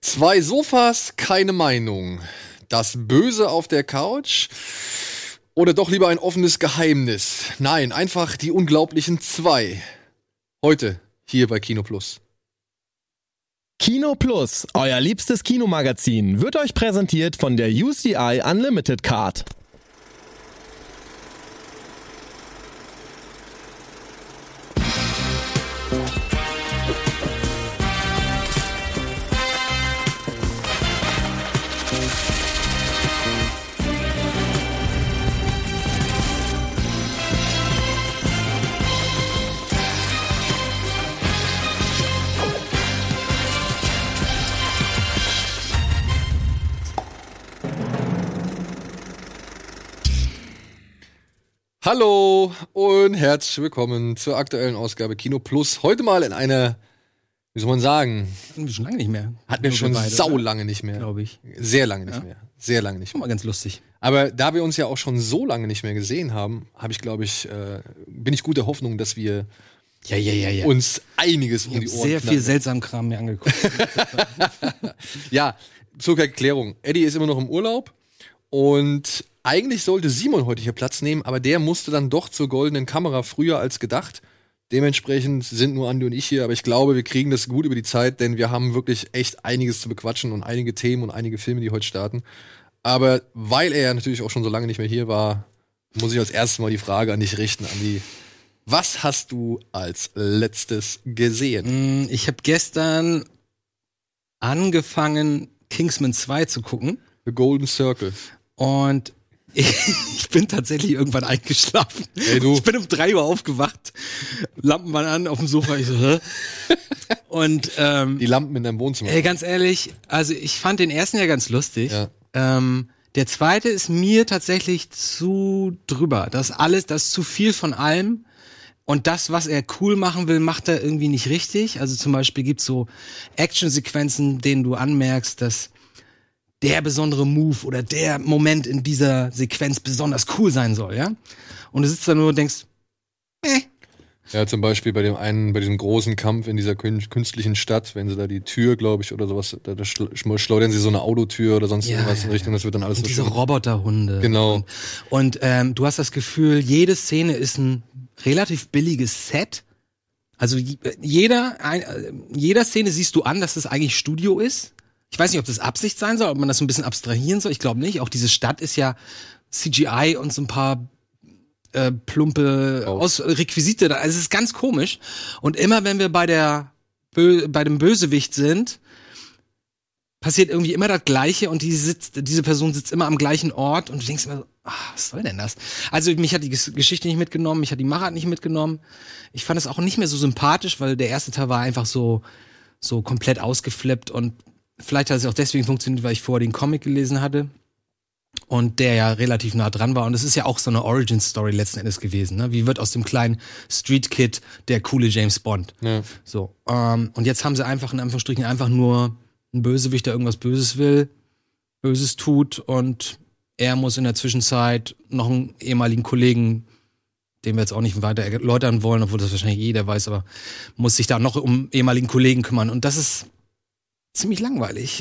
Zwei Sofas, keine Meinung. Das Böse auf der Couch oder doch lieber ein offenes Geheimnis? Nein, einfach die unglaublichen zwei. Heute hier bei Kino Plus. Kino Plus, euer liebstes Kinomagazin, wird euch präsentiert von der UCI Unlimited Card. Hallo und herzlich willkommen zur aktuellen Ausgabe Kino Plus. Heute mal in einer, wie soll man sagen? Schon lange nicht mehr. Hatten wir schon saulange nicht mehr. Glaube ich. Sehr lange nicht mehr. Sehr lange nicht mehr. Mal ganz lustig. Aber da wir uns ja auch schon so lange nicht mehr gesehen haben, bin ich guter Hoffnung, dass wir uns einiges um die Ohren sehr viel seltsamen Kram mir angeguckt. Ja, zur Erklärung. Eddie ist immer noch im Urlaub und eigentlich sollte Simon heute hier Platz nehmen, aber der musste dann doch zur goldenen Kamera früher als gedacht. Dementsprechend sind nur Andi und ich hier, aber ich glaube, wir kriegen das gut über die Zeit, denn wir haben wirklich echt einiges zu bequatschen und einige Themen und einige Filme, die heute starten. Aber weil er natürlich auch schon so lange nicht mehr hier war, muss ich als erstes mal die Frage an dich richten, Andi. Was hast du als letztes gesehen? Ich habe gestern angefangen, Kingsman 2 zu gucken. The Golden Circle. Und ich bin tatsächlich irgendwann eingeschlafen. Hey, du. Ich bin um 3 Uhr aufgewacht. Lampen waren an auf dem Sofa. Ich so, hä? Und die Lampen in deinem Wohnzimmer. Ey, ganz ehrlich, also ich fand den ersten ja ganz lustig. Ja. Der zweite ist mir tatsächlich zu drüber. Das ist zu viel von allem. Und das, was er cool machen will, macht er irgendwie nicht richtig. Also zum Beispiel gibt's so Actionsequenzen, denen du anmerkst, dass der besondere Move oder der Moment in dieser Sequenz besonders cool sein soll, ja? Und du sitzt da nur und denkst, Ja, zum Beispiel bei diesem großen Kampf in dieser künstlichen Stadt, wenn sie da die Tür, glaube ich, oder sowas, da schleudern sie so eine Autotür oder sonst irgendwas in Richtung, das wird dann alles und so diese schön. Roboterhunde. Genau. Und du hast das Gefühl, jede Szene ist ein relativ billiges Set. Also jeder Szene siehst du an, dass das eigentlich Studio ist. Ich weiß nicht, ob das Absicht sein soll, ob man das so ein bisschen abstrahieren soll. Ich glaube nicht. Auch diese Stadt ist ja CGI und so ein paar plumpe Requisite da. Also es ist ganz komisch. Und immer, wenn wir bei dem Bösewicht sind, passiert irgendwie immer das Gleiche und diese Person sitzt immer am gleichen Ort und du denkst immer so, was soll denn das? Also mich hat die Geschichte nicht mitgenommen, mich hat die Machart nicht mitgenommen. Ich fand es auch nicht mehr so sympathisch, weil der erste Teil war einfach so komplett ausgeflippt und vielleicht hat es auch deswegen funktioniert, weil ich vorher den Comic gelesen hatte und der ja relativ nah dran war. Und es ist ja auch so eine Origin-Story letzten Endes gewesen. Ne? Wie wird aus dem kleinen Street-Kid der coole James Bond? Ja. So. Und jetzt haben sie einfach in Anführungsstrichen einfach nur einen Bösewicht, der irgendwas Böses will, Böses tut und er muss in der Zwischenzeit noch einen ehemaligen Kollegen, den wir jetzt auch nicht weiter erläutern wollen, obwohl das wahrscheinlich jeder weiß, aber muss sich da noch um ehemaligen Kollegen kümmern. Und das ist ziemlich langweilig.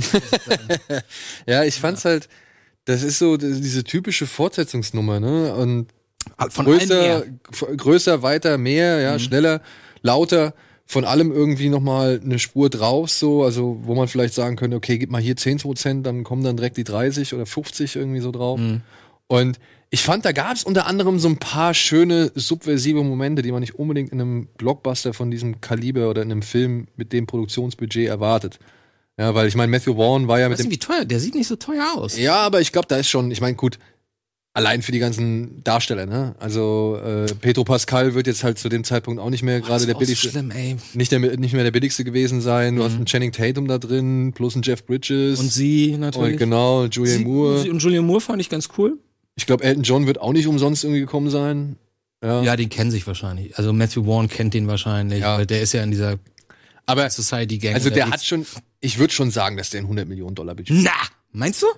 Ja, ich fand's halt, das ist so diese typische Fortsetzungsnummer, ne? Und von größer, weiter, mehr, schneller, lauter, von allem irgendwie nochmal eine Spur drauf, so, also wo man vielleicht sagen könnte, okay, gib mal hier 10%, dann kommen dann direkt die 30 oder 50 irgendwie so drauf. Und ich fand, da gab's unter anderem so ein paar schöne, subversive Momente, die man nicht unbedingt in einem Blockbuster von diesem Kaliber oder in einem Film mit dem Produktionsbudget erwartet. Ja, weil ich meine, Matthew Vaughn war ja mit dem... Wie teuer? Der sieht nicht so teuer aus. Ja, aber ich glaube, da ist schon, ich meine, gut, allein für die ganzen Darsteller, ne? Also Pedro Pascal wird jetzt halt zu dem Zeitpunkt auch nicht mehr gerade der billigste, so schlimm, ey. nicht mehr der billigste gewesen sein. Du hast einen Channing Tatum da drin, plus einen Jeff Bridges. Und sie natürlich. Und genau, Julianne Moore. Und Julianne Moore fand ich ganz cool. Ich glaube, Elton John wird auch nicht umsonst irgendwie gekommen sein. Ja, den kennen sich wahrscheinlich. Also Matthew Vaughn kennt den wahrscheinlich, weil der ist ja in dieser Society Gang. Also der hat schon, ich würde schon sagen, dass der ein $100 Millionen Budget hat. Na, meinst du? Ja.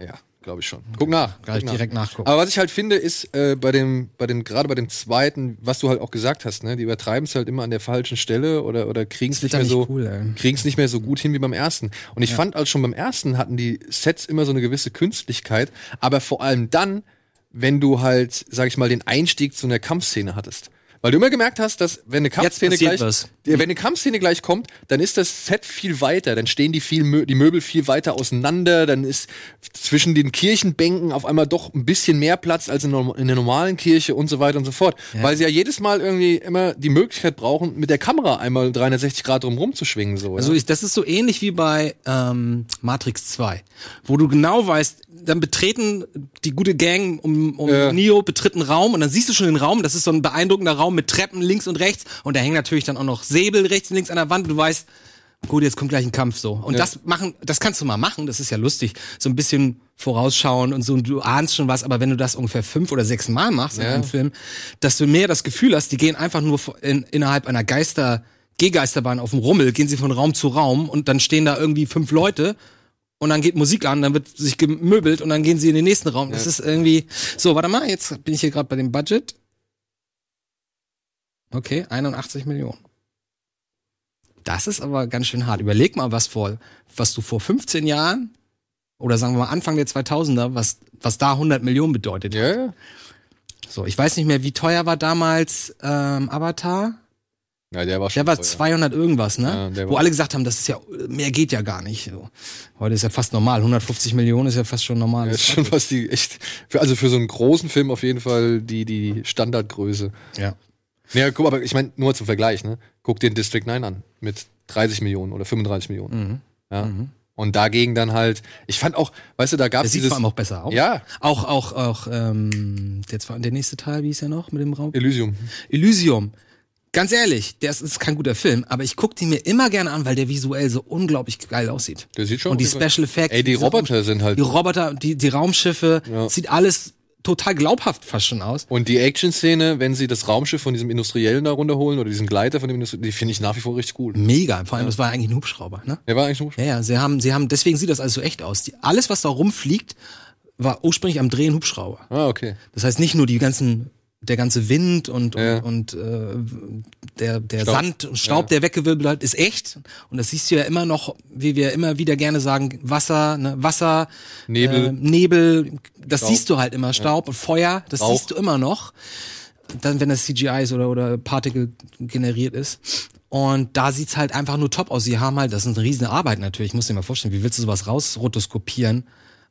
glaube ich schon. Guck nach. Gleich direkt nachgucken. Aber was ich halt finde, ist gerade bei dem zweiten, was du halt auch gesagt hast, ne, die übertreiben es halt immer an der falschen Stelle oder kriegen es nicht mehr so gut hin wie beim ersten. Und ich fand halt schon beim ersten hatten die Sets immer so eine gewisse Künstlichkeit, aber vor allem dann, wenn du halt, sag ich mal, den Einstieg zu einer Kampfszene hattest. Weil du immer gemerkt hast, dass wenn eine Kampfszene gleich kommt, dann ist das Set viel weiter, dann stehen die Möbel viel weiter auseinander, dann ist zwischen den Kirchenbänken auf einmal doch ein bisschen mehr Platz als in der normalen Kirche und so weiter und so fort. Ja. Weil sie ja jedes Mal irgendwie immer die Möglichkeit brauchen, mit der Kamera einmal 360 Grad drum zu schwingen. So, also das ist so ähnlich wie bei Matrix 2, wo du genau weißt, dann betreten die gute Gang um Neo betritt einen Raum und dann siehst du schon den Raum, das ist so ein beeindruckender Raum mit Treppen links und rechts und da hängen natürlich dann auch noch Säbel rechts und links an der Wand und du weißt, gut, jetzt kommt gleich ein Kampf so. Und das kannst du mal machen, das ist ja lustig, so ein bisschen vorausschauen und so und du ahnst schon was, aber wenn du das ungefähr 5 oder 6 Mal machst in einem Film, dass du mehr das Gefühl hast, die gehen einfach nur innerhalb einer Gehgeisterbahn auf dem Rummel, gehen sie von Raum zu Raum und dann stehen da irgendwie 5 Leute und dann geht Musik an, dann wird sich gemöbelt und dann gehen sie in den nächsten Raum. Das ist irgendwie so, warte mal, jetzt bin ich hier gerade bei dem Budget. Okay, 81 Millionen. Das ist aber ganz schön hart. Überleg mal, was du vor 15 Jahren oder sagen wir mal Anfang der 2000er, was da 100 Millionen bedeutet hat. Ja. So, ich weiß nicht mehr, wie teuer war damals Avatar? Ja, der war 200 irgendwas, ne? Ja, wo alle gesagt haben, das ist ja, mehr geht ja gar nicht. So. Heute ist ja fast normal. 150 Millionen ist ja fast schon normal. Ja, ist schon fast für so einen großen Film auf jeden Fall die Standardgröße. Ja. Ja, guck, aber ich meine, nur zum Vergleich, ne? Guck dir den District 9 an. Mit 30 Millionen oder 35 Millionen. Mhm. Ja. Mhm. Und dagegen dann halt, ich fand auch, weißt du, da gab es sieht vor allem auch besser aus. Ja. Auch der nächste Teil, wie ist der noch mit dem Raum? Elysium. Ganz ehrlich, das ist kein guter Film, aber ich gucke den mir immer gerne an, weil der visuell so unglaublich geil aussieht. Der sieht schon. Und die Special Effects. Ey, die Roboter sind halt. Die Roboter, die Raumschiffe, sieht alles total glaubhaft fast schon aus. Und die Action-Szene, wenn sie das Raumschiff von diesem Industriellen da runterholen oder diesen Gleiter von dem Industriellen, die finde ich nach wie vor richtig cool. Mega, vor allem, das war eigentlich ein Hubschrauber, ne? Der war eigentlich ein Hubschrauber. Ja, sie haben, deswegen sieht das alles so echt aus. Alles, was da rumfliegt, war ursprünglich am Drehen Hubschrauber. Ah, okay. Das heißt nicht nur der ganze Wind und der Sand und Staub, der weggewirbelt hat, ist echt. Und das siehst du ja immer noch, wie wir immer wieder gerne sagen, Wasser, Nebel, das Staub. Siehst du halt immer, Staub und Feuer, das Rauch. siehst du immer noch. Dann, wenn das CGI ist oder Partikel generiert ist. Und da sieht's halt einfach nur top aus. Sie haben halt, das ist eine riesen Arbeit natürlich, ich muss dir mal vorstellen, wie willst du sowas rausrotoskopieren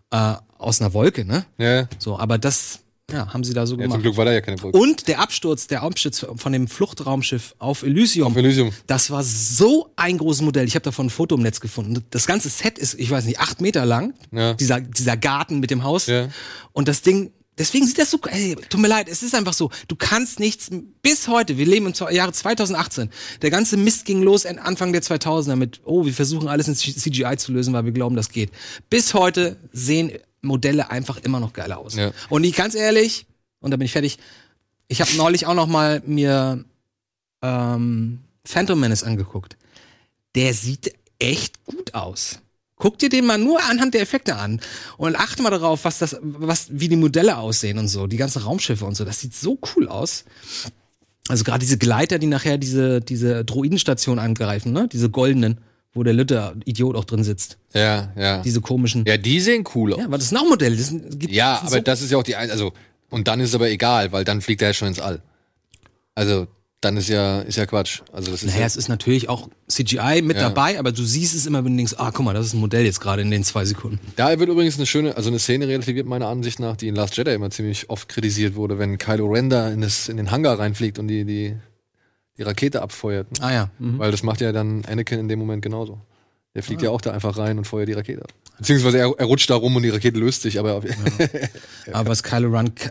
aus einer Wolke, ne? Ja. So, aber das haben sie da so gemacht. Zum Glück war da ja keine Wolke. Und der Absturz von dem Fluchtraumschiff auf Elysium. Das war so ein großes Modell. Ich habe davon ein Foto im Netz gefunden. Das ganze Set ist, ich weiß nicht, 8 Meter lang. Ja. Dieser Garten mit dem Haus. Ja. Und das Ding, deswegen sieht das so, tut mir leid, es ist einfach so. Du kannst nichts, bis heute, wir leben im Jahre 2018. Der ganze Mist ging los Anfang der 2000er mit, wir versuchen alles in CGI zu lösen, weil wir glauben, das geht. Bis heute sehen Modelle einfach immer noch geiler aus. Ja. Und ich ganz ehrlich, und da bin ich fertig, ich habe neulich auch noch mal mir Phantom Menace angeguckt. Der sieht echt gut aus. Guck dir den mal nur anhand der Effekte an und achte mal darauf, wie die Modelle aussehen und so, die ganzen Raumschiffe und so. Das sieht so cool aus. Also gerade diese Gleiter, die nachher diese Droidenstation angreifen, ne? Diese goldenen, wo der Lütter-Idiot auch drin sitzt. Ja. Diese komischen. Ja, die sehen cool aus. Ja, aber das ist ein Modell. Aber das ist ja auch und dann ist es aber egal, weil dann fliegt er ja schon ins All. Also, dann ist ja Quatsch. Also, das ist es ist natürlich auch CGI mit dabei, aber du siehst es immer, wenn du denkst, guck mal, das ist ein Modell jetzt gerade in den 2 Sekunden. Da wird übrigens eine Szene relativiert, meiner Ansicht nach, die in Last Jedi immer ziemlich oft kritisiert wurde, wenn Kylo Ren da in den Hangar reinfliegt und die Rakete abfeuert. Ne? Ja. Mhm. Weil das macht ja dann Anakin in dem Moment genauso. Der fliegt ja auch da einfach rein und feuert die Rakete ab. Beziehungsweise er rutscht da rum und die Rakete löst sich, aber aber was Kylo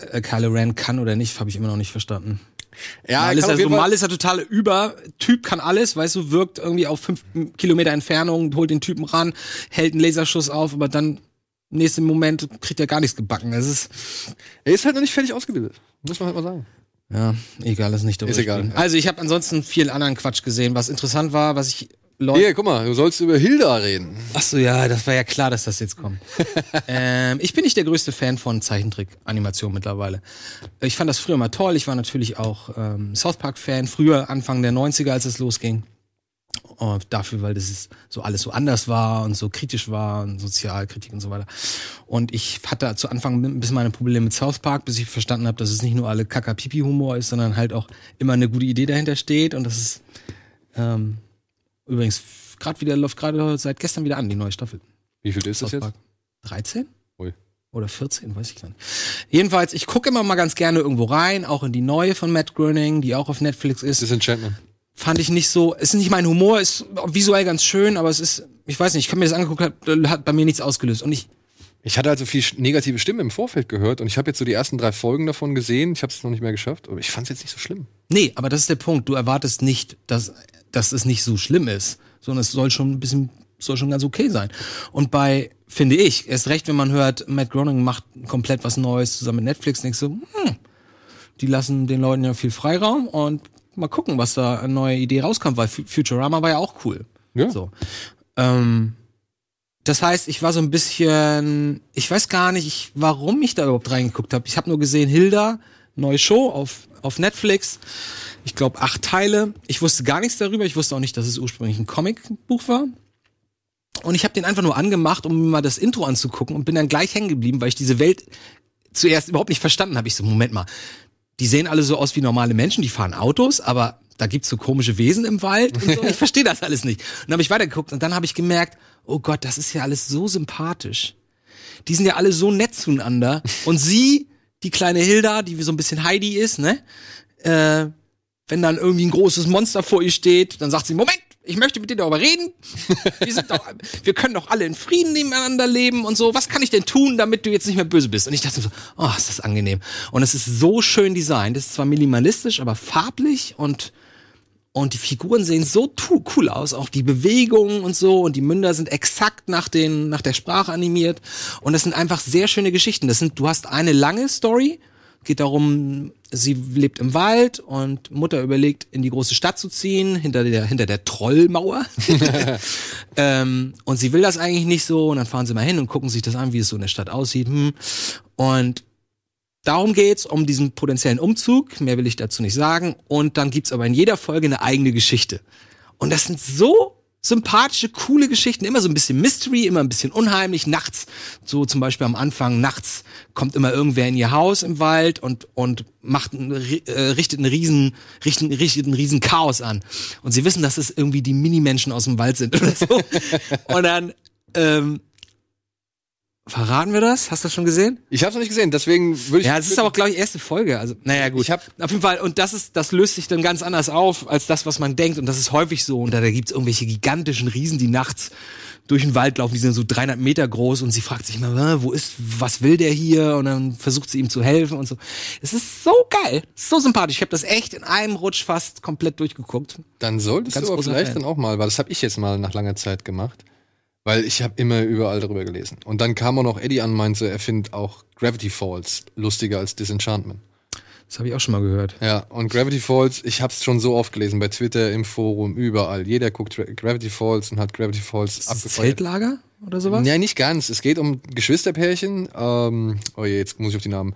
Ren kann oder nicht, habe ich immer noch nicht verstanden. Ja, Mal ist er total Übertyp, kann alles, weißt du, wirkt irgendwie auf 5 Kilometer Entfernung, holt den Typen ran, hält einen Laserschuss auf, aber dann im nächsten Moment kriegt er gar nichts gebacken. Er ist halt noch nicht fertig ausgebildet, muss man halt mal sagen. Ja, egal, das ist nicht darüber. Ist egal. Also ich habe ansonsten viel anderen Quatsch gesehen. Was interessant war, was ich Leute. Hier, guck mal, du sollst über Hilda reden. Ach so, ja, das war ja klar, dass das jetzt kommt. Ich bin nicht der größte Fan von Zeichentrick-Animation mittlerweile. Ich fand das früher mal toll. Ich war natürlich auch South Park-Fan, früher Anfang der 90er, als es losging. Dafür, weil das ist so alles so anders war und so kritisch war und Sozialkritik und so weiter. Und ich hatte zu Anfang ein bisschen meine Probleme mit South Park, bis ich verstanden habe, dass es nicht nur alle Kaka-Pipi-Humor ist, sondern halt auch immer eine gute Idee dahinter steht. Und das ist übrigens läuft gerade seit gestern wieder an, die neue Staffel. Wie viel ist das jetzt? 13? Ui. Oder 14, weiß ich gar nicht. Jedenfalls, ich gucke immer mal ganz gerne irgendwo rein, auch in die neue von Matt Groening, die auch auf Netflix ist. Disenchantment. Fand ich nicht so, ist nicht mein Humor, ist visuell ganz schön, aber es ist, ich weiß nicht, ich habe mir das angeguckt, hat bei mir nichts ausgelöst. Und ich hatte also viel negative Stimmen im Vorfeld gehört und ich habe jetzt so die ersten 3 Folgen davon gesehen. Ich habe es noch nicht mehr geschafft, aber ich fand es jetzt nicht so schlimm. Nee, aber das ist der Punkt. Du erwartest nicht, dass es nicht so schlimm ist, sondern es soll schon ganz okay sein. Und finde ich, erst recht, wenn man hört, Matt Groening macht komplett was Neues zusammen mit Netflix, denkst du, die lassen den Leuten ja viel Freiraum und mal gucken, was da eine neue Idee rauskommt, weil Futurama war ja auch cool. Ja. So. Das heißt, ich war so ein bisschen, ich weiß gar nicht, warum ich da überhaupt reingeguckt habe. Ich habe nur gesehen, Hilda, neue Show auf Netflix. Ich glaube 8 Teile. Ich wusste gar nichts darüber. Ich wusste auch nicht, dass es ursprünglich ein Comicbuch war. Und ich habe den einfach nur angemacht, um mir mal das Intro anzugucken und bin dann gleich hängen geblieben, weil ich diese Welt zuerst überhaupt nicht verstanden habe. Ich so, Moment mal, die sehen alle so aus wie normale Menschen, die fahren Autos, aber da gibt's so komische Wesen im Wald und so. Ich verstehe das alles nicht. Und dann habe ich weitergeguckt und dann habe ich gemerkt, oh Gott, das ist ja alles so sympathisch. Die sind ja alle so nett zueinander. Und sie, die kleine Hilda, die wie so ein bisschen Heidi ist, ne? Wenn dann irgendwie ein großes Monster vor ihr steht, dann sagt sie, Moment, ich möchte mit dir darüber reden. Wir können doch alle in Frieden nebeneinander leben und so. Was kann ich denn tun, damit du jetzt nicht mehr böse bist? Und ich dachte so, oh, ist das angenehm. Und es ist so schön designt. Es ist zwar minimalistisch, aber farblich und die Figuren sehen so cool aus. Auch die Bewegungen und so. Und die Münder sind exakt nach der Sprache animiert. Und das sind einfach sehr schöne Geschichten. Du hast eine lange Story. Geht darum, sie lebt im Wald und Mutter überlegt, in die große Stadt zu ziehen, hinter der Trollmauer. Und sie will das eigentlich nicht so. Und dann fahren sie mal hin und gucken sich das an, wie es so in der Stadt aussieht. Und darum geht's, um diesen potenziellen Umzug. Mehr will ich dazu nicht sagen. Und dann gibt's aber in jeder Folge eine eigene Geschichte. Und das sind so sympathische, coole Geschichten, immer so ein bisschen Mystery, immer ein bisschen unheimlich. Nachts, so zum Beispiel am Anfang, nachts kommt immer irgendwer in ihr Haus im Wald und richtet einen riesen Chaos an. Und sie wissen, dass es irgendwie die Minimenschen aus dem Wald sind oder so. Und dann, verraten wir das? Hast du das schon gesehen? Ich hab's noch nicht gesehen, deswegen würde ich... Ja, es ist aber, glaube ich, erste Folge. Also, naja, gut. Auf jeden Fall, und das löst sich dann ganz anders auf, als das, was man denkt. Und das ist häufig so. Und da gibt's irgendwelche gigantischen Riesen, die nachts durch den Wald laufen. Die sind so 300 Meter groß. Und sie fragt sich immer, was will der hier? Und dann versucht sie ihm zu helfen und so. Es ist so geil. So sympathisch. Ich habe das echt in einem Rutsch fast komplett durchgeguckt. Dann solltest du aber vielleicht dann auch mal, weil das habe ich jetzt mal nach langer Zeit gemacht. Weil ich habe immer überall darüber gelesen. Und dann kam auch noch Eddie an und meinte, er findet auch Gravity Falls lustiger als Disenchantment. Das habe ich auch schon mal gehört. Ja, und Gravity Falls, ich habe es schon so oft gelesen, bei Twitter, im Forum, überall. Jeder guckt Gravity Falls und hat Gravity Falls abgefeiert. Zeltlager oder sowas? Ja, nicht ganz. Es geht um Geschwisterpärchen. Oh je, jetzt muss ich auf die Namen.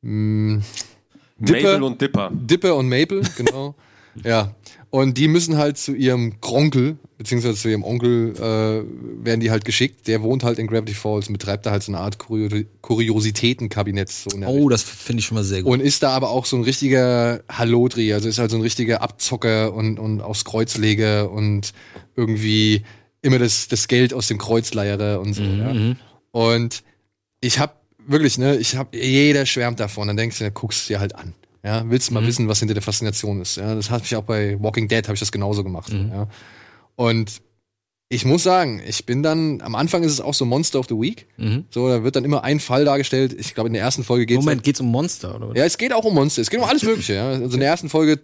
Mabel und Dipper. Dipper und Mabel, genau. Ja. Und die müssen halt zu ihrem Gronkel, beziehungsweise zu ihrem Onkel, werden die halt geschickt. Der wohnt halt in Gravity Falls und betreibt da halt so eine Art Kuriositätenkabinett. So das finde ich schon mal sehr gut. Und ist da aber auch so ein richtiger Hallodri, also ist halt so ein richtiger Abzocker und aufs Kreuzleger und irgendwie immer das Geld aus dem Kreuzleierer und so. Ja. Und ich hab wirklich, jeder schwärmt davon. Dann denkst du, guckst dir halt an. Ja, willst du mal wissen, was hinter der Faszination ist. Ja, das habe ich auch bei Walking Dead, habe ich das genauso gemacht. Ja. Und ich muss sagen, ich bin dann, am Anfang ist es auch so Monster of the Week. So, da wird dann immer ein Fall dargestellt. Ich glaube, in der ersten Folge geht's um Monster, oder? Ja, es geht auch um Monster. Es geht um alles Mögliche. Ja. Also in der ersten Folge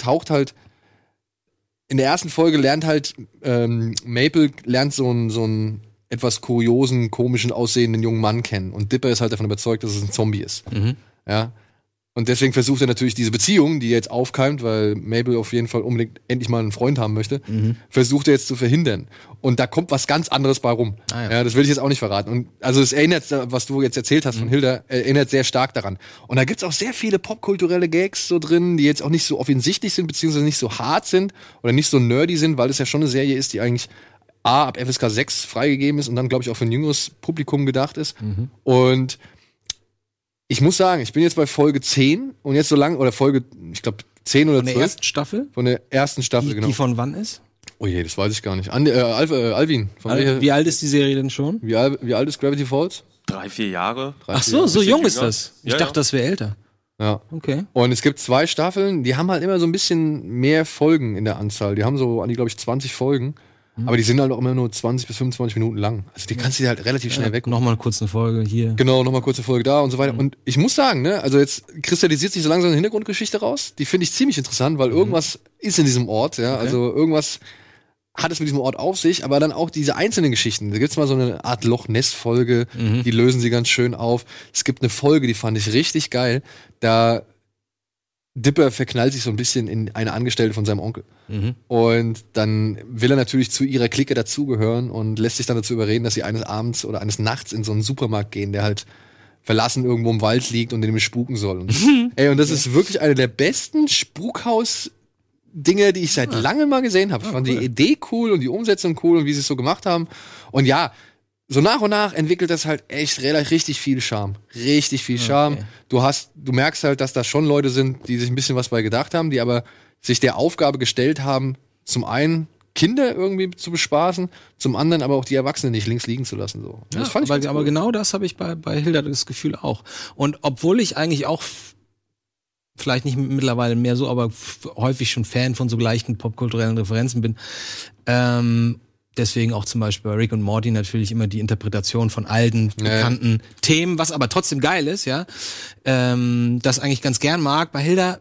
lernt halt Maple so einen etwas kuriosen, komischen aussehenden jungen Mann kennen. Und Dipper ist halt davon überzeugt, dass es ein Zombie ist. Ja. Und deswegen versucht er natürlich diese Beziehung, die jetzt aufkeimt, weil Mabel auf jeden Fall unbedingt endlich mal einen Freund haben möchte, versucht er jetzt zu verhindern. Und da kommt was ganz anderes bei rum. Ja, das will ich jetzt auch nicht verraten. Und also es erinnert, was du jetzt erzählt hast von Hilda, erinnert sehr stark daran. Und da gibt's auch sehr viele popkulturelle Gags so drin, die jetzt auch nicht so offensichtlich sind, beziehungsweise nicht so hart sind oder nicht so nerdy sind, weil es ja schon eine Serie ist, die eigentlich ab FSK 6 freigegeben ist und dann, glaube ich, auch für ein jüngeres Publikum gedacht ist. Und ich muss sagen, ich bin jetzt bei Folge 10 und jetzt so lang, oder Folge, ich glaube, 10 oder 12. Von der ersten Staffel? Von der ersten Staffel, genau. Die von wann ist? Oh je, das weiß ich gar nicht. Alvin. Wie alt ist die Serie denn schon? Wie alt ist Gravity Falls? 3-4 Jahre. Ach so, so jung ist das. Ich Ja, dachte, das wäre älter. Ja. Okay. Und es gibt 2 Staffeln, die haben halt immer so ein bisschen mehr Folgen in der Anzahl. Die haben so an die, glaube ich, 20 Folgen. Aber die sind halt auch immer nur 20 bis 25 Minuten lang. Also die kannst du dir halt relativ schnell weg. Nochmal kurz eine Folge hier. Genau, nochmal kurze Folge da und so weiter. Und ich muss sagen, ne, also jetzt kristallisiert sich so langsam eine Hintergrundgeschichte raus. Die finde ich ziemlich interessant, weil irgendwas ist in diesem Ort, ja. Also irgendwas hat es mit diesem Ort auf sich, aber dann auch diese einzelnen Geschichten. Da gibt's mal so eine Art Loch-Ness-Folge, die lösen sie ganz schön auf. Es gibt eine Folge, die fand ich richtig geil. Da Dipper verknallt sich so ein bisschen in eine Angestellte von seinem Onkel. Und dann will er natürlich zu ihrer Clique dazugehören und lässt sich dann dazu überreden, dass sie eines Abends oder eines Nachts in so einen Supermarkt gehen, der halt verlassen irgendwo im Wald liegt und in dem spuken soll. Und, und das ist wirklich eine der besten Spukhaus-Dinge, die ich seit langem mal gesehen habe. Ich fand die Idee cool und die Umsetzung cool und wie sie es so gemacht haben. Und ja, so nach und nach entwickelt das halt echt richtig viel Charme. Richtig viel Charme. Okay. Du merkst halt, dass da schon Leute sind, die sich ein bisschen was bei gedacht haben, die aber sich der Aufgabe gestellt haben, zum einen Kinder irgendwie zu bespaßen, zum anderen aber auch die Erwachsenen nicht links liegen zu lassen. So. Ja, Das fand ich ganz aber cool. genau das habe ich bei Hilda das Gefühl auch. Und obwohl ich eigentlich auch vielleicht nicht mittlerweile mehr so, aber häufig schon Fan von so leichten popkulturellen Referenzen bin, deswegen auch zum Beispiel bei Rick und Morty natürlich immer die Interpretation von alten, bekannten Themen, was aber trotzdem geil ist, ja. Das eigentlich ganz gern mag. Bei Hilda,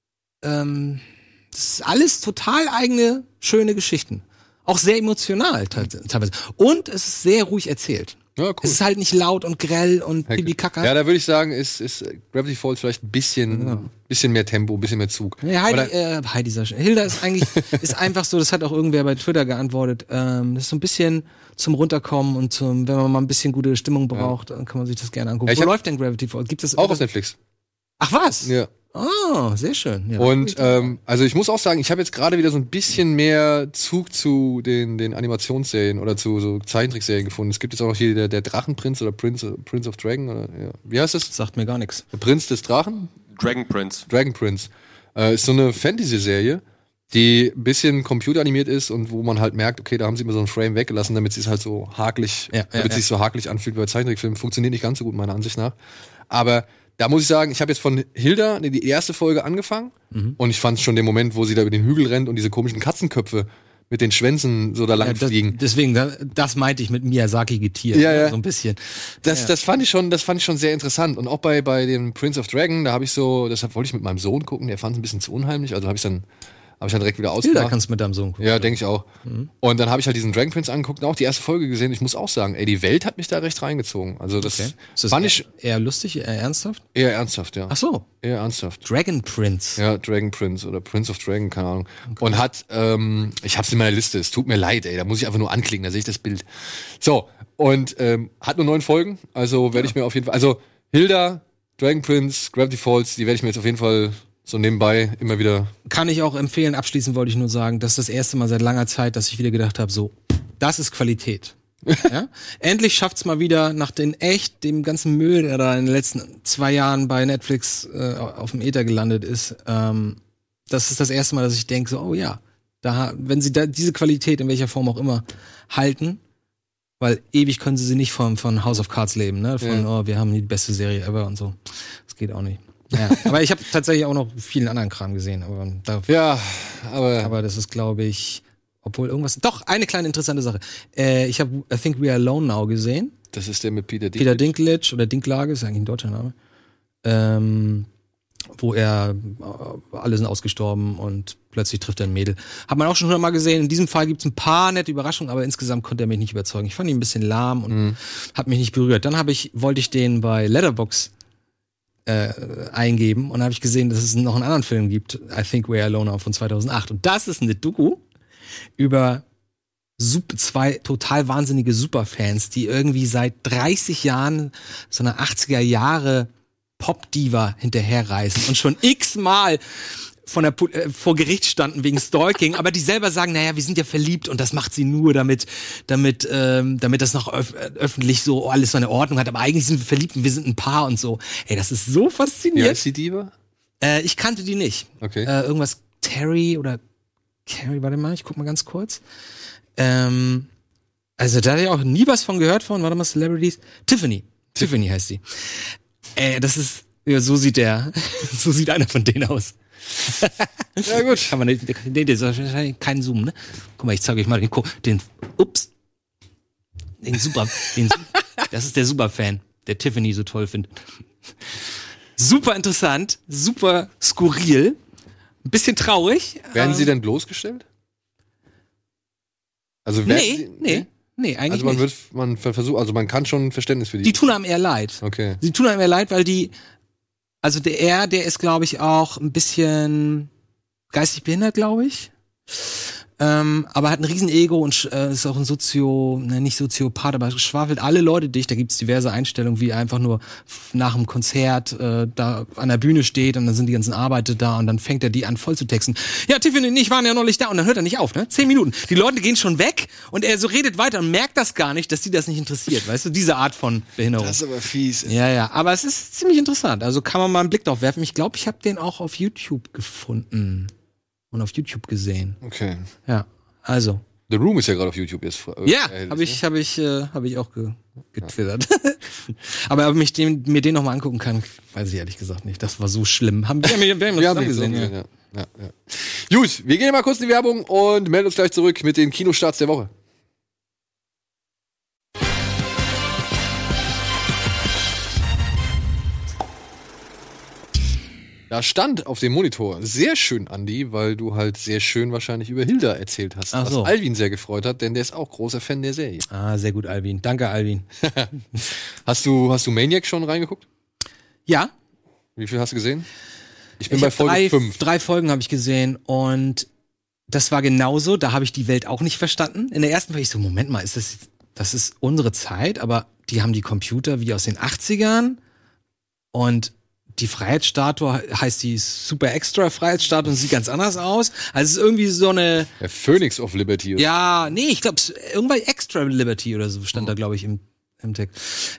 das ist alles total eigene, schöne Geschichten. Auch sehr emotional teilweise. Und es ist sehr ruhig erzählt. Ja, cool. Es ist halt nicht laut und grell und pipi-kaka. Ja, da würde ich sagen, ist Gravity Falls vielleicht ein bisschen mehr Tempo, ein bisschen mehr Zug. Ja, Heidi sagt schon. Hilda ist eigentlich, ist einfach so, das hat auch irgendwer bei Twitter geantwortet, das ist so ein bisschen zum Runterkommen und wenn man mal ein bisschen gute Stimmung braucht, dann kann man sich das gerne angucken. Ja, Wo läuft denn Gravity Falls? Gibt es auch auf Netflix. Ach was? Ja. Oh, sehr schön. Ja. Und also ich muss auch sagen, ich habe jetzt gerade wieder so ein bisschen mehr Zug zu den Animationsserien oder zu so Zeichentrickserien gefunden. Es gibt jetzt auch noch hier der Drachenprinz oder Prince of Dragon. Oder, wie heißt das? Sagt mir gar nichts. Der Prinz des Drachen? Dragon Prince. Dragon Prince. Ist so eine Fantasy-Serie, die ein bisschen computeranimiert ist und wo man halt merkt, okay, da haben sie immer so einen Frame weggelassen, damit es halt so hakelig, sich so hakelig anfühlt, weil Zeichentrickfilm funktioniert nicht ganz so gut, meiner Ansicht nach. Aber da muss ich sagen, ich habe jetzt von Hilda die erste Folge angefangen und ich fand schon den Moment, wo sie da über den Hügel rennt und diese komischen Katzenköpfe mit den Schwänzen so da lang fliegen. Deswegen, das meinte ich mit Miyazaki Getier, so ein bisschen. Das fand ich schon sehr interessant. Und auch bei dem Prince of Dragon, da habe ich so, deshalb wollte ich mit meinem Sohn gucken, der fand es ein bisschen zu unheimlich, also habe ich dann direkt wieder ausgemacht. Hilda kannst du mit deinem Sohn gucken. Ja, denke ich auch. Und dann habe ich halt diesen Dragon Prince angeguckt und auch die erste Folge gesehen. Ich muss auch sagen, die Welt hat mich da recht reingezogen. Also das fand ich eher lustig, eher ernsthaft? Eher ernsthaft, ja. Ach so. Eher ernsthaft. Dragon Prince. Ja, Dragon Prince oder Prince of Dragon, keine Ahnung. Okay. Und hat, ich hab's in meiner Liste, es tut mir leid, da muss ich einfach nur anklicken, da sehe ich das Bild. So, und hat nur 9 Folgen, also werde ich mir auf jeden Fall, also Hilda, Dragon Prince, Gravity Falls, die werde ich mir jetzt auf jeden Fall so nebenbei immer wieder. Kann ich auch empfehlen. Abschließend wollte ich nur sagen, das ist das erste Mal seit langer Zeit, dass ich wieder gedacht habe, so, das ist Qualität. Ja? Endlich schafft's mal wieder nach dem ganzen Müll, der da in den letzten 2 Jahren bei Netflix auf dem Äther gelandet ist. Das ist das erste Mal, dass ich denke, so, oh ja, wenn sie da diese Qualität in welcher Form auch immer halten, weil ewig können sie nicht von House of Cards leben, ne? Wir haben die beste Serie ever und so. Das geht auch nicht. Ja, aber ich habe tatsächlich auch noch vielen anderen Kram gesehen. Aber das ist, glaube ich, obwohl irgendwas. Doch, eine kleine interessante Sache. Ich habe I Think We Are Alone Now gesehen. Das ist der mit Peter Dinklage oder Dinklage, ist eigentlich ein deutscher Name. Wo alle sind ausgestorben und plötzlich trifft er ein Mädel. Hat man auch schon 100 Mal gesehen. In diesem Fall gibt's ein paar nette Überraschungen, aber insgesamt konnte er mich nicht überzeugen. Ich fand ihn ein bisschen lahm und hat mich nicht berührt. Dann wollte ich den bei Letterboxd eingeben und habe ich gesehen, dass es noch einen anderen Film gibt, I Think We're Alone Now von 2008. Und das ist eine Doku über zwei total wahnsinnige Superfans, die irgendwie seit 30 Jahren so eine 80er Jahre Pop-Diva hinterherreisen und schon x-mal vor Gericht standen wegen Stalking, aber die selber sagen, naja, wir sind ja verliebt und das macht sie nur, damit das noch öffentlich so alles so eine Ordnung hat, aber eigentlich sind wir verliebt und wir sind ein Paar und so. Ey, das ist so faszinierend. Ja, ist die Diva? Ich kannte die nicht. Okay. Irgendwas Terry oder Carrie, warte mal, ich guck mal ganz kurz. Also da hatte ich auch nie was von gehört warte mal, Celebrities. Tiffany heißt sie. Das ist, ja, so sieht einer von denen aus. Ja, gut. Kann man nicht, das ist wahrscheinlich kein Zoom, ne? Guck mal, ich zeige euch mal das ist der Superfan, der Tiffany so toll findet. Super interessant, super skurril, ein bisschen traurig. Werden sie denn bloßgestellt? Also nee, eigentlich nicht. Man versucht, also man kann schon Verständnis für die tun einem eher leid. Okay. Sie tun einem eher leid, weil der ist, glaube ich, auch ein bisschen geistig behindert, glaube ich. Aber hat ein riesen Ego und ist auch ein nicht Soziopath, aber schwafelt alle Leute dicht. Da gibt's diverse Einstellungen, wie er einfach nur nach dem Konzert da an der Bühne steht und dann sind die ganzen Arbeiter da und dann fängt er die an voll zu texten. Ja, Tiffany und ich waren ja neulich da und dann hört er nicht auf, ne? 10 Minuten. Die Leute gehen schon weg und er so redet weiter und merkt das gar nicht, dass die das nicht interessiert. Weißt du, diese Art von Behinderung. Das ist aber fies. Ja, aber es ist ziemlich interessant. Also kann man mal einen Blick drauf werfen. Ich glaube, ich habe den auch auf YouTube gefunden und auf YouTube gesehen. Okay. Ja, also. The Room ist ja gerade auf YouTube jetzt. Ja, habe ich auch getwittert. Aber ob ich mir den noch mal angucken kann, weiß ich ehrlich gesagt nicht. Das war so schlimm. Wir haben das zusammen gesehen. Ja. Gut, wir gehen mal kurz in die Werbung und melden uns gleich zurück mit den Kinostarts der Woche. Da stand auf dem Monitor, sehr schön, Andi, weil du halt sehr schön wahrscheinlich über Hilda erzählt hast. Ach so. Was Alvin sehr gefreut hat, denn der ist auch großer Fan der Serie. Ah, sehr gut, Alvin. Danke, Alvin. Hast du Maniac schon reingeguckt? Ja. Wie viel hast du gesehen? Ich bin bei Folge 5. 3 Folgen habe ich gesehen und das war genauso. Da habe ich die Welt auch nicht verstanden. In der ersten war ich so, Moment mal, das ist unsere Zeit, aber die haben die Computer wie aus den 80ern und die Freiheitsstatue heißt die Super Extra Freiheitsstatue und sieht ganz anders aus. Also es ist irgendwie so eine... Der Phoenix of Liberty. Ja, nee, ich glaube, irgendwann Extra Liberty oder so stand da, glaube ich, im Text.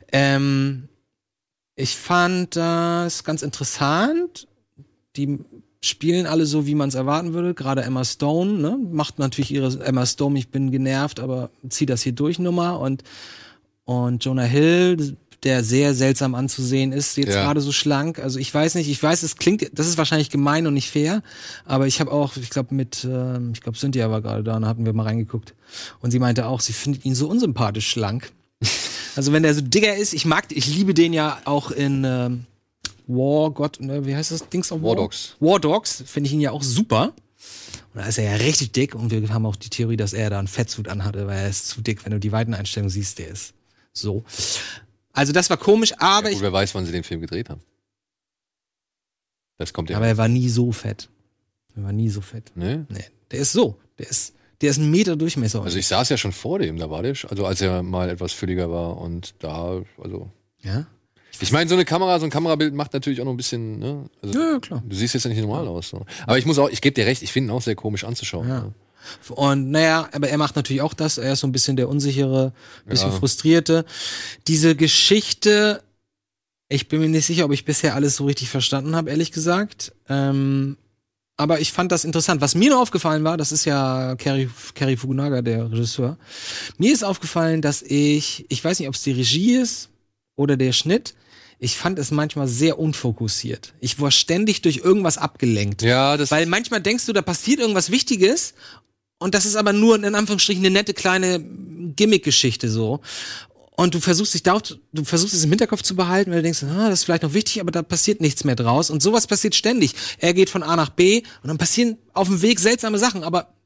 Ich fand das ganz interessant. Die spielen alle so, wie man es erwarten würde. Gerade Emma Stone, ne? Macht natürlich ihre Emma Stone, ich bin genervt, aber zieht das hier durch Nummer. Und Jonah Hill, der sehr seltsam anzusehen ist, jetzt gerade so schlank. Also ich weiß, es klingt, das ist wahrscheinlich gemein und nicht fair, aber ich habe auch, ich glaube Cynthia war gerade da und da hatten wir mal reingeguckt. Und sie meinte auch, sie findet ihn so unsympathisch schlank. Also wenn der so dicker ist, ich liebe den ja auch in wie heißt das Dings auf War Dogs. War Dogs, finde ich ihn ja auch super. Und da ist er ja richtig dick und wir haben auch die Theorie, dass er da einen Fettsuit anhatte, weil er ist zu dick. Wenn du die Weiteneinstellung siehst, der ist so. Also das war komisch, aber wer weiß, wann sie den Film gedreht haben. Das kommt ja. Aber er war nie so fett. Nee? Nee, der ist so. Der ist 1 Meter Durchmesser. Also ich saß ja schon vor dem, da war der, also als er mal etwas fülliger war und da, also. Ja? Ich meine, so ein Kamerabild macht natürlich auch noch ein bisschen, ne? Also, ja, klar. Du siehst jetzt ja nicht normal aus. So. Aber ich gebe dir recht, ich finde ihn auch sehr komisch anzuschauen. Ja. Ne? Und aber er macht natürlich auch das, er ist so ein bisschen der unsichere, bisschen frustrierte. Diese Geschichte, ich bin mir nicht sicher, ob ich bisher alles so richtig verstanden habe, ehrlich gesagt. Aber ich fand das interessant. Was mir nur aufgefallen war, das ist ja Cary Fukunaga, der Regisseur. Mir ist aufgefallen, dass ich weiß nicht, ob es die Regie ist oder der Schnitt, ich fand es manchmal sehr unfokussiert. Ich war ständig durch irgendwas abgelenkt. Ja, weil manchmal denkst du, da passiert irgendwas Wichtiges und das ist aber nur in Anführungsstrichen eine nette kleine Gimmick-Geschichte so. Und du versuchst es im Hinterkopf zu behalten, weil du denkst, das ist vielleicht noch wichtig, aber da passiert nichts mehr draus. Und sowas passiert ständig. Er geht von A nach B und dann passieren auf dem Weg seltsame Sachen, aber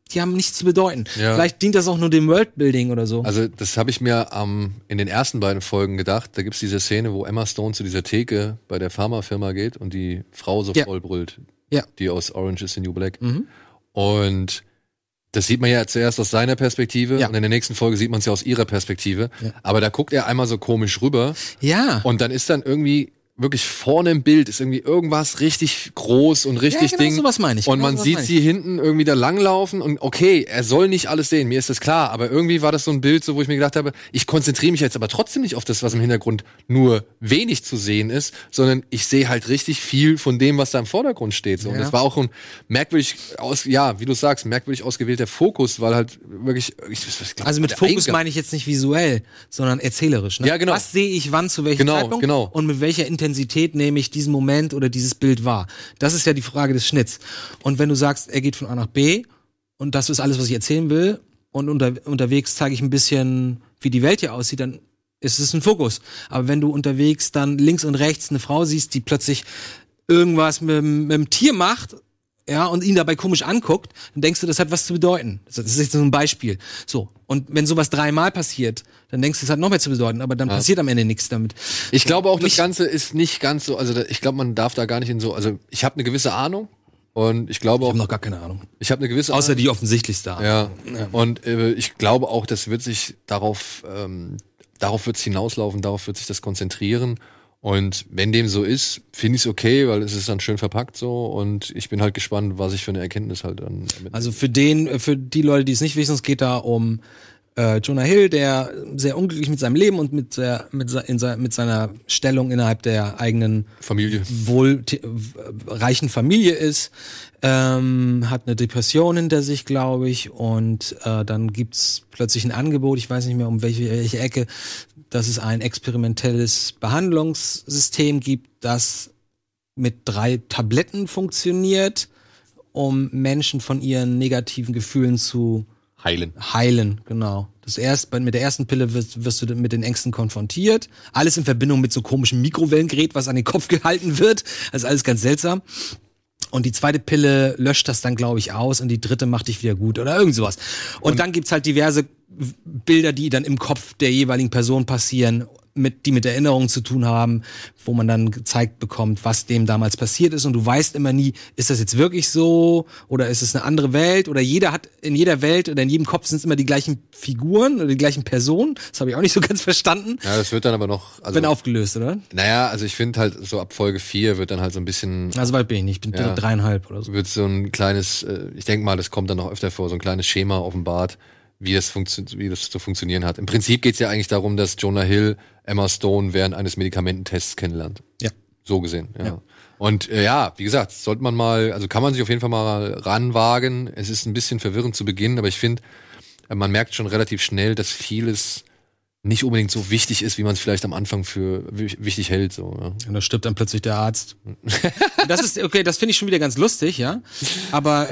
die haben nichts zu bedeuten. Ja. Vielleicht dient das auch nur dem Worldbuilding oder so. Also, das habe ich mir in den ersten beiden Folgen gedacht. Da gibt's diese Szene, wo Emma Stone zu dieser Theke bei der Pharmafirma geht und die Frau so voll brüllt. Ja. Die aus Orange is the New Black. Mhm. Und das sieht man ja zuerst aus seiner Perspektive Ja. und in der nächsten Folge sieht man es ja aus ihrer Perspektive. Ja. Aber da guckt er einmal so komisch rüber Ja. und dann ist dann irgendwie wirklich vorne im Bild ist irgendwie irgendwas richtig groß und richtig Ja, genau Ding. sowas meine ich. Und Genau man sowas sieht meine ich. sie hinten irgendwie da langlaufen und okay, er soll nicht alles sehen, mir ist das klar, aber irgendwie war das so ein Bild, so wo ich mir gedacht habe, ich konzentriere mich jetzt aber trotzdem nicht auf das, was im Hintergrund nur wenig zu sehen ist, sondern ich sehe halt richtig viel von dem, was da im Vordergrund steht. So. Und Ja. das war auch ein merkwürdig wie du sagst, merkwürdig ausgewählter Fokus, weil halt wirklich ich glaub, Also mit der Fokus Eingang- meine ich jetzt nicht visuell, sondern erzählerisch. Ne? Ja, genau. Was sehe ich wann, zu welchem Genau, Zeitpunkt genau. und mit welcher Intensität nehme ich diesen Moment oder dieses Bild wahr. Das ist ja die Frage des Schnitts. Und wenn du sagst, er geht von A nach B und das ist alles, was ich erzählen will und unterwegs zeige ich ein bisschen, wie die Welt hier aussieht, dann ist es ein Fokus. Aber wenn du unterwegs dann links und rechts eine Frau siehst, die plötzlich irgendwas mit dem Tier macht, ja, und ihn dabei komisch anguckt, dann denkst du, das hat was zu bedeuten. Das ist jetzt so ein Beispiel. So. Und wenn sowas 3-mal passiert, dann denkst du, das hat noch mehr zu bedeuten, aber dann passiert am Ende nichts damit. Ich glaube auch, das Mich- Ganze ist nicht ganz so, also ich glaube, man darf da gar nicht also ich habe eine gewisse Ahnung und ich glaube Ich auch, habe noch gar keine Ahnung. ich habe eine gewisse Außer Ahnung. die offensichtlichste Art. Ja. Und ich glaube auch, das wird sich darauf wird es hinauslaufen, darauf wird sich das konzentrieren. Und wenn dem so ist, finde ich es okay, weil es ist dann schön verpackt so und ich bin halt gespannt, was ich für eine Erkenntnis halt dann damit. Also für die Leute, die es nicht wissen, es geht da um Jonah Hill, der sehr unglücklich mit seinem Leben und mit seiner Stellung innerhalb der eigenen Familie. reichen Familie ist, hat eine Depression hinter sich, glaube ich, und dann gibt's plötzlich ein Angebot, ich weiß nicht mehr um welche Ecke, dass es ein experimentelles Behandlungssystem gibt, das mit 3 Tabletten funktioniert, um Menschen von ihren negativen Gefühlen zu heilen, genau. Mit der ersten Pille wirst du mit den Ängsten konfrontiert. Alles in Verbindung mit so komischem Mikrowellengerät, was an den Kopf gehalten wird. Also alles ganz seltsam. Und die zweite Pille löscht das dann, glaube ich, aus und die dritte macht dich wieder gut oder irgend sowas. Und dann gibt's halt diverse Bilder, die dann im Kopf der jeweiligen Person passieren, die mit Erinnerungen zu tun haben, wo man dann gezeigt bekommt, was dem damals passiert ist. Und du weißt immer nie, ist das jetzt wirklich so oder ist es eine andere Welt? Oder jeder hat in jeder Welt oder in jedem Kopf sind es immer die gleichen Figuren oder die gleichen Personen. Das habe ich auch nicht so ganz verstanden. Ja, das wird dann aber noch, Bin aufgelöst, oder? naja, also ich finde halt so ab Folge 4 wird dann halt so ein bisschen, Also weit bin ich nicht. Ich bin Ja. 3,5 oder so. wird so ein kleines, ich denke mal, das kommt dann noch öfter vor, so ein kleines Schema offenbart, wie das zu funktionieren hat. Im Prinzip geht es ja eigentlich darum, dass Jonah Hill Emma Stone während eines Medikamententests kennenlernt. Ja. So gesehen, ja. Ja. Und wie gesagt, sollte man mal, also kann man sich auf jeden Fall mal ranwagen. Es ist ein bisschen verwirrend zu Beginn, aber ich finde, man merkt schon relativ schnell, dass vieles nicht unbedingt so wichtig ist, wie man es vielleicht am Anfang für wichtig hält. So, ja. Und da stirbt dann plötzlich der Arzt. Das ist, okay, das finde ich schon wieder ganz lustig, ja. Aber,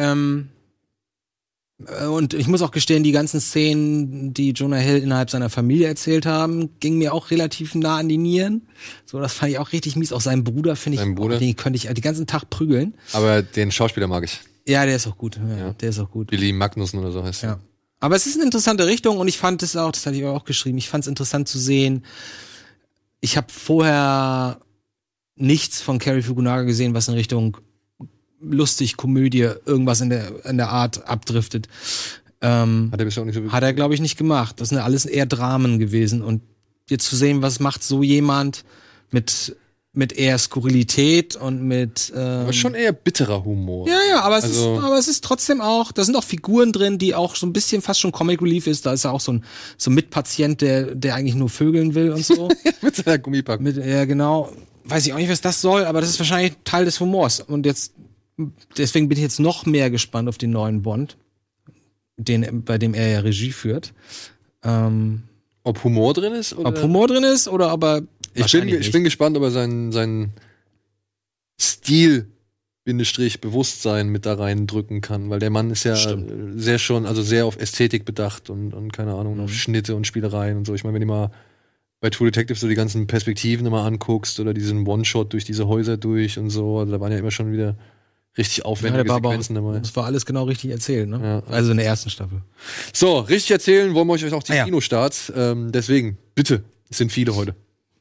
und ich muss auch gestehen, die ganzen Szenen, die Jonah Hill innerhalb seiner Familie erzählt haben, gingen mir auch relativ nah an die Nieren. So, das fand ich auch richtig mies. Auch seinen Bruder finde ich, Seinen Bruder? den könnte ich den ganzen Tag prügeln. Aber den Schauspieler mag ich. Ja, der ist auch gut. Ja, Ja. der ist auch gut. Billy Magnussen oder so heißt er. Ja. Aber es ist eine interessante Richtung und ich fand es auch, das hatte ich auch geschrieben, ich fand es interessant zu sehen. Ich habe vorher nichts von Cary Fukunaga gesehen, was in Richtung lustig, Komödie, irgendwas in der Art abdriftet. Hat er bisher auch nicht so Hat er, glaube ich, nicht gemacht. Das sind ja alles eher Dramen gewesen. Und jetzt zu sehen, was macht so jemand mit eher Skurrilität und mit aber schon eher bitterer Humor. ja, aber Also- es ist trotzdem auch, da sind auch Figuren drin, die auch so ein bisschen fast schon Comic Relief ist. Da ist ja auch so ein Mitpatient, der eigentlich nur vögeln will und so. Mit seiner Gummipack. Ja, genau. Weiß ich auch nicht, was das soll, aber das ist wahrscheinlich Teil des Humors. Und deswegen bin ich jetzt noch mehr gespannt auf den neuen Bond, bei dem er ja Regie führt. Ob Humor drin ist? Oder? Ob Humor drin ist oder ob er Ich bin gespannt, ob er seinen Stil Bewusstsein mit da reindrücken kann, weil der Mann ist ja Stimmt. sehr auf Ästhetik bedacht und keine Ahnung, auf Schnitte und Spielereien und so. Ich meine, wenn du mal bei True Detective so die ganzen Perspektiven immer anguckst oder diesen One-Shot durch diese Häuser durch und so, also da waren ja immer schon wieder richtig Ja, aufwendige der war aber auch, Sequenzen dabei. das war alles genau richtig erzählt, ne? Ja. Also in der ersten Staffel. So, richtig erzählen wollen wir euch auch die Ah, ja. Kinostarts. Deswegen, bitte, es sind viele heute.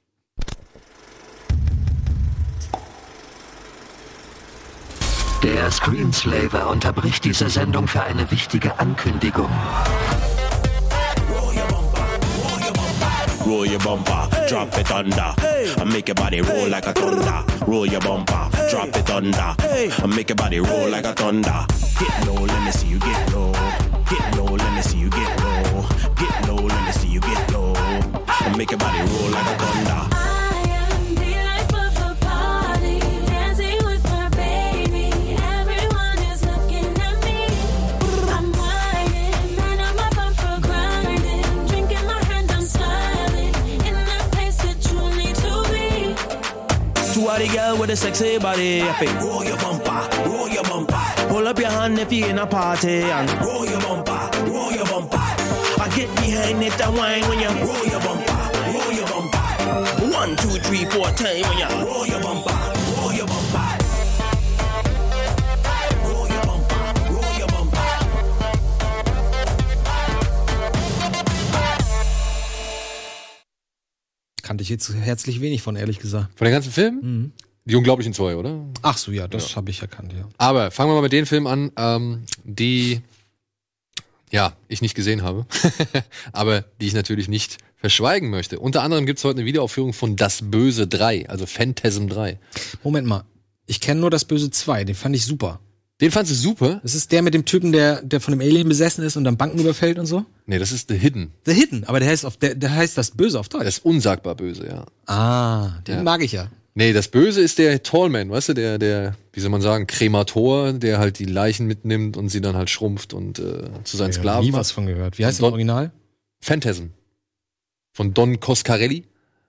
Der Screenslaver unterbricht diese Sendung für eine wichtige Ankündigung. Roll your bumper, drop it under, and make your body roll like a thunder. Roll your bumper, drop it under, and make your body roll like a thunder. Get low, let me see you get low. Get low, let me see you get low. Get low, let me see you get low, and make your body roll like a thunder. Two-body girl with a sexy body. I think roll your bumper, roll your bumper. Hold up your hand if you're in a party and roll your bumper, roll your bumper. I get behind it and whine when you roll your bumper, roll your bumper. 1, 2, 3, 4 time when you roll your bumper, roll your bumper. Roll your bumper, roll your bumper. Kannte ich jetzt herzlich wenig von, ehrlich gesagt. Von den ganzen Filmen? Die Unglaublichen 2, oder? Ach so, ja, das habe ich erkannt, ja. Aber fangen wir mal mit den Filmen an, die ich nicht gesehen habe, aber die ich natürlich nicht verschweigen möchte. Unter anderem gibt es heute eine Wiederaufführung von Das Böse 3, also Phantasm 3. Moment mal. Ich kenne nur Das Böse 2, den fand ich super. Den fandst du super? Das ist der mit dem Typen, der von dem Alien besessen ist und dann Banken überfällt und so? Nee, das ist The Hidden. The Hidden, aber der heißt Das Böse auf Deutsch. Das ist unsagbar böse, ja. Ah, den Ja. mag ich ja. Nee, das Böse ist der Tallman, weißt du, der, wie soll man sagen, Kremator, der halt die Leichen mitnimmt und sie dann halt schrumpft und zu seinen Sklaven Nie macht. was von gehört. Wie heißt der im Original? Phantasm. Von Don Coscarelli,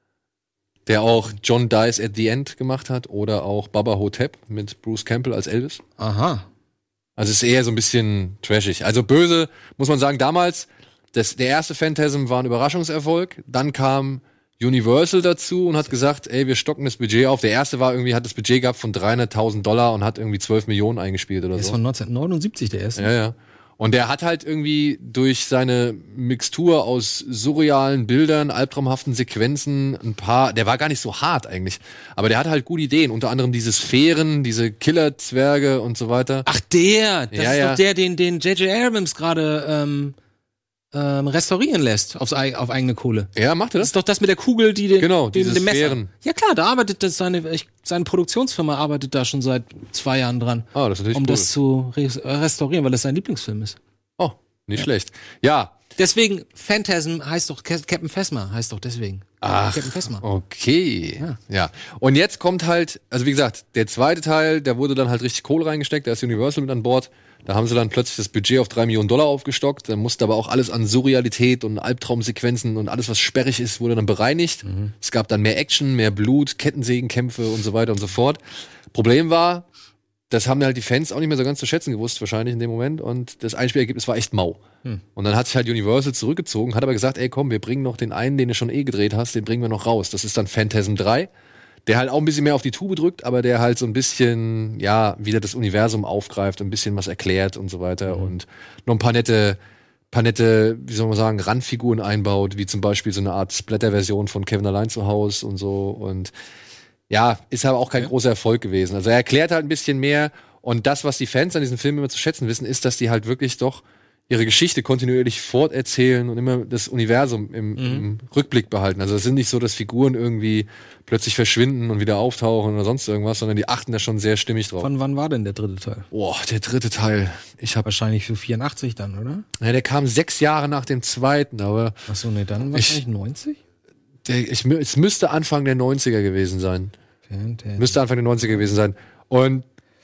der auch John Dies at the End gemacht hat oder auch Baba Hotep mit Bruce Campbell als Elvis. Aha. Also es ist eher so ein bisschen trashig. Also böse, muss man sagen, damals, der erste Phantasm war ein Überraschungserfolg, dann kam Universal dazu und hat gesagt, ey, wir stocken das Budget auf. Der erste war irgendwie, hat das Budget gehabt von $300.000 und hat irgendwie 12 Millionen eingespielt oder Der ist so. von 1979, der erste. Ja, ja. Und der hat halt irgendwie durch seine Mixtur aus surrealen Bildern, albtraumhaften Sequenzen, der war gar nicht so hart eigentlich, aber der hat halt gute Ideen, unter anderem diese Sphären, diese Killerzwerge und so weiter. Ach, das Ja, ist ja. doch der, den J.J. Abrams gerade restaurieren lässt auf eigene Kohle. Ja, macht er Das das? ist doch das mit der Kugel, die den, Genau, den, diese dem Messer. Sphären. Ja klar, da arbeitet das seine Produktionsfirma arbeitet da schon seit 2 Jahren dran, Ah, das ist natürlich um cool. das zu restaurieren, weil das sein Lieblingsfilm ist. Oh, nicht schlecht. Ja, Deswegen Phantasm heißt doch Captain Phasma, heißt doch deswegen. Ach, Captain Phasma. okay. Ja. Und jetzt kommt halt, also wie gesagt, der zweite Teil, da wurde dann halt richtig Kohle reingesteckt, da ist Universal mit an Bord. Da haben sie dann plötzlich das Budget auf $3 Millionen aufgestockt. Da musste aber auch alles an Surrealität und Albtraumsequenzen und alles, was sperrig ist, wurde dann bereinigt. Es gab dann mehr Action, mehr Blut, Kettensägenkämpfe und so weiter und so fort. Problem war, das haben halt die Fans auch nicht mehr so ganz zu schätzen gewusst, wahrscheinlich in dem Moment. Und das Einspielergebnis war echt mau. Und dann hat sich halt Universal zurückgezogen, hat aber gesagt, ey komm, wir bringen noch den einen, den du schon gedreht hast, den bringen wir noch raus. Das ist dann Phantasm 3. Der halt auch ein bisschen mehr auf die Tube drückt, aber der halt so ein bisschen, ja, wieder das Universum aufgreift, ein bisschen was erklärt und so weiter und noch ein paar nette, wie soll man sagen, Randfiguren einbaut, wie zum Beispiel so eine Art Splatter-Version von Kevin allein zu Hause und so und ja, ist aber auch kein großer Erfolg gewesen. Also er erklärt halt ein bisschen mehr und das, was die Fans an diesen Filmen immer zu schätzen wissen, ist, dass die halt wirklich doch ihre Geschichte kontinuierlich forterzählen und immer das Universum im Rückblick behalten. Also es sind nicht so, dass Figuren irgendwie plötzlich verschwinden und wieder auftauchen oder sonst irgendwas, sondern die achten da schon sehr stimmig drauf. Von wann war denn der dritte Teil? Boah, der dritte Teil. Wahrscheinlich für 84 dann, oder? Ja, der kam 6 Jahre nach dem zweiten, aber Achso, nee, dann wahrscheinlich 90? es müsste Anfang der 90er gewesen sein. Phantasm. Müsste Anfang der 90er gewesen sein. Und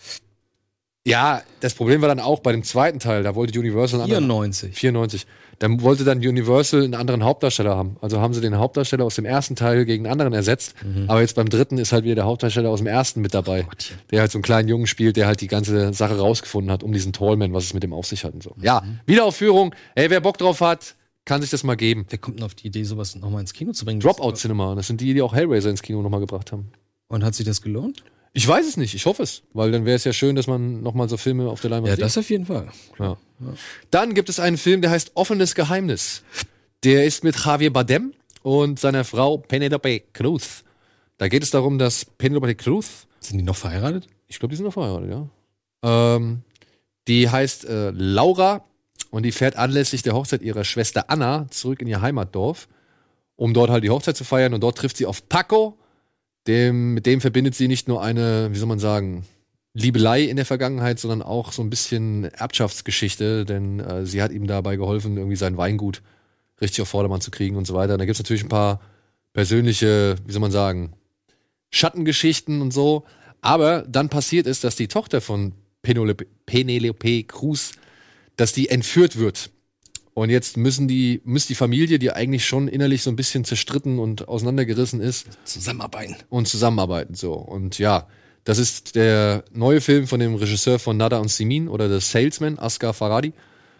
ja, das Problem war dann auch bei dem zweiten Teil, da wollte Universal 94. Dann wollte dann Universal einen anderen Hauptdarsteller haben. Also haben sie den Hauptdarsteller aus dem ersten Teil gegen einen anderen ersetzt. Aber jetzt beim dritten ist halt wieder der Hauptdarsteller aus dem ersten mit dabei. Der halt so einen kleinen Jungen spielt, der halt die ganze Sache rausgefunden hat, um diesen Tallman, was es mit dem auf sich hat und so. Ja, Wiederaufführung. Ey, wer Bock drauf hat, kann sich das mal geben. Wer kommt denn auf die Idee, sowas nochmal ins Kino zu bringen? Dropout Cinema. Das sind die auch Hellraiser ins Kino nochmal gebracht haben. Und hat sich das gelohnt? Ich weiß es nicht, ich hoffe es. Weil dann wäre es ja schön, dass man nochmal so Filme auf der Leinwand Ja, sieht. das auf jeden Fall. Ja. Dann gibt es einen Film, der heißt Offenes Geheimnis. Der ist mit Javier Bardem und seiner Frau Penélope Cruz. Da geht es darum, dass Penélope Cruz, Sind die noch verheiratet? ich glaube, die sind noch verheiratet, ja. Die heißt Laura und die fährt anlässlich der Hochzeit ihrer Schwester Anna zurück in ihr Heimatdorf, um dort halt die Hochzeit zu feiern. Und dort trifft sie auf Paco. Mit dem verbindet sie nicht nur eine, wie soll man sagen, Liebelei in der Vergangenheit, sondern auch so ein bisschen Erbschaftsgeschichte, denn sie hat ihm dabei geholfen, irgendwie sein Weingut richtig auf Vordermann zu kriegen und so weiter. Und da gibt es natürlich ein paar persönliche, wie soll man sagen, Schattengeschichten und so. Aber dann passiert es, dass die Tochter von Penélope Cruz, dass die entführt wird. Und jetzt muss die Familie, die eigentlich schon innerlich so ein bisschen zerstritten und auseinandergerissen ist, zusammenarbeiten. So. Und ja, das ist der neue Film von dem Regisseur von Nada und Simin oder The Salesman, Asghar Farhadi.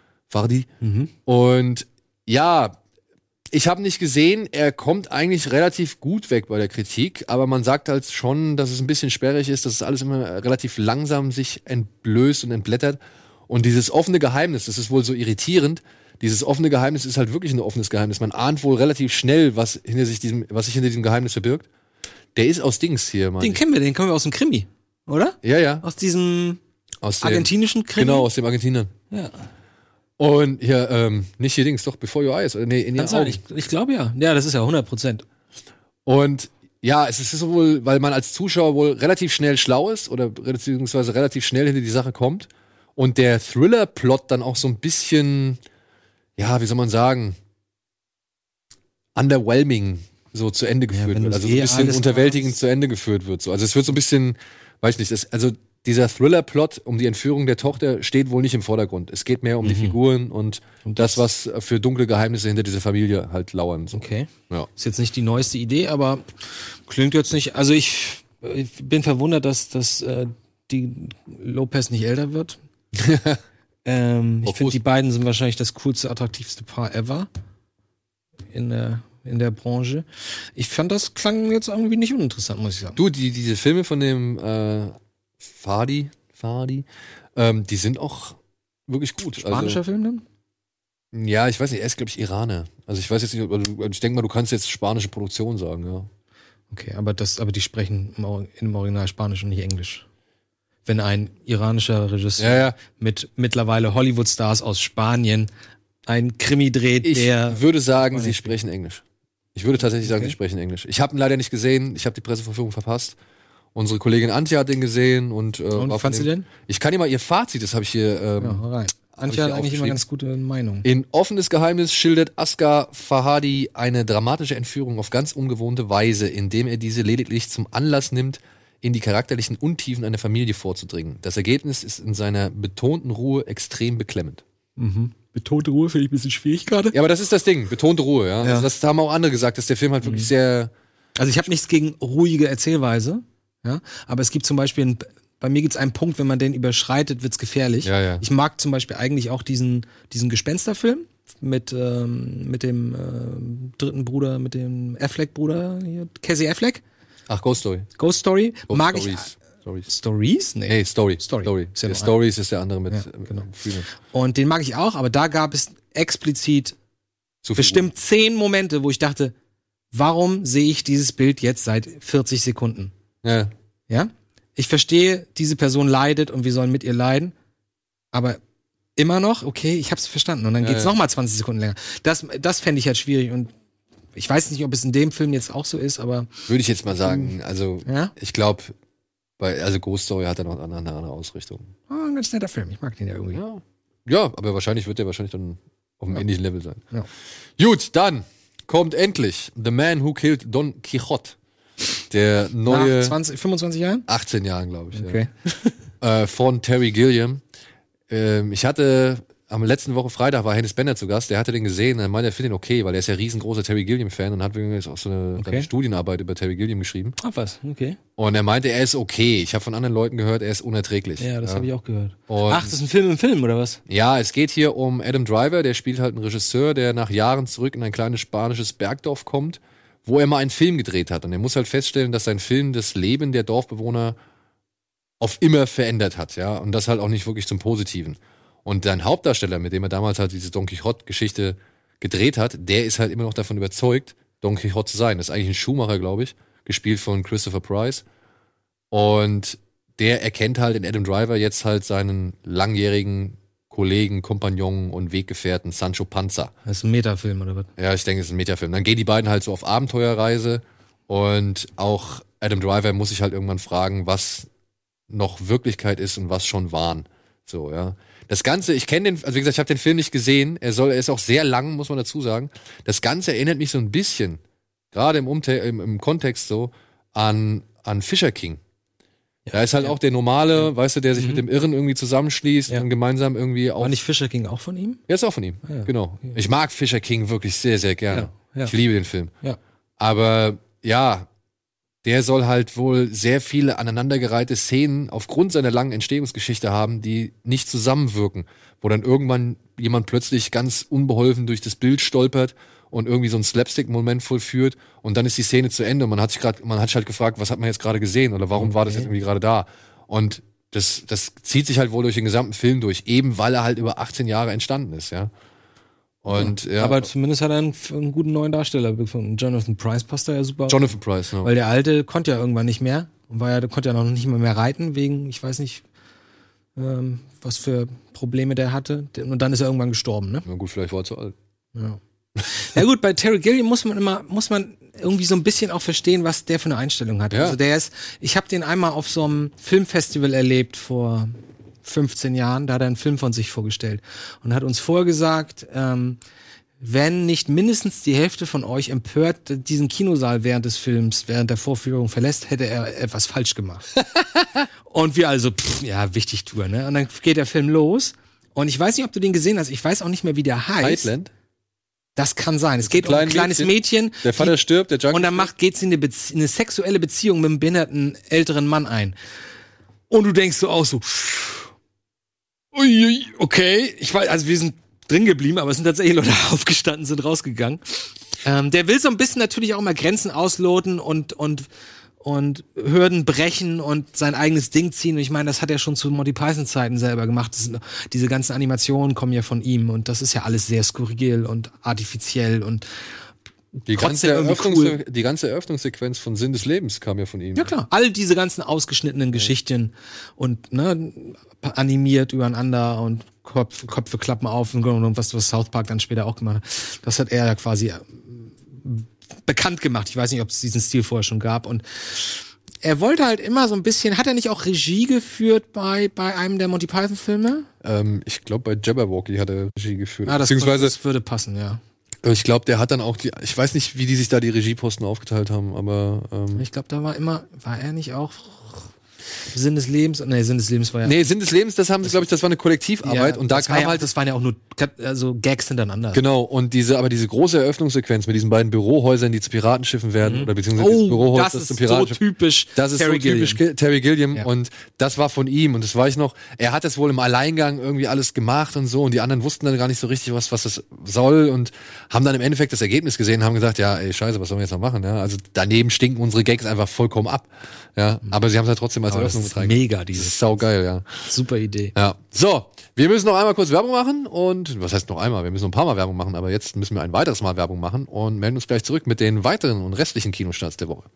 Und ja, ich habe nicht gesehen, er kommt eigentlich relativ gut weg bei der Kritik, aber man sagt halt schon, dass es ein bisschen sperrig ist, dass es alles immer relativ langsam sich entblößt und entblättert. Und dieses offene Geheimnis, das ist wohl so irritierend. Dieses offene Geheimnis ist halt wirklich ein offenes Geheimnis. Man ahnt wohl relativ schnell, was sich hinter diesem Geheimnis verbirgt. Der ist aus Dings hier, Mann. Den kennen wir aus dem Krimi, oder? Ja, ja. Aus diesem Aus dem argentinischen Krimi? Genau, aus dem Argentinern. Ja. Und hier, nicht hier Dings, doch Before Your Eyes. Oder nee, in Kann ihren sein, Augen. ich glaube ja. Ja, das ist ja 100%. Und ja, es ist wohl, weil man als Zuschauer wohl relativ schnell schlau ist oder beziehungsweise relativ schnell hinter die Sache kommt. Und der Thriller-Plot dann auch so ein bisschen, ja, wie soll man sagen, underwhelming so zu Ende geführt wenn wird. du's Also so ein bisschen alles unterwältigend hast. zu Ende geführt wird. So. Also es wird so ein bisschen, weiß nicht, also dieser Thriller-Plot um die Entführung der Tochter steht wohl nicht im Vordergrund. Es geht mehr um die Figuren und das, was für dunkle Geheimnisse hinter dieser Familie halt lauern. So. Okay. Ja. Ist jetzt nicht die neueste Idee, aber klingt jetzt nicht. Also ich bin verwundert, dass die Lopez nicht älter wird. Ich finde, die beiden sind wahrscheinlich das coolste, attraktivste Paar ever in der Branche. Ich fand, das klang jetzt irgendwie nicht uninteressant, muss ich sagen. Du, diese Filme von dem Farhadi, die sind auch wirklich gut. Spanischer Film dann? Ja, ich weiß nicht, er ist, glaube ich, Iraner. Also ich weiß jetzt nicht, ich denke mal, du kannst jetzt spanische Produktion sagen, ja. Okay, aber die sprechen im Original Spanisch und nicht Englisch. Wenn ein iranischer Regisseur mit mittlerweile Hollywood-Stars aus Spanien ein Krimi dreht, Ich der würde sagen, sie sprechen Englisch. Ich würde tatsächlich sagen, Okay. sie sprechen Englisch. Ich habe ihn leider nicht gesehen, ich habe die Presseverführung verpasst. Unsere Kollegin Antje hat den gesehen und war fandst du den? Ich kann dir mal ihr Fazit, das habe ich hier Ja, hau rein. Antje hat eigentlich immer ganz gute Meinung. In Offenes Geheimnis schildert Asghar Farhadi eine dramatische Entführung auf ganz ungewohnte Weise, indem er diese lediglich zum Anlass nimmt, in die charakterlichen Untiefen einer Familie vorzudringen. Das Ergebnis ist in seiner betonten Ruhe extrem beklemmend. Betonte Ruhe finde ich ein bisschen schwierig gerade. Ja, aber das ist das Ding, betonte Ruhe, ja. Also das haben auch andere gesagt, dass der Film halt wirklich sehr. Also ich habe nichts gegen ruhige Erzählweise, ja, aber es gibt zum Beispiel, bei mir gibt es einen Punkt, wenn man den überschreitet, wird's gefährlich. Ja, ja. Ich mag zum Beispiel eigentlich auch diesen Gespensterfilm mit dem dritten Bruder, mit dem Affleck-Bruder, hier, Casey Affleck, Ach, Ghost Story. Ghost Story, Ghost mag Stories. ich. Stories? Nee, Story. Story. Ist ja Der nur Stories ist der andere mit genau. Freeman. Und den mag ich auch, aber da gab es explizit Zu viel bestimmt 10 Momente, wo ich dachte, warum sehe ich dieses Bild jetzt seit 40 Sekunden? Ja. Ja? Ich verstehe, diese Person leidet und wir sollen mit ihr leiden, aber immer noch, okay, ich hab's verstanden. Und dann geht's noch mal 20 Sekunden länger. Das fände ich halt schwierig und ich weiß nicht, ob es in dem Film jetzt auch so ist, aber Würde ich jetzt mal sagen. Also, Ja? ich glaube, Ghost Story hat er noch eine andere Ausrichtung. ein ganz netter Film. Ich mag den ja irgendwie. Ja, aber wahrscheinlich wird der dann auf einem ähnlichen Level sein. Ja. Gut, dann kommt endlich The Man Who Killed Don Quixote. Der neue, Nach 25 Jahren? 18 Jahren, glaube ich. Okay. Ja. Von Terry Gilliam. Ich hatte am letzten Woche Freitag war Hennes Bender zu Gast, der hatte den gesehen, er meinte, er findet ihn okay, weil er ist ja riesengroßer Terry Gilliam-Fan und hat jetzt auch so eine Studienarbeit über Terry Gilliam geschrieben. Ach was, okay. Und er meinte, er ist okay. Ich habe von anderen Leuten gehört, er ist unerträglich. Ja, das habe ich auch gehört. Und Ach, das ist ein Film im Film, oder was? ja, es geht hier um Adam Driver, der spielt halt einen Regisseur, der nach Jahren zurück in ein kleines spanisches Bergdorf kommt, wo er mal einen Film gedreht hat. Und er muss halt feststellen, dass sein Film das Leben der Dorfbewohner auf immer verändert hat, ja. Und das halt auch nicht wirklich zum Positiven. Und sein Hauptdarsteller, mit dem er damals halt diese Don Quixote-Geschichte gedreht hat, der ist halt immer noch davon überzeugt, Don Quixote zu sein. Das ist eigentlich ein Schuhmacher, glaube ich, gespielt von Christopher Price. Und der erkennt halt in Adam Driver jetzt halt seinen langjährigen Kollegen, Kompagnon und Weggefährten Sancho Panza. Das ist ein Metafilm, oder was? Ja, ich denke, es ist ein Metafilm. Dann gehen die beiden halt so auf Abenteuerreise und auch Adam Driver muss sich halt irgendwann fragen, was noch Wirklichkeit ist und was schon Wahn. So, ja. Das Ganze, ich kenne den, also wie gesagt, ich habe den Film nicht gesehen. Er ist auch sehr lang, muss man dazu sagen. Das Ganze erinnert mich so ein bisschen, gerade im Kontext so, an Fisher King. Ja, da ist halt auch der normale, weißt du, der sich mit dem Irren irgendwie zusammenschließt und gemeinsam irgendwie auch. War nicht Fisher King auch von ihm? Ja, ist auch von ihm. Ja. Genau. Ja. Ich mag Fisher King wirklich sehr, sehr gerne. Ja. Ich liebe den Film. Ja. Aber ja, der soll halt wohl sehr viele aneinandergereihte Szenen aufgrund seiner langen Entstehungsgeschichte haben, die nicht zusammenwirken. Wo dann irgendwann jemand plötzlich ganz unbeholfen durch das Bild stolpert und irgendwie so einen Slapstick-Moment vollführt und dann ist die Szene zu Ende und man hat sich halt gefragt, was hat man jetzt gerade gesehen oder warum war das jetzt irgendwie gerade da? Und das zieht sich halt wohl durch den gesamten Film durch, eben weil er halt über 18 Jahre entstanden ist, ja. Und, ja. Aber zumindest hat er einen guten neuen Darsteller gefunden. Jonathan Pryce passt da ja super. Jonathan Pryce, ja. Weil der Alte konnte ja irgendwann nicht mehr und konnte ja noch nicht mehr reiten wegen, ich weiß nicht, was für Probleme der hatte. Und dann ist er irgendwann gestorben, ne? Na gut, vielleicht war er zu alt. Ja. Ja gut, bei Terry Gilliam muss man irgendwie so ein bisschen auch verstehen, was der für eine Einstellung hat. Ja. Also ich habe den einmal auf so einem Filmfestival erlebt vor 15 Jahren, da hat er einen Film von sich vorgestellt und hat uns vorgesagt, wenn nicht mindestens die Hälfte von euch empört diesen Kinosaal während des Films, während der Vorführung verlässt, hätte er etwas falsch gemacht. Und wir also, wichtig Tour, ne? Und dann geht der Film los und ich weiß nicht, ob du den gesehen hast, ich weiß auch nicht mehr, wie der heißt. Highland? Das kann sein. Es geht um ein kleines Mädchen. Der Vater stirbt, der Junkie. Und dann geht sie in eine sexuelle Beziehung mit einem behinderten älteren Mann ein. Und du denkst so auch so, ui, okay. Also wir sind drin geblieben, aber es sind tatsächlich Leute aufgestanden, sind rausgegangen. Der will so ein bisschen natürlich auch mal Grenzen ausloten und Hürden brechen und sein eigenes Ding ziehen. Und ich meine, das hat er schon zu Monty Python-Zeiten selber gemacht. Diese ganzen Animationen kommen ja von ihm und das ist ja alles sehr skurril und artifiziell und die ganze Eröffnungssequenz von Sinn des Lebens kam ja von ihm. Ja klar, all diese ganzen ausgeschnittenen Geschichten und animiert übereinander und Köpfe klappen auf und was South Park dann später auch gemacht hat. Das hat er ja quasi bekannt gemacht. Ich weiß nicht, ob es diesen Stil vorher schon gab. Und er wollte halt immer so ein bisschen, hat er nicht auch Regie geführt bei einem der Monty Python-Filme? Ich glaube, bei Jabberwocky hat er Regie geführt. Das würde passen, ja. Ich glaube, der hat dann auch ich weiß nicht, wie die sich da die Regieposten aufgeteilt haben, aber ich glaube, da war er nicht auch Sinn des Lebens? Nee, Sinn des Lebens war ja. Nee, Sinn des Lebens, das haben sie, glaube ich, das war eine Kollektivarbeit. Ja, und da kam halt. Das waren ja auch nur Gags hintereinander. Genau, und diese große Eröffnungssequenz mit diesen beiden Bürohäusern, die zu Piratenschiffen werden, oder beziehungsweise dieses Bürohaus, das zum Piratenschiff. Das ist so typisch Terry Gilliam. Ja. Und das war von ihm. Und das weiß ich noch, er hat das wohl im Alleingang irgendwie alles gemacht und so. Und die anderen wussten dann gar nicht so richtig, was das soll. Und haben dann im Endeffekt das Ergebnis gesehen und haben gesagt, ja, ey, scheiße, was sollen wir jetzt noch machen? Ja, also daneben stinken unsere Gags einfach vollkommen ab. Ja, aber sie haben es halt trotzdem als Eröffnung mit reingebracht. Mega, das ist saugeil, ja. Super Idee. Ja. So, wir müssen noch einmal kurz Werbung machen und, was heißt noch einmal? Wir müssen noch ein paar Mal Werbung machen, aber jetzt müssen wir ein weiteres Mal Werbung machen und melden uns gleich zurück mit den weiteren und restlichen Kinostarts der Woche.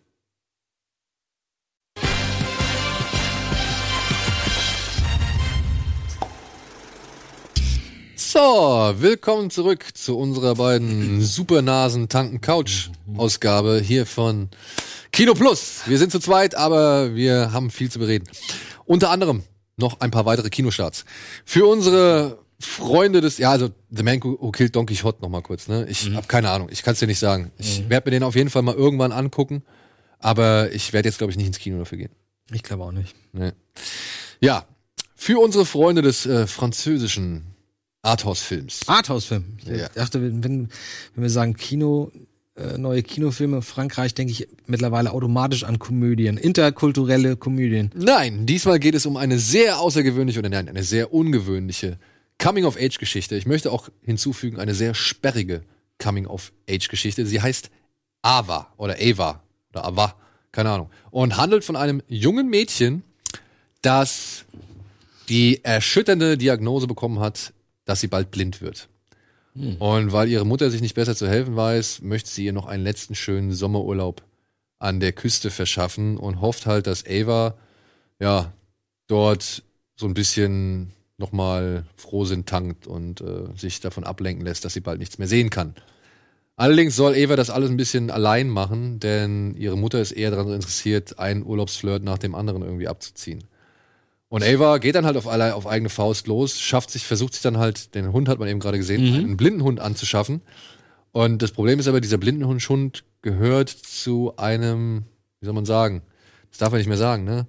So, willkommen zurück zu unserer beiden Supernasen-Tanken-Couch-Ausgabe hier von Kino Plus. Wir sind zu zweit, aber wir haben viel zu bereden. Unter anderem noch ein paar weitere Kinostarts. Für unsere Freunde also The Man Who Killed Don Quixote noch mal kurz, ne? Ich habe keine Ahnung, ich kann es dir nicht sagen. Ich werde mir den auf jeden Fall mal irgendwann angucken, aber ich werde jetzt, glaube ich, nicht ins Kino dafür gehen. Ich glaube auch nicht. Nee. Ja, für unsere Freunde des französischen Arthouse-Films. Arthouse-Film? Ich dachte, wenn wir sagen neue Kinofilme in Frankreich, denke ich mittlerweile automatisch an Komödien, interkulturelle Komödien. Nein, diesmal geht es um eine sehr außergewöhnliche eine sehr ungewöhnliche Coming-of-Age-Geschichte. Ich möchte auch hinzufügen, eine sehr sperrige Coming-of-Age-Geschichte. Sie heißt Ava oder Ava oder Ava, keine Ahnung. Und handelt von einem jungen Mädchen, dass die erschütternde Diagnose bekommen hat, dass sie bald blind wird. Und weil ihre Mutter sich nicht besser zu helfen weiß, möchte sie ihr noch einen letzten schönen Sommerurlaub an der Küste verschaffen und hofft halt, dass Ava ja dort so ein bisschen nochmal Frohsinn tankt und sich davon ablenken lässt, dass sie bald nichts mehr sehen kann. Allerdings soll Ava das alles ein bisschen allein machen, denn ihre Mutter ist eher daran interessiert, einen Urlaubsflirt nach dem anderen irgendwie abzuziehen. Und Ava geht dann halt auf eigene Faust los, versucht sich dann halt, den Hund hat man eben gerade gesehen, einen blinden Hund anzuschaffen. Und das Problem ist aber, dieser Blindenhund gehört zu einem, wie soll man sagen, das darf man nicht mehr sagen, ne?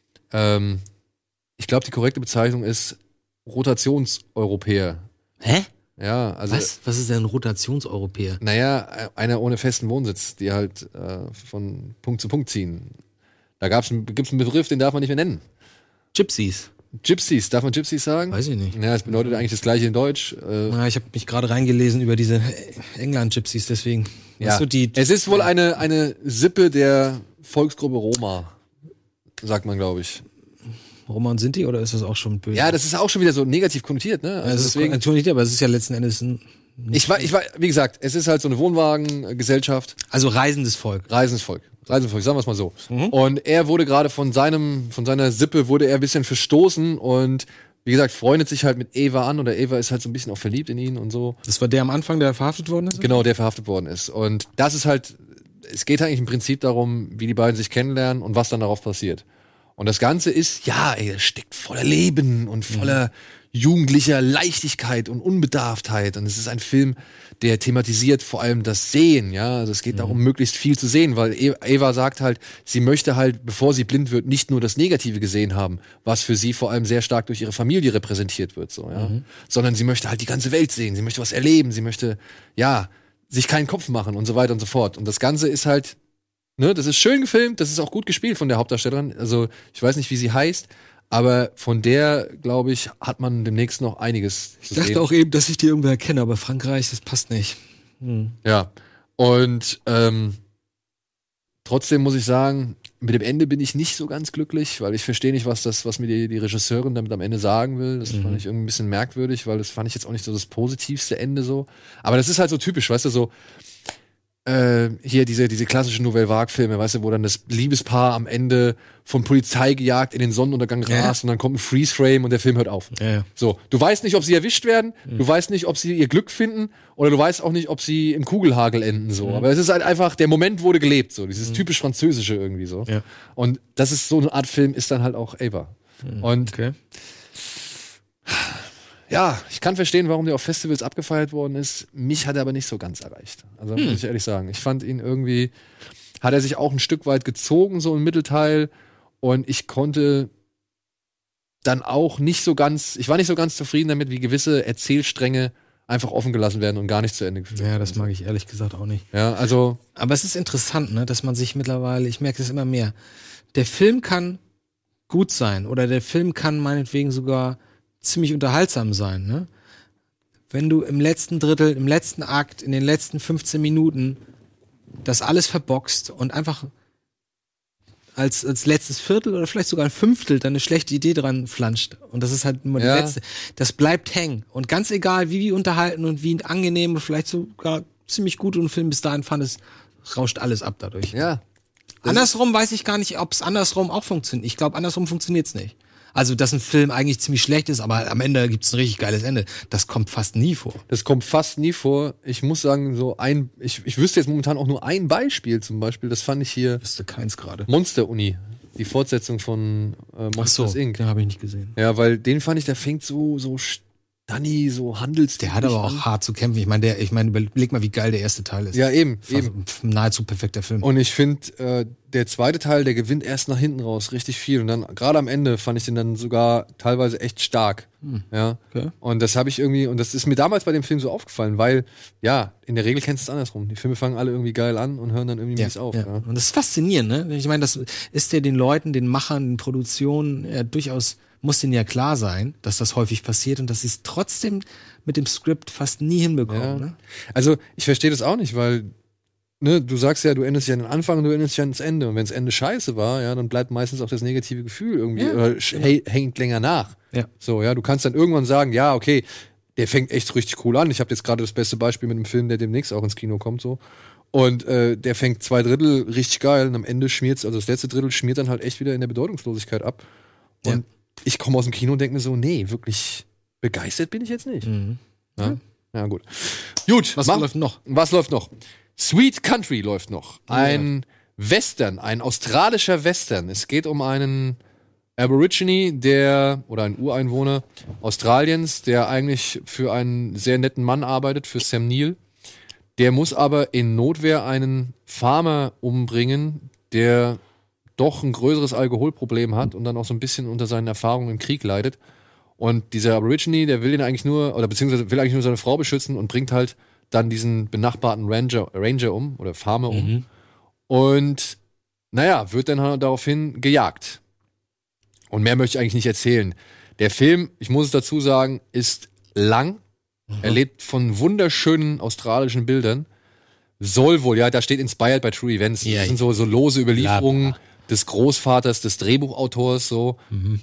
Ich glaube, die korrekte Bezeichnung ist Rotationseuropäer. Hä? Ja, also. Was ist denn ein Rotationseuropäer? Naja, einer ohne festen Wohnsitz, die halt von Punkt zu Punkt ziehen. Da gibt's einen Begriff, den darf man nicht mehr nennen. Gypsies. Gypsies, darf man Gypsies sagen? Weiß ich nicht. Ja, das bedeutet eigentlich das gleiche in Deutsch. Ich habe mich gerade reingelesen über diese England-Gypsies, deswegen. Ja. Es ist wohl eine Sippe der Volksgruppe Roma, sagt man, glaube ich. Roman sind die oder ist das auch schon böse? Ja, das ist auch schon wieder so negativ konnotiert, ne? Also deswegen natürlich, aber es ist ja letzten Endes wie gesagt, es ist halt so eine Wohnwagengesellschaft. Also reisendes Volk, sagen wir es mal so. Und er wurde gerade von seiner Sippe wurde er ein bisschen verstoßen und wie gesagt, freundet sich halt mit Ava an oder Ava ist halt so ein bisschen auch verliebt in ihn und so. Das war der am Anfang, der verhaftet worden ist? Genau, der verhaftet worden ist. Und das ist halt, es geht eigentlich im Prinzip darum, wie die beiden sich kennenlernen und was dann darauf passiert. Und das Ganze ist, es steckt voller Leben und voller jugendlicher Leichtigkeit und Unbedarftheit. Und es ist ein Film, der thematisiert vor allem das Sehen, ja. Also es geht darum, möglichst viel zu sehen, weil Ava sagt halt, sie möchte halt, bevor sie blind wird, nicht nur das Negative gesehen haben, was für sie vor allem sehr stark durch ihre Familie repräsentiert wird, so, ja. Sondern sie möchte halt die ganze Welt sehen, sie möchte was erleben, sie möchte, sich keinen Kopf machen und so weiter und so fort. Und das Ganze ist halt, das ist schön gefilmt, das ist auch gut gespielt von der Hauptdarstellerin. Also, ich weiß nicht, wie sie heißt, aber von der, glaube ich, hat man demnächst noch einiges zu sehen. Ich dachte auch eben, dass ich die irgendwer kenne, aber Frankreich, das passt nicht. Ja, und trotzdem muss ich sagen, mit dem Ende bin ich nicht so ganz glücklich, weil ich verstehe nicht, was mir die Regisseurin damit am Ende sagen will. Das fand ich irgendwie ein bisschen merkwürdig, weil das fand ich jetzt auch nicht so das positivste Ende so. Aber das ist halt so typisch, weißt du, so hier diese klassischen Nouvelle Vague-Filme, weißt du, wo dann das Liebespaar am Ende von Polizei gejagt in den Sonnenuntergang rast und dann kommt ein Freeze-Frame und der Film hört auf. Ja. So, du weißt nicht, ob sie erwischt werden, du weißt nicht, ob sie ihr Glück finden oder du weißt auch nicht, ob sie im Kugelhagel enden, so. Aber es ist halt einfach, der Moment wurde gelebt, so, dieses typisch Französische irgendwie so. Ja. Und das ist so eine Art Film, ist dann halt auch Ava. Und ja, ich kann verstehen, warum der auf Festivals abgefeiert worden ist. Mich hat er aber nicht so ganz erreicht. Also muss ich ehrlich sagen. Ich fand ihn irgendwie, hat er sich auch ein Stück weit gezogen, so im Mittelteil. Und ich konnte dann auch nicht so ganz, ich war nicht so ganz zufrieden damit, wie gewisse Erzählstränge einfach offen gelassen werden und gar nicht zu Ende geführt werden. Ja, das mag ich ehrlich gesagt auch nicht. Ja, also. Aber es ist interessant, ne, dass man sich mittlerweile, ich merke das immer mehr, der Film kann gut sein oder der Film kann meinetwegen sogar ziemlich unterhaltsam sein, ne? Wenn du im letzten Drittel, im letzten Akt, in den letzten 15 Minuten das alles verboxt und einfach als letztes Viertel oder vielleicht sogar ein Fünftel dann eine schlechte Idee dran flanscht. Und das ist halt nur die letzte. Das bleibt hängen. Und ganz egal, wie unterhalten und wie angenehm und vielleicht sogar ziemlich gut und ein Film bis dahin fandest, rauscht alles ab dadurch. Ja. Andersrum weiß ich gar nicht, ob es andersrum auch funktioniert. Ich glaube, andersrum funktioniert's nicht. Also, dass ein Film eigentlich ziemlich schlecht ist, aber am Ende gibt's ein richtig geiles Ende. Das kommt fast nie vor. Das kommt fast nie vor. Ich muss sagen, ich wüsste jetzt momentan auch nur ein Beispiel zum Beispiel. Das fand ich hier. Wüsste keins gerade. Monster-Uni. Die Fortsetzung von Monsters Inc. Den habe ich nicht gesehen. Ja, weil den fand ich, der fängt so Danny, so Handels. Der hat aber auch hart zu kämpfen. Ich meine, überleg mal, wie geil der erste Teil ist. Ja, eben. Ein nahezu perfekter Film. Und ich finde, der zweite Teil, der gewinnt erst nach hinten raus richtig viel. Und dann, gerade am Ende, fand ich den dann sogar teilweise echt stark. Ja. Okay. Und das habe ich irgendwie, und das ist mir damals bei dem Film so aufgefallen, weil, ja, in der Regel kennst du es andersrum. Die Filme fangen alle irgendwie geil an und hören dann irgendwie mies auf. Ja. Und das ist faszinierend, ne? Ich meine, das ist ja den Leuten, den Machern, den Produktionen durchaus, muss denen ja klar sein, dass das häufig passiert und dass sie es trotzdem mit dem Skript fast nie hinbekommen. Ja. Ne? Also ich verstehe das auch nicht, weil ne, du sagst ja, du änderst dich an den Anfang und du änderst dich ans Ende. Und wenn das Ende scheiße war, ja, dann bleibt meistens auch das negative Gefühl irgendwie oder hängt länger nach. Ja. So, ja, du kannst dann irgendwann sagen, ja, okay, der fängt echt richtig cool an. Ich habe jetzt gerade das beste Beispiel mit einem Film, der demnächst auch ins Kino kommt, so. Und der fängt 2 Drittel richtig geil und am Ende schmiert's, also das letzte Drittel schmiert dann halt echt wieder in der Bedeutungslosigkeit ab. Und ich komme aus dem Kino und denke mir so, nee, wirklich begeistert bin ich jetzt nicht. Ja, gut. Gut, Was läuft noch? Was läuft noch? Sweet Country läuft noch. Ein Western, ein australischer Western. Es geht um einen Aborigine, oder ein Ureinwohner Australiens, der eigentlich für einen sehr netten Mann arbeitet, für Sam Neill. Der muss aber in Notwehr einen Farmer umbringen, der doch ein größeres Alkoholproblem hat und dann auch so ein bisschen unter seinen Erfahrungen im Krieg leidet. Und dieser Aborigine, der will ihn eigentlich nur, oder beziehungsweise will eigentlich nur seine Frau beschützen und bringt halt dann diesen benachbarten Ranger um, oder Farmer um. Und, naja, wird dann daraufhin gejagt. Und mehr möchte ich eigentlich nicht erzählen. Der Film, ich muss es dazu sagen, ist lang. Er lebt von wunderschönen australischen Bildern. Soll wohl, ja, da steht inspired by true events. Das sind so lose Überlieferungen des Großvaters, des Drehbuchautors, so.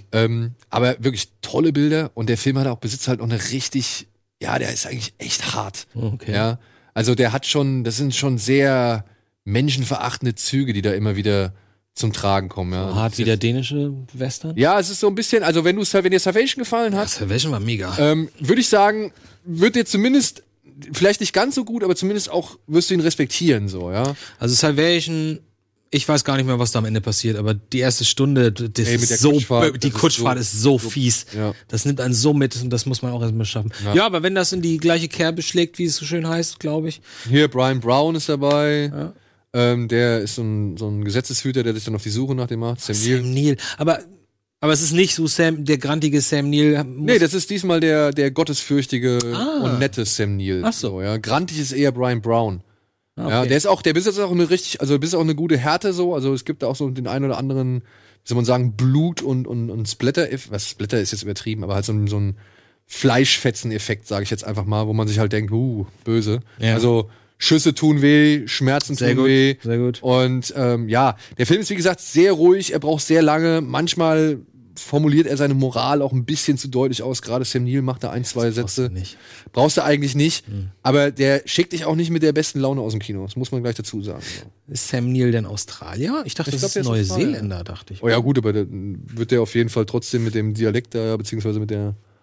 Aber wirklich tolle Bilder. Und der Film besitzt halt auch eine richtig, ja, der ist eigentlich echt hart. Okay. Ja, also der hat schon, das sind schon sehr menschenverachtende Züge, die da immer wieder zum Tragen kommen. Ja. Hart wie der dänische Western? Ja, es ist so ein bisschen, also wenn dir Salvation gefallen hat, Salvation war mega. würde ich sagen, wird dir zumindest, vielleicht nicht ganz so gut, aber zumindest auch wirst du ihn respektieren, so, ja. Also Salvation, ich weiß gar nicht mehr, was da am Ende passiert, aber die erste Stunde, das Ey, mit ist der so, Kutschfahrt, die das ist Kutschfahrt ist so fies. Ja. Das nimmt einen so mit und das muss man auch erstmal schaffen. Ja, aber wenn das in die gleiche Kerbe schlägt, wie es so schön heißt, glaube ich. Hier, Brian Brown ist dabei. Ja. Der ist so ein Gesetzeshüter, der sich dann auf die Suche nach dem macht. Sam Neill. Aber es ist nicht so der grantige Sam Neill. Nee, das ist diesmal der gottesfürchtige und nette Sam Neill. Ach so. Ja. Grantig ist eher Brian Brown. Okay. Ja, der besitzt auch eine richtig, also besitzt auch eine gute Härte so. Also es gibt da auch so den einen oder anderen, wie soll man sagen, Blut und Splatter. Was Splatter ist jetzt übertrieben, aber halt so ein Fleischfetzen-Effekt, sage ich jetzt einfach mal, wo man sich halt denkt, böse. Ja. Also Schüsse tun weh, Schmerzen tun weh. Sehr gut. Und ja, der Film ist wie gesagt sehr ruhig, er braucht sehr lange. Manchmal formuliert er seine Moral auch ein bisschen zu deutlich aus. Gerade Sam Neill macht da 1, 2 Sätze. Brauchst du eigentlich nicht. Aber der schickt dich auch nicht mit der besten Laune aus dem Kino. Das muss man gleich dazu sagen. Ist Sam Neill denn Australier? Ich dachte, das ist Neuseeländer, dachte ich. Oh ja, gut, aber wird der auf jeden Fall trotzdem mit dem Dialekt da, beziehungsweise mit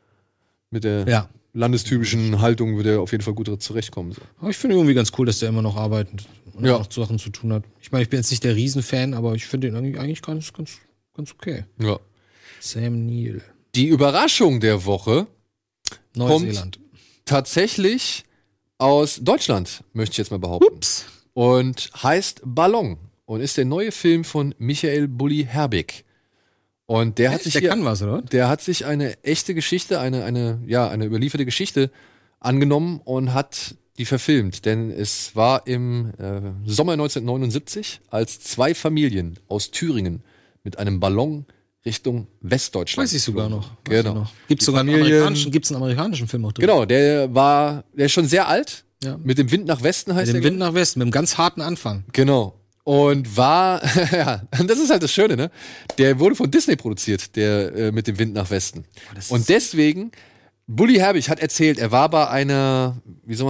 der landestypischen Haltung wird er auf jeden Fall gut zurechtkommen. So. Aber ich finde irgendwie ganz cool, dass der immer noch arbeitet und auch Sachen zu tun hat. Ich meine, ich bin jetzt nicht der Riesenfan, aber ich finde ihn eigentlich ganz okay. Ja. Sam Neill. Die Überraschung der Woche Neuseeland. Kommt tatsächlich aus Deutschland, möchte ich jetzt mal behaupten. Ups. Und heißt Ballon und ist der neue Film von Michael Bulli Herbig. Und der hat sich kann was, oder? Der hat sich eine echte Geschichte, eine überlieferte Geschichte angenommen und hat die verfilmt. Denn es war im Sommer 1979, als 2 Familien aus Thüringen mit einem Ballon Richtung Westdeutschland. Weiß ich sogar noch. Genau. Gibt's sogar einen amerikanischen Film auch drin. Genau, der ist schon sehr alt. Ja. Mit dem Wind nach Westen heißt er. Mit dem Wind nach Westen, mit einem ganz harten Anfang. Genau. Und war, ja, das ist halt das Schöne, ne? Der wurde von Disney produziert, der mit dem Wind nach Westen. Und deswegen, Bulli Herbig hat erzählt, er war bei einem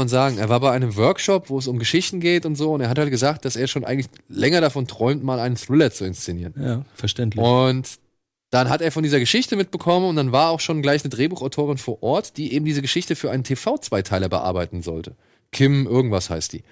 Workshop, wo es um Geschichten geht und so. Und er hat halt gesagt, dass er schon eigentlich länger davon träumt, mal einen Thriller zu inszenieren. Ja, verständlich. Und dann hat er von dieser Geschichte mitbekommen und dann war auch schon gleich eine Drehbuchautorin vor Ort, die eben diese Geschichte für einen TV-Zweiteiler bearbeiten sollte. Kim irgendwas heißt die.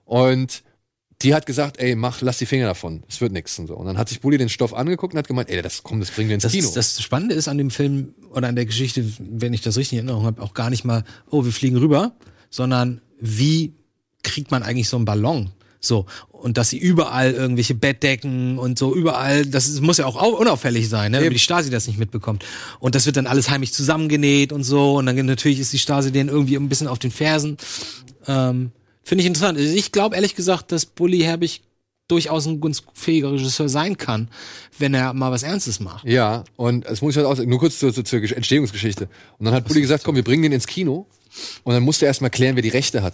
Und die hat gesagt, ey, lass die Finger davon, es wird nix und so. Und dann hat sich Bulli den Stoff angeguckt und hat gemeint, ey, das bringen wir ins Kino. Das Spannende ist an dem Film oder an der Geschichte, wenn ich das richtig in Erinnerung habe, auch gar nicht mal, wir fliegen rüber, sondern wie kriegt man eigentlich so einen Ballon? So, und dass sie überall irgendwelche Bettdecken und so überall, muss ja auch unauffällig sein, ne, wenn die Stasi das nicht mitbekommt. Und das wird dann alles heimlich zusammengenäht und so. Und dann natürlich ist die Stasi denen irgendwie ein bisschen auf den Fersen. Finde ich interessant. Ich glaube ehrlich gesagt, dass Bulli Herbig durchaus ein ganz fähiger Regisseur sein kann, wenn er mal was Ernstes macht. Ja, und das muss ich halt auch sagen, nur kurz zur Entstehungsgeschichte. Und dann hat Bulli gesagt, komm, wir bringen den ins Kino. Und dann musste er erst mal klären, wer die Rechte hat.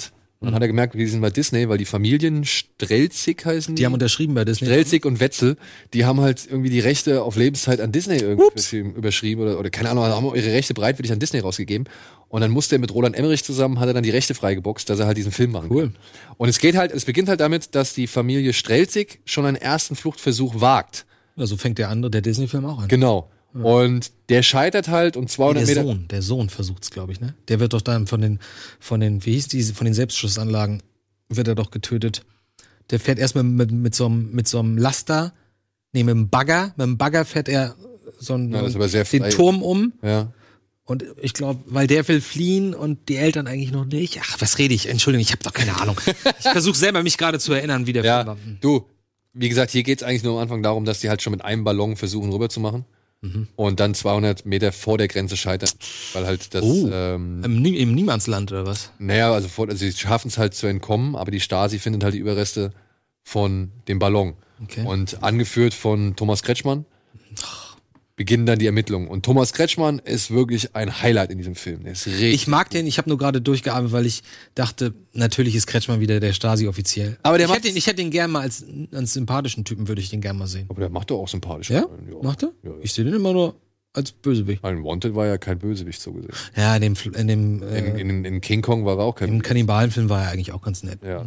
Und dann hat er gemerkt, die sind bei Disney, weil die Familien Strelzig heißen Die haben unterschrieben bei Disney. Strelzig und Wetzel, die haben halt irgendwie die Rechte auf Lebenszeit an Disney irgendwie überschrieben oder keine Ahnung, haben ihre Rechte bereitwillig an Disney rausgegeben. Und dann musste er mit Roland Emmerich zusammen, hat er dann die Rechte freigeboxt, dass er halt diesen Film machen kann. Und es beginnt halt damit, dass die Familie Strelzig schon einen ersten Fluchtversuch wagt. Ja, so fängt der Disney-Film auch an. Genau. Und der scheitert halt und 200 Meter. Der Sohn versucht's, glaube ich, ne? Der wird doch dann von den, von den Selbstschussanlagen wird er doch getötet. Der fährt erstmal mit so einem Laster, mit einem Bagger. Mit dem Bagger fährt er das ist aber sehr den frei. Turm um. Ja. Und ich glaube, weil der will fliehen und die Eltern eigentlich noch nicht. Ach, was rede ich? Entschuldigung, ich habe doch keine Ahnung. Ich versuche selber mich gerade zu erinnern, wie der Film war. Du, wie gesagt, hier geht's eigentlich nur am Anfang darum, dass die halt schon mit einem Ballon versuchen rüberzumachen. Und dann 200 Meter vor der Grenze scheitern, weil halt das... Im Niemandsland oder was? Naja, also sie schaffen es halt zu entkommen, aber die Stasi findet halt die Überreste von dem Ballon. Okay. Und angeführt von Thomas Kretschmann beginnen dann die Ermittlungen. Und Thomas Kretschmann ist wirklich ein Highlight in diesem Film. Der ist richtig Ich mag den, ich habe nur gerade durchgeatmet, weil ich dachte, natürlich ist Kretschmann wieder der Stasi-Offiziell. Aber der ich hätte ihn gerne mal als sympathischen Typen, würde ich den gerne mal sehen. Aber der macht doch auch sympathisch. Ja? Macht er? Ja. Ich sehe den immer nur als Bösewicht. In Wanted war ja kein Bösewicht so gesehen. Ja, in In King Kong war er auch kein dem Kannibalenfilm war er eigentlich auch ganz nett. Ja.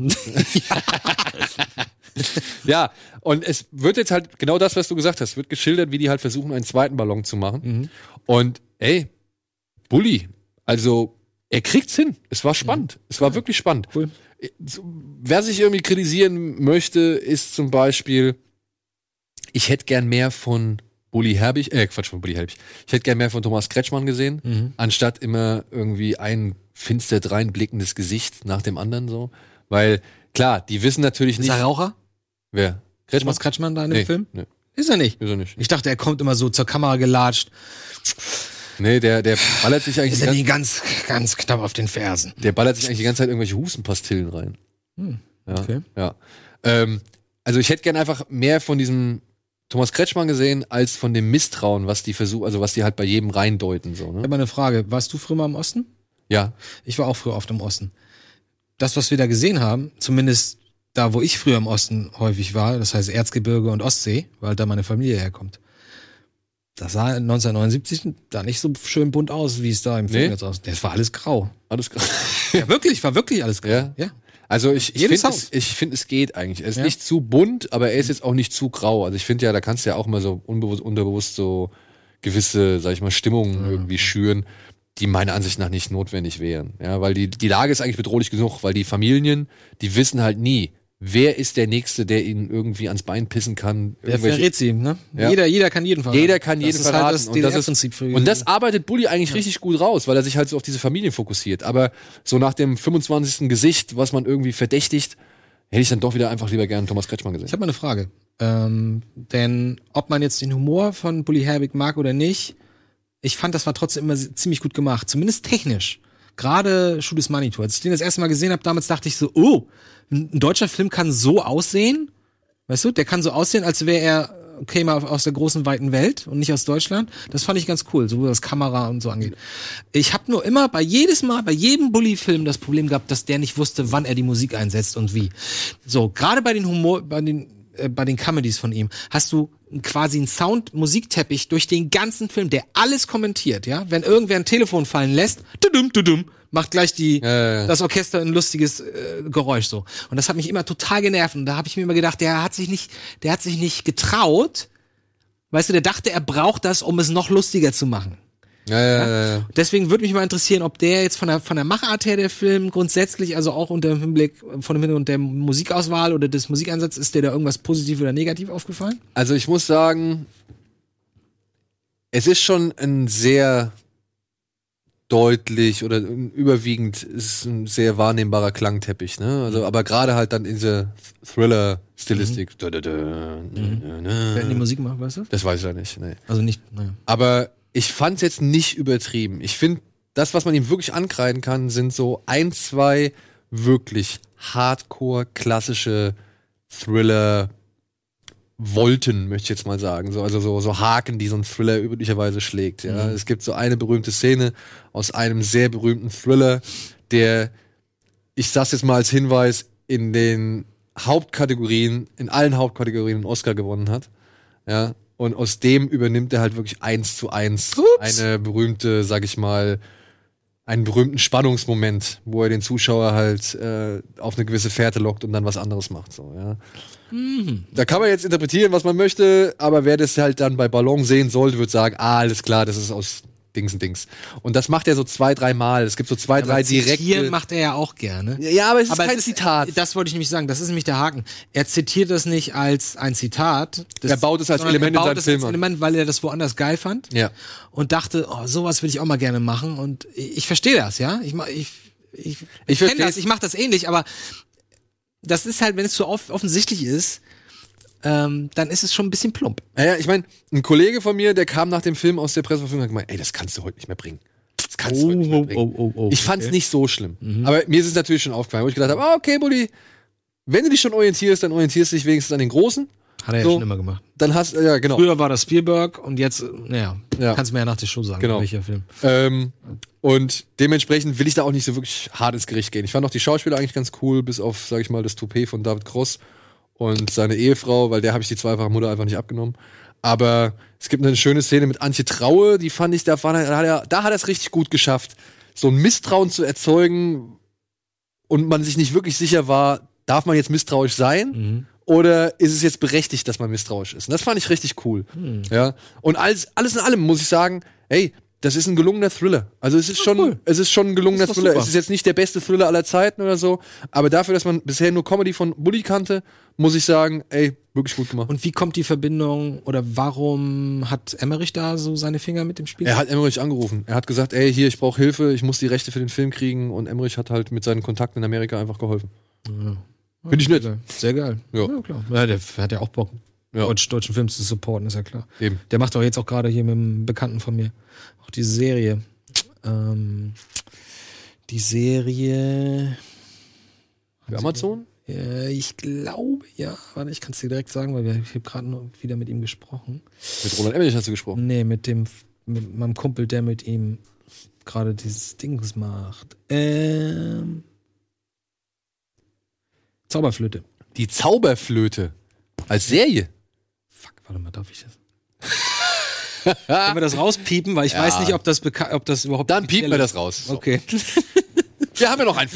Ja, und es wird jetzt halt genau das, was du gesagt hast, wird geschildert, wie die halt versuchen, einen zweiten Ballon zu machen. Und ey, Bully, also er kriegt's hin. Es war spannend. Es war wirklich spannend. Cool. Wer sich irgendwie kritisieren möchte, ist zum Beispiel, ich hätte gern mehr von Bully Herbig. Ich hätte gern mehr von Thomas Kretschmann gesehen, anstatt immer irgendwie ein finster dreinblickendes Gesicht nach dem anderen so. Weil, klar, die wissen natürlich nicht. Ist er Raucher? Wer? Kretschmann? Thomas Kretschmann da in dem Film? Nee. Ist er nicht? Ist er nicht. Ich dachte, er kommt immer so zur Kamera gelatscht. Nee, der ballert sich eigentlich Ist er nicht ganz knapp auf den Fersen. der ballert sich eigentlich die ganze Zeit irgendwelche Hustenpastillen rein. Ja, okay. Ja. Also ich hätte gern einfach mehr von diesem Thomas Kretschmann gesehen, als von dem Misstrauen, was die halt bei jedem reindeuten. So, Ich ne? habe mal eine Frage. Warst du früher mal im Osten? Ja. Ich war auch früher oft im Osten. Das, was wir da gesehen haben, zumindest da, wo ich früher im Osten häufig war, das heißt Erzgebirge und Ostsee, weil da meine Familie herkommt. Das sah 1979 da nicht so schön bunt aus, wie es da im Film jetzt aussieht. Das war alles grau. Alles klar. Ja, wirklich, war wirklich alles grau. Ja? Also ich Jedes finde, es geht eigentlich. Er ist Ja. nicht zu bunt, aber er ist jetzt auch nicht zu grau. Also ich finde ja, da kannst du ja auch mal so unterbewusst so gewisse, sag ich mal, Stimmungen irgendwie schüren, die meiner Ansicht nach nicht notwendig wären. Ja, weil die Lage ist eigentlich bedrohlich genug, weil die Familien, die wissen halt nie, wer ist der Nächste, der ihnen irgendwie ans Bein pissen kann. Der verrät sie, ne? Ja. Jeder kann jeden verraten. Jeder kann jeden Das ist halt verraten. das DDR-Prinzip für und das arbeitet Bully eigentlich richtig gut raus, weil er sich halt so auf diese Familien fokussiert. Aber so nach dem 25. Gesicht, was man irgendwie verdächtigt, hätte ich dann doch wieder einfach lieber gerne Thomas Kretschmann gesehen. Ich habe mal eine Frage. Denn ob man jetzt den Humor von Bully Herbig mag oder nicht, ich fand, das war trotzdem immer ziemlich gut gemacht. Zumindest technisch. Gerade Shoot is Money Tour. Als ich den das erste Mal gesehen habe, damals dachte ich so, oh, ein deutscher Film kann so aussehen. Weißt du, der kann so aussehen, als wäre er, käme aus der großen, weiten Welt und nicht aus Deutschland. Das fand ich ganz cool, so was Kamera und so angeht. Ich habe nur immer bei jedem Bully-Film das Problem gehabt, dass der nicht wusste, wann er die Musik einsetzt und wie. So, gerade bei den Comedies von ihm hast du quasi einen Sound-Musikteppich durch den ganzen Film, der alles kommentiert, ja? Wenn irgendwer ein Telefon fallen lässt, macht gleich das Orchester ein lustiges Geräusch so. Und das hat mich immer total genervt. Und da habe ich mir immer gedacht, der hat sich nicht getraut. Weißt du, der dachte, er braucht das, um es noch lustiger zu machen. Ja. Deswegen würde mich mal interessieren, ob der jetzt von der Machart her der Film grundsätzlich, also auch unter dem Hinblick von dem Hintergrund der Musikauswahl oder des Musikeinsatzes, ist dir da irgendwas positiv oder negativ aufgefallen? Also ich muss sagen, es ist schon ein sehr deutlich oder überwiegend ist ein sehr wahrnehmbarer Klangteppich, ne? Also, aber gerade halt dann in dieser Thriller-Stilistik. Wer die Musik macht, weißt du? Das weiß ich ja nicht, nee. Also nicht, naja. Aber ich fand's jetzt nicht übertrieben. Ich finde, das, was man ihm wirklich ankreiden kann, sind so 1, 2 wirklich hardcore klassische Thriller Wolten, möchte ich jetzt mal sagen. So Haken, die so ein Thriller üblicherweise schlägt. Ja? Es gibt so eine berühmte Szene aus einem sehr berühmten Thriller, der ich sag's jetzt mal als Hinweis, in allen Hauptkategorien einen Oscar gewonnen hat. Ja. Und aus dem übernimmt er halt wirklich 1:1 eine berühmte, sag ich mal, einen berühmten Spannungsmoment, wo er den Zuschauer halt auf eine gewisse Fährte lockt und dann was anderes macht. So, ja. Da kann man jetzt interpretieren, was man möchte, aber wer das halt dann bei Ballon sehen sollte, wird sagen, alles klar, das ist aus Dings und Dings. Und das macht er so 2-3 Mal. Es gibt so 2-3 direkte... Zitieren macht er ja auch gerne. Ja, aber es ist kein Zitat. Das wollte ich nämlich sagen, das ist nämlich der Haken. Er zitiert das nicht als ein Zitat. Er baut es als Element in seinem Film an. Weil er das woanders geil fand. Ja. Und dachte, sowas will ich auch mal gerne machen. Und ich verstehe das, ja. Ich kenne das, ich mache das ähnlich, aber das ist halt, wenn es so offensichtlich ist, dann ist es schon ein bisschen plump. Ja, ich meine, ein Kollege von mir, der kam nach dem Film aus der Presseverführung und hat gemeint, ey, das kannst du heute nicht mehr bringen. Das kannst du heute nicht mehr bringen. Ich fand's nicht so schlimm. Aber mir ist es natürlich schon aufgefallen, wo ich gedacht habe, okay, Buddy, wenn du dich schon orientierst, dann orientierst du dich wenigstens an den Großen. Hat er ja schon immer gemacht. Dann ja, genau. Früher war das Spielberg und jetzt, kannst du mir ja nach der Show sagen, genau. Welcher Film. Und dementsprechend will ich da auch nicht so wirklich hart ins Gericht gehen. Ich fand auch die Schauspieler eigentlich ganz cool, bis auf, sag ich mal, das Toupet von David Cross und seine Ehefrau, weil der habe ich die zweifache Mutter einfach nicht abgenommen. Aber es gibt eine schöne Szene mit Antje Traue, die fand ich, da hat er es richtig gut geschafft, so ein Misstrauen zu erzeugen und man sich nicht wirklich sicher war, darf man jetzt misstrauisch sein? Oder ist es jetzt berechtigt, dass man misstrauisch ist? Und das fand ich richtig cool. Ja. Und alles in allem muss ich sagen, ey, das ist ein gelungener Thriller. Also es ist schon ein gelungener Thriller. Super. Es ist jetzt nicht der beste Thriller aller Zeiten oder so, aber dafür, dass man bisher nur Comedy von Bully kannte, muss ich sagen, ey, wirklich gut gemacht. Und wie kommt die Verbindung oder warum hat Emmerich da so seine Finger mit dem Spiel? Er hat Emmerich angerufen. Er hat gesagt, ey, hier, ich brauche Hilfe, ich muss die Rechte für den Film kriegen und Emmerich hat halt mit seinen Kontakten in Amerika einfach geholfen. Ja. Finde ich nett. Sehr geil. Ja, klar. Ja, der hat ja auch Bock, deutschen Film zu supporten, ist ja klar. Eben. Der macht doch jetzt auch gerade hier mit einem Bekannten von mir auch die Serie. Für Amazon? Ich glaube, ja. Warte, ich kann es dir direkt sagen, weil ich habe gerade noch wieder mit ihm gesprochen. Mit Roland Emmerich hast du gesprochen? Nee, mit meinem Kumpel, der mit ihm gerade dieses Dings macht. Zauberflöte. Die Zauberflöte. Als Serie? Fuck, warte mal, darf ich das? Können wir das rauspiepen? Weil ich weiß nicht, ob das überhaupt... Dann piepen wir das raus. So. Okay. Wir haben ja noch einen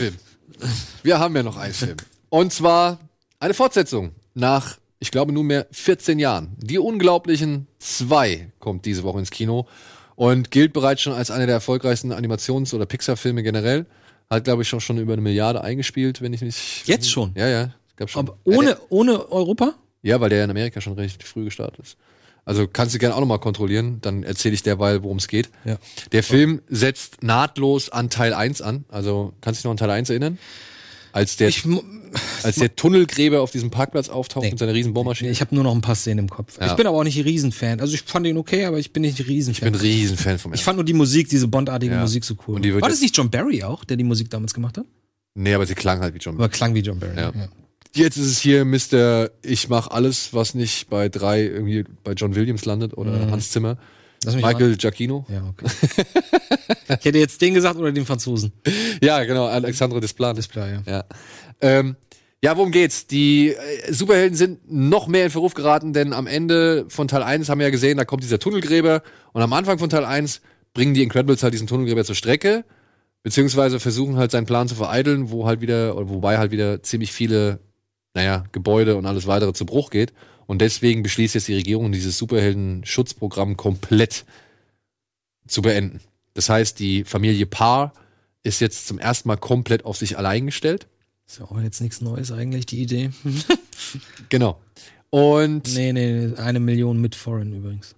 Film. Und zwar eine Fortsetzung nach, ich glaube, nunmehr 14 Jahren. Die Unglaublichen 2 kommt diese Woche ins Kino und gilt bereits schon als einer der erfolgreichsten Animations- oder Pixar-Filme generell. Hat, glaube ich, schon über 1 Milliarde eingespielt, wenn ich nicht... Jetzt schon? Ja. Gab schon. Aber ohne Europa? Ja, weil der in Amerika schon recht früh gestartet ist. Also kannst du gerne auch nochmal kontrollieren, dann erzähle ich derweil, worum es geht. Ja. Der Film setzt nahtlos an Teil 1 an. Also kannst du dich noch an Teil 1 erinnern? Als der Tunnelgräber auf diesem Parkplatz auftaucht mit seiner riesen Bohrmaschine. Ich habe nur noch ein paar Szenen im Kopf. Ja. Ich bin aber auch nicht ein Riesenfan. Also ich fand ihn okay, aber ich bin nicht ein Riesenfan. Ich bin ein Riesenfan von mir. Ich fand nur die Musik, diese Bond-artige Musik so cool. War das nicht John Barry auch, der die Musik damals gemacht hat? Nee, aber sie klang halt wie John Barry. Aber klang wie John Barry, ja. Jetzt ist es hier Mr. Ich mach alles, was nicht bei 3 irgendwie bei John Williams landet oder Hans Zimmer. Michael Giacchino. Ja, okay. Ich hätte jetzt den gesagt oder den Franzosen. Ja, genau, Alexandre Desplat. Ja. Ja, worum geht's? Die Superhelden sind noch mehr in Verruf geraten, denn am Ende von Teil 1 haben wir ja gesehen, da kommt dieser Tunnelgräber und am Anfang von Teil 1 bringen die Incredibles halt diesen Tunnelgräber zur Strecke, beziehungsweise versuchen halt seinen Plan zu vereiteln, wobei halt wieder ziemlich viele Gebäude und alles weitere zu Bruch geht. Und deswegen beschließt jetzt die Regierung, dieses Superhelden-Schutzprogramm komplett zu beenden. Das heißt, die Familie Parr ist jetzt zum ersten Mal komplett auf sich allein gestellt. Ist ja auch jetzt nichts Neues eigentlich, die Idee. Genau. Und Nee, 1 Million mit Foreign übrigens.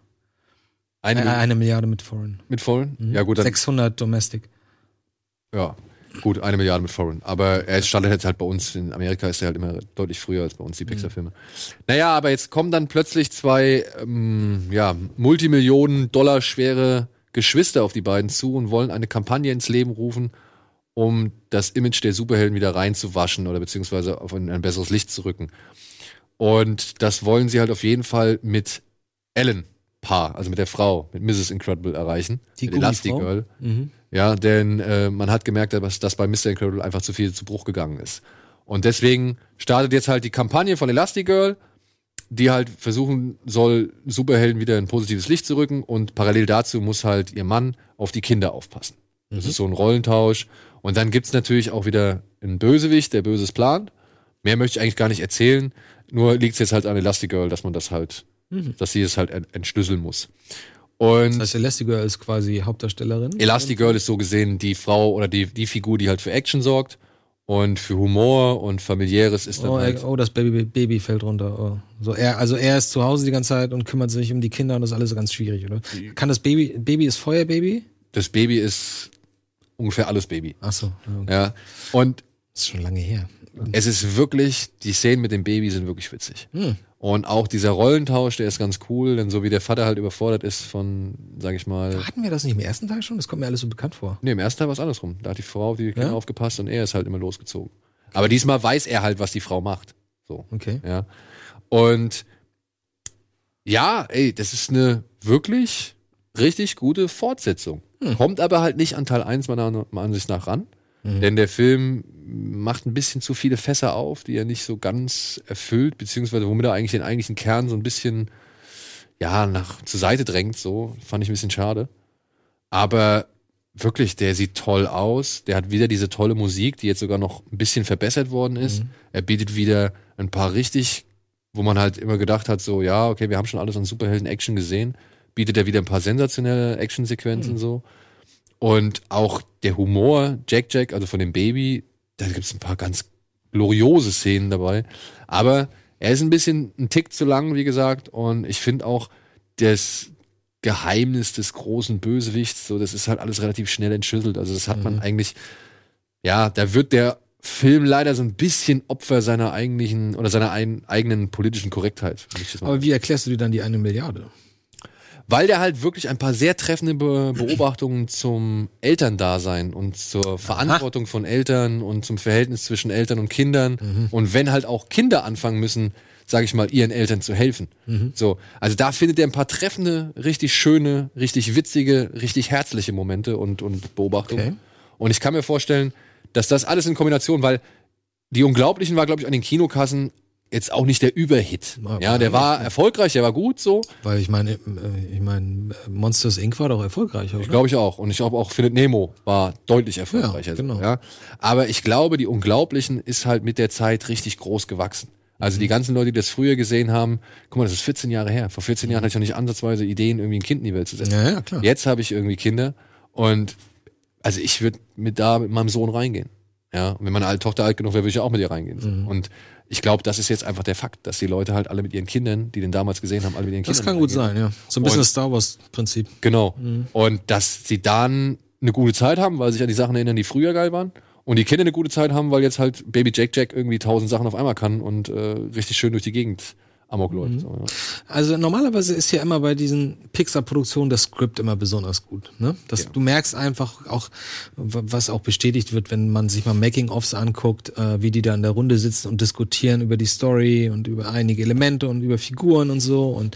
1 Milliarde mit Foreign. Mit Foreign? Ja, gut. Dann 600 Domestic. Ja. Gut, 1 Milliarde mit Foreign. Aber er startet jetzt halt bei uns. In Amerika ist er halt immer deutlich früher als bei uns, die Pixar-Filme. Naja, aber jetzt kommen dann plötzlich 2 Multimillionen-Dollar schwere Geschwister auf die beiden zu und wollen eine Kampagne ins Leben rufen, um das Image der Superhelden wieder reinzuwaschen oder beziehungsweise auf ein besseres Licht zu rücken. Und das wollen sie halt auf jeden Fall mit Ellen Parr, also mit der Frau, mit Mrs. Incredible erreichen. Die mit Elastigirl. Ja, denn man hat gemerkt, dass bei Mr. Incredible einfach zu viel zu Bruch gegangen ist. Und deswegen startet jetzt halt die Kampagne von Elastigirl, die halt versuchen soll, Superhelden wieder in positives Licht zu rücken. Und parallel dazu muss halt ihr Mann auf die Kinder aufpassen. Das ist so ein Rollentausch. Und dann gibt's natürlich auch wieder einen Bösewicht, der Böses plant. Mehr möchte ich eigentlich gar nicht erzählen. Nur liegt's jetzt halt an Elastigirl, dass man das halt, dass sie es halt entschlüsseln muss. Und Das heißt, Elastigirl ist quasi Hauptdarstellerin. Elastigirl ist so gesehen die Frau oder die Figur, die halt für Action sorgt. Und für Humor und Familiäres ist dann halt... Das Baby fällt runter. Oh. So, er ist zu Hause die ganze Zeit und kümmert sich um die Kinder und das ist alles ganz schwierig, oder? Kann das Baby ist Feuerbaby? Das Baby ist ungefähr alles Baby. Ach so. Okay. Ja. Und Das ist schon lange her. es ist wirklich, die Szenen mit dem Baby sind wirklich witzig. Und auch dieser Rollentausch, der ist ganz cool, denn so wie der Vater halt überfordert ist von, sag ich mal... Hatten wir das nicht im ersten Teil schon? Das kommt mir alles so bekannt vor. Nee, im ersten Teil war es andersrum. Da hat die Frau auf die Kinder aufgepasst und er ist halt immer losgezogen. Aber diesmal weiß er halt, was die Frau macht. So. Okay. Ja. Und ja, ey, das ist eine wirklich richtig gute Fortsetzung. Kommt aber halt nicht an Teil 1 meiner Ansicht nach ran. Denn der Film macht ein bisschen zu viele Fässer auf, die er nicht so ganz erfüllt, beziehungsweise womit er eigentlich den eigentlichen Kern so ein bisschen, ja, zur Seite drängt, so. Fand ich ein bisschen schade. Aber wirklich, der sieht toll aus. Der hat wieder diese tolle Musik, die jetzt sogar noch ein bisschen verbessert worden ist. Er bietet wieder ein paar richtig, wo man halt immer gedacht hat, so, ja, okay, wir haben schon alles an Superhelden-Action gesehen. Bietet er wieder ein paar sensationelle Action-Sequenzen so. Und auch der Humor, Jack, also von dem Baby, da gibt's ein paar ganz gloriose Szenen dabei. Aber er ist ein Tick zu lang, wie gesagt. Und ich finde auch, das Geheimnis des großen Bösewichts, so, das ist halt alles relativ schnell entschlüsselt. Also das hat man eigentlich, ja, da wird der Film leider so ein bisschen Opfer seiner eigentlichen oder seiner eigenen politischen Korrektheit. Aber wie erklärst du dir dann die 1 Milliarde? Weil der halt wirklich ein paar sehr treffende Beobachtungen zum Elterndasein und zur Verantwortung von Eltern und zum Verhältnis zwischen Eltern und Kindern und wenn halt auch Kinder anfangen müssen, sage ich mal, ihren Eltern zu helfen. So, also da findet er ein paar treffende, richtig schöne, richtig witzige, richtig herzliche Momente und Beobachtungen. Okay. Und ich kann mir vorstellen, dass das alles in Kombination, weil Die Unglaublichen war, glaube ich, an den Kinokassen jetzt auch nicht der Überhit. Ja, der war erfolgreich, der war gut so. Weil ich meine, Monsters Inc. war doch erfolgreich, oder? Glaube ich auch. Und ich glaube auch Findet Nemo war deutlich erfolgreicher. Ja, genau. Ja. Aber ich glaube, Die Unglaublichen ist halt mit der Zeit richtig groß gewachsen. Also die ganzen Leute, die das früher gesehen haben, guck mal, das ist 14 Jahre her. Vor 14 Jahren hatte ich noch nicht ansatzweise Ideen, irgendwie ein Kind in die Welt zu setzen. Ja, klar. Jetzt habe ich irgendwie Kinder und also ich würde mit meinem Sohn reingehen. Ja, und wenn meine Tochter alt genug wäre, würde ich auch mit ihr reingehen. Und ich glaube, das ist jetzt einfach der Fakt, dass die Leute halt alle mit ihren Kindern, die den damals gesehen haben, alle mit ihren Kindern Das kann gut reingehen. sein, ja. So ein bisschen das Star Wars-Prinzip. Genau. Und dass sie dann eine gute Zeit haben, weil sie sich an die Sachen erinnern, die früher geil waren. Und die Kinder eine gute Zeit haben, weil jetzt halt Baby Jack irgendwie 1000 Sachen auf einmal kann und richtig schön durch die Gegend Amok läuft. So, ja. Also normalerweise ist ja immer bei diesen Pixar-Produktionen das Skript immer besonders gut. Ne? Du merkst einfach auch, was auch bestätigt wird, wenn man sich mal Making-ofs anguckt, wie die da in der Runde sitzen und diskutieren über die Story und über einige Elemente und über Figuren und so. Und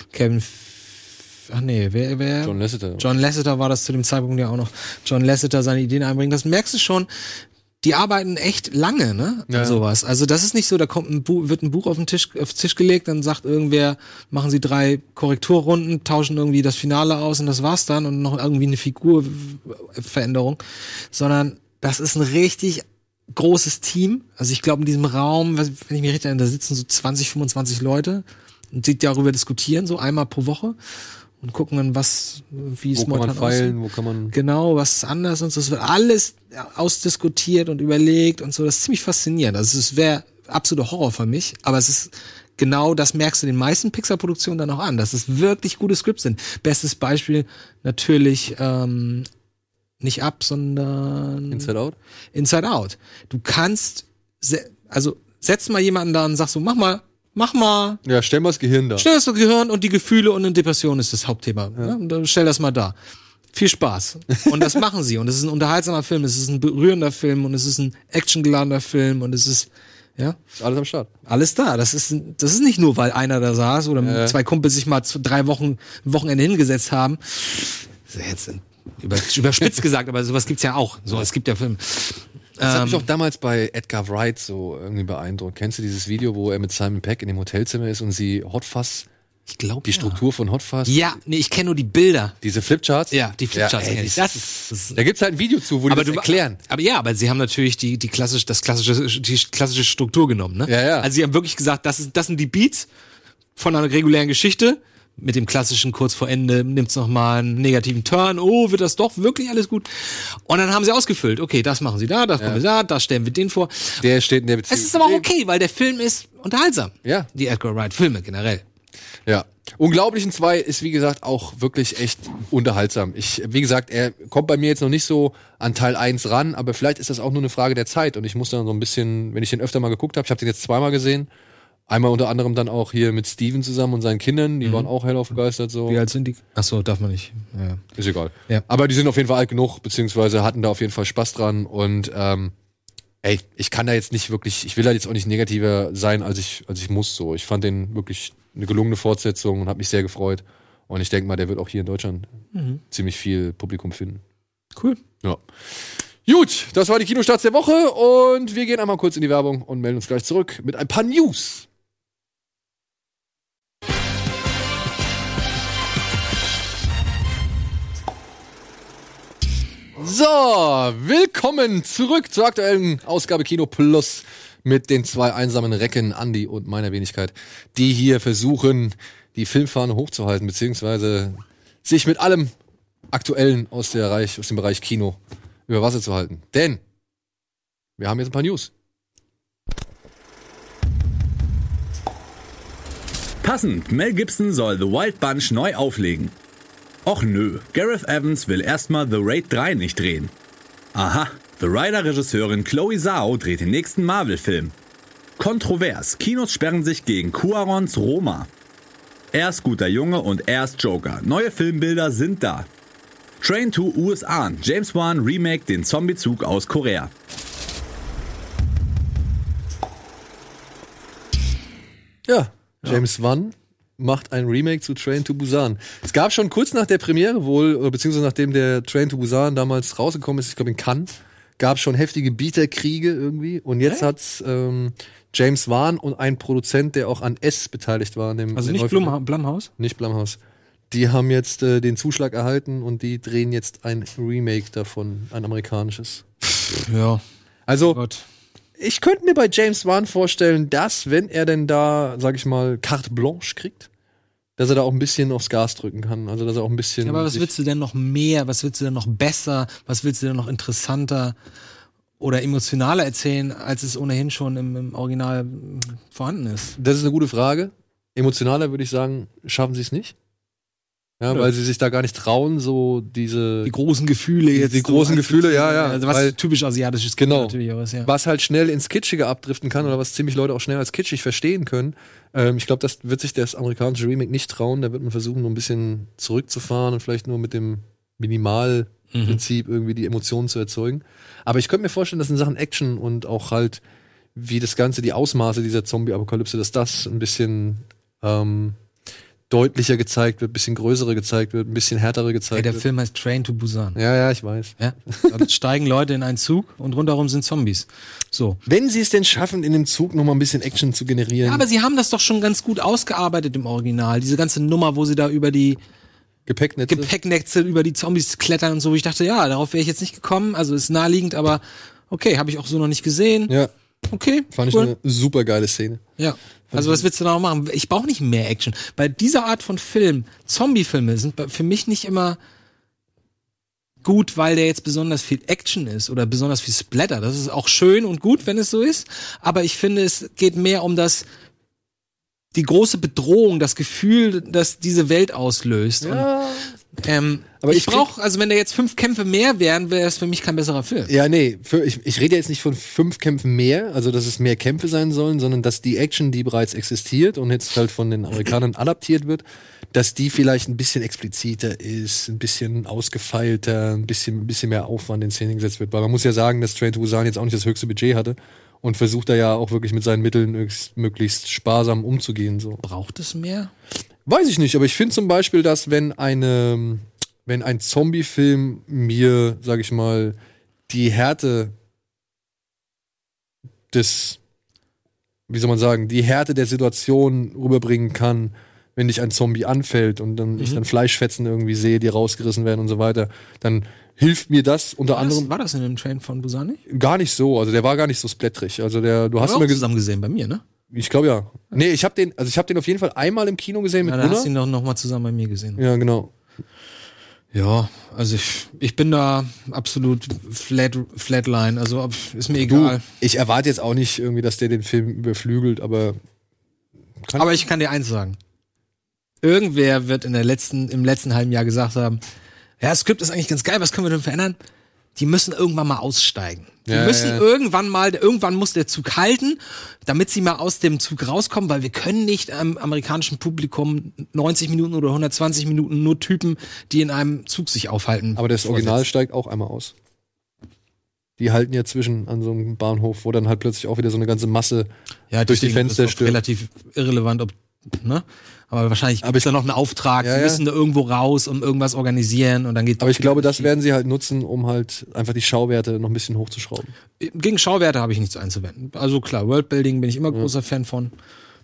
wer? John Lasseter. John Lasseter war das zu dem Zeitpunkt ja auch noch. John Lasseter seine Ideen einbringen. Das merkst du schon. Die arbeiten echt lange, ne? Ja. Sowas. Also das ist nicht so, da kommt wird ein Buch auf den Tisch gelegt, dann sagt irgendwer, machen sie 3 Korrekturrunden, tauschen irgendwie das Finale aus und das war's dann und noch irgendwie eine Figurveränderung. Sondern das ist ein richtig großes Team. Also ich glaube in diesem Raum, wenn ich mich richtig erinnere, da sitzen so 20, 25 Leute und die darüber diskutieren, so einmal pro Woche. Und gucken dann, wie es momentan aussieht. Wo kann man genau, was ist anders und so. Es wird alles ausdiskutiert und überlegt und so. Das ist ziemlich faszinierend. Also es wäre absoluter Horror für mich, aber es ist genau, das merkst du den meisten Pixar-Produktionen dann auch an, dass es wirklich gute Skripts sind. Bestes Beispiel natürlich nicht Up, sondern Inside Out? Inside Out. Du kannst, setz mal jemanden da und sag so, mach mal. Ja, stell mal das Gehirn da. Stell das Gehirn und die Gefühle und eine Depression ist das Hauptthema. Ja. Und dann stell das mal da. Viel Spaß. Und das machen sie. Und es ist ein unterhaltsamer Film, es ist ein berührender Film und es ist ein actiongeladener Film und es ist, ja. Ist alles am Start. Alles da. Das ist nicht nur, weil einer da saß oder 2 Kumpels sich mal 3 Wochen Wochenende hingesetzt haben. Das ist jetzt überspitzt gesagt, aber sowas gibt's ja auch. So, es gibt ja Filme. Das hat mich auch damals bei Edgar Wright so irgendwie beeindruckt. Kennst du dieses Video, wo er mit Simon Pegg in dem Hotelzimmer ist und sie Hot Fuzz, ich glaube, die Struktur von Hot Fuzz? Ja, nee, ich kenne nur die Bilder. Diese Flipcharts? Ja, die Flipcharts ey, kenn ich. Da gibt's halt ein Video zu, wo die das erklären. Aber sie haben natürlich die klassische Struktur genommen, ne? Ja, ja. Also sie haben wirklich gesagt, das sind die Beats von einer regulären Geschichte. Mit dem klassischen kurz vor Ende nimmt's noch mal einen negativen Turn. Oh, wird das doch wirklich alles gut? Und dann haben sie ausgefüllt. Okay, das machen sie da, das kommen wir da stellen wir den vor. Der steht in der Beziehung. Es ist aber auch okay, weil der Film ist unterhaltsam. Ja. Die Edgar Wright Filme generell. Ja. Unglaublichen 2 ist, wie gesagt, auch wirklich echt unterhaltsam. Wie gesagt, er kommt bei mir jetzt noch nicht so an Teil 1 ran, aber vielleicht ist das auch nur eine Frage der Zeit. Und ich muss dann so ein bisschen, wenn ich den öfter mal geguckt habe, ich habe den jetzt 2-mal gesehen. Einmal unter anderem dann auch hier mit Steven zusammen und seinen Kindern, die waren auch hellauf begeistert. So. Wie alt sind die? Achso, darf man nicht. Ja. Ist egal. Ja. Aber die sind auf jeden Fall alt genug, beziehungsweise hatten da auf jeden Fall Spaß dran. Und ich kann da jetzt nicht wirklich, ich will da jetzt auch nicht negativer sein, als ich muss. So. Ich fand den wirklich eine gelungene Fortsetzung und habe mich sehr gefreut. Und ich denke mal, der wird auch hier in Deutschland ziemlich viel Publikum finden. Cool. Ja. Gut, das war die Kinostarts der Woche und wir gehen einmal kurz in die Werbung und melden uns gleich zurück mit ein paar News. So, willkommen zurück zur aktuellen Ausgabe Kino Plus mit den 2 einsamen Recken, Andi und meiner Wenigkeit, die hier versuchen, die Filmfahne hochzuhalten, beziehungsweise sich mit allem Aktuellen aus dem Bereich Kino über Wasser zu halten. Denn wir haben jetzt ein paar News. Passend, Mel Gibson soll The Wild Bunch neu auflegen. Och nö, Gareth Evans will erstmal The Raid 3 nicht drehen. Aha, The Rider-Regisseurin Chloe Zhao dreht den nächsten Marvel-Film. Kontrovers, Kinos sperren sich gegen Cuarons Roma. Er ist guter Junge und er ist Joker. Neue Filmbilder sind da. Train to USA, James Wan remake den Zombiezug aus Korea. Ja, James Wan macht ein Remake zu Train to Busan. Es gab schon kurz nach der Premiere wohl, oder beziehungsweise nachdem der Train to Busan damals rausgekommen ist, ich glaube in Cannes, gab es schon heftige Bieterkriege irgendwie. Und jetzt hat's James Wan und ein Produzent, der auch an S beteiligt war. Also nicht Blumhouse? Nicht Blumhouse. Die haben jetzt den Zuschlag erhalten und die drehen jetzt ein Remake davon, ein amerikanisches. Ja. Also, Gott. ich könnte mir bei James Wan vorstellen, dass, wenn er denn da, sag ich mal, carte blanche kriegt, dass er da auch ein bisschen aufs Gas drücken kann. Also, dass er auch ein bisschen. Ja, aber was willst du denn noch mehr? Was willst du denn noch besser? Was willst du denn noch interessanter oder emotionaler erzählen, als es ohnehin schon im Original vorhanden ist? Das ist eine gute Frage. Emotionaler würde ich sagen, schaffen sie es nicht. Ja, weil sie sich da gar nicht trauen, so die großen Gefühle jetzt. Die großen Gefühle, ja. Also was typisch asiatisches genau. Natürlich auch ist, ja. Was halt schnell ins Kitschige abdriften kann oder was ziemlich Leute auch schnell als kitschig verstehen können. Ich glaube, das wird sich das amerikanische Remake nicht trauen. Da wird man versuchen, nur ein bisschen zurückzufahren und vielleicht nur mit dem Minimalprinzip irgendwie die Emotionen zu erzeugen. Aber ich könnte mir vorstellen, dass in Sachen Action und auch halt wie das Ganze, die Ausmaße dieser Zombie-Apokalypse, dass das ein bisschen deutlicher gezeigt wird, ein bisschen größere gezeigt wird, ein bisschen härtere gezeigt wird. Der Film heißt Train to Busan. Ja, ich weiß. Ja? Da steigen Leute in einen Zug und rundherum sind Zombies. So. Wenn sie es denn schaffen, in dem Zug noch mal ein bisschen Action zu generieren. Ja, aber sie haben das doch schon ganz gut ausgearbeitet im Original. Diese ganze Nummer, wo sie da über die Gepäcknetze über die Zombies klettern und so. Wo ich dachte, ja, darauf wäre ich jetzt nicht gekommen. Also ist naheliegend, aber okay, habe ich auch so noch nicht gesehen. Ja. Okay. Fand ich eine super geile Szene. Ja. Also was willst du da noch machen? Ich brauche nicht mehr Action. Bei dieser Art von Film, Zombie-Filme sind für mich nicht immer gut, weil der jetzt besonders viel Action ist oder besonders viel Splatter. Das ist auch schön und gut, wenn es so ist. Aber ich finde, es geht mehr um die große Bedrohung, das Gefühl, das diese Welt auslöst. Ja. Und, aber ich brauche, also wenn da jetzt 5 Kämpfe mehr wären, wäre es für mich kein besserer Film. Ja, nee, ich rede jetzt nicht von 5 Kämpfen mehr, also dass es mehr Kämpfe sein sollen, sondern dass die Action, die bereits existiert und jetzt halt von den Amerikanern adaptiert wird, dass die vielleicht ein bisschen expliziter ist, ein bisschen ausgefeilter, ein bisschen mehr Aufwand in Szene gesetzt wird. Weil man muss ja sagen, dass Train to Busan jetzt auch nicht das höchste Budget hatte und versucht da ja auch wirklich mit seinen Mitteln möglichst sparsam umzugehen. So. Braucht es mehr? Weiß ich nicht, aber ich finde zum Beispiel, dass wenn eine wenn ein Zombie-Film mir, sag ich mal, die Härte wie soll man sagen, die Härte der Situation rüberbringen kann, wenn dich ein Zombie anfällt und dann ich dann Fleischfetzen irgendwie sehe, die rausgerissen werden und so weiter, dann hilft mir das unter anderem. War das in dem Train von Busan nicht? Gar nicht so, also der war gar nicht so splättrig. Also du hast immer zusammen gesehen bei mir, ne? Ich glaube ja. Nee, ich habe den auf jeden Fall einmal im Kino gesehen mit Dann Gunnar. hast du ihn noch mal zusammen bei mir gesehen. Ja, genau. Ja, also ich bin da absolut Flatline, also ist mir egal. Ich erwarte jetzt auch nicht irgendwie, dass der den Film überflügelt, aber Aber ich kann dir eins sagen. Irgendwer wird im letzten halben Jahr gesagt haben, ja, das Skript ist eigentlich ganz geil, was können wir denn verändern? Die müssen irgendwann mal aussteigen. Irgendwann muss der Zug halten, damit sie mal aus dem Zug rauskommen, weil wir können nicht am amerikanischen Publikum 90 Minuten oder 120 Minuten nur Typen, die in einem Zug sich aufhalten. Aber das Original steigt auch einmal aus. Die halten ja zwischen an so einem Bahnhof, wo dann halt plötzlich auch wieder so eine ganze Masse durch die Fenster stürzt. Relativ irrelevant, ne? Aber wahrscheinlich gibt es da noch einen Auftrag. Sie müssen da irgendwo raus und irgendwas organisieren und dann geht. Aber ich glaube, das werden sie halt nutzen, um halt einfach die Schauwerte noch ein bisschen hochzuschrauben. Gegen Schauwerte habe ich nichts einzuwenden. Also klar, Worldbuilding bin ich immer großer Fan von.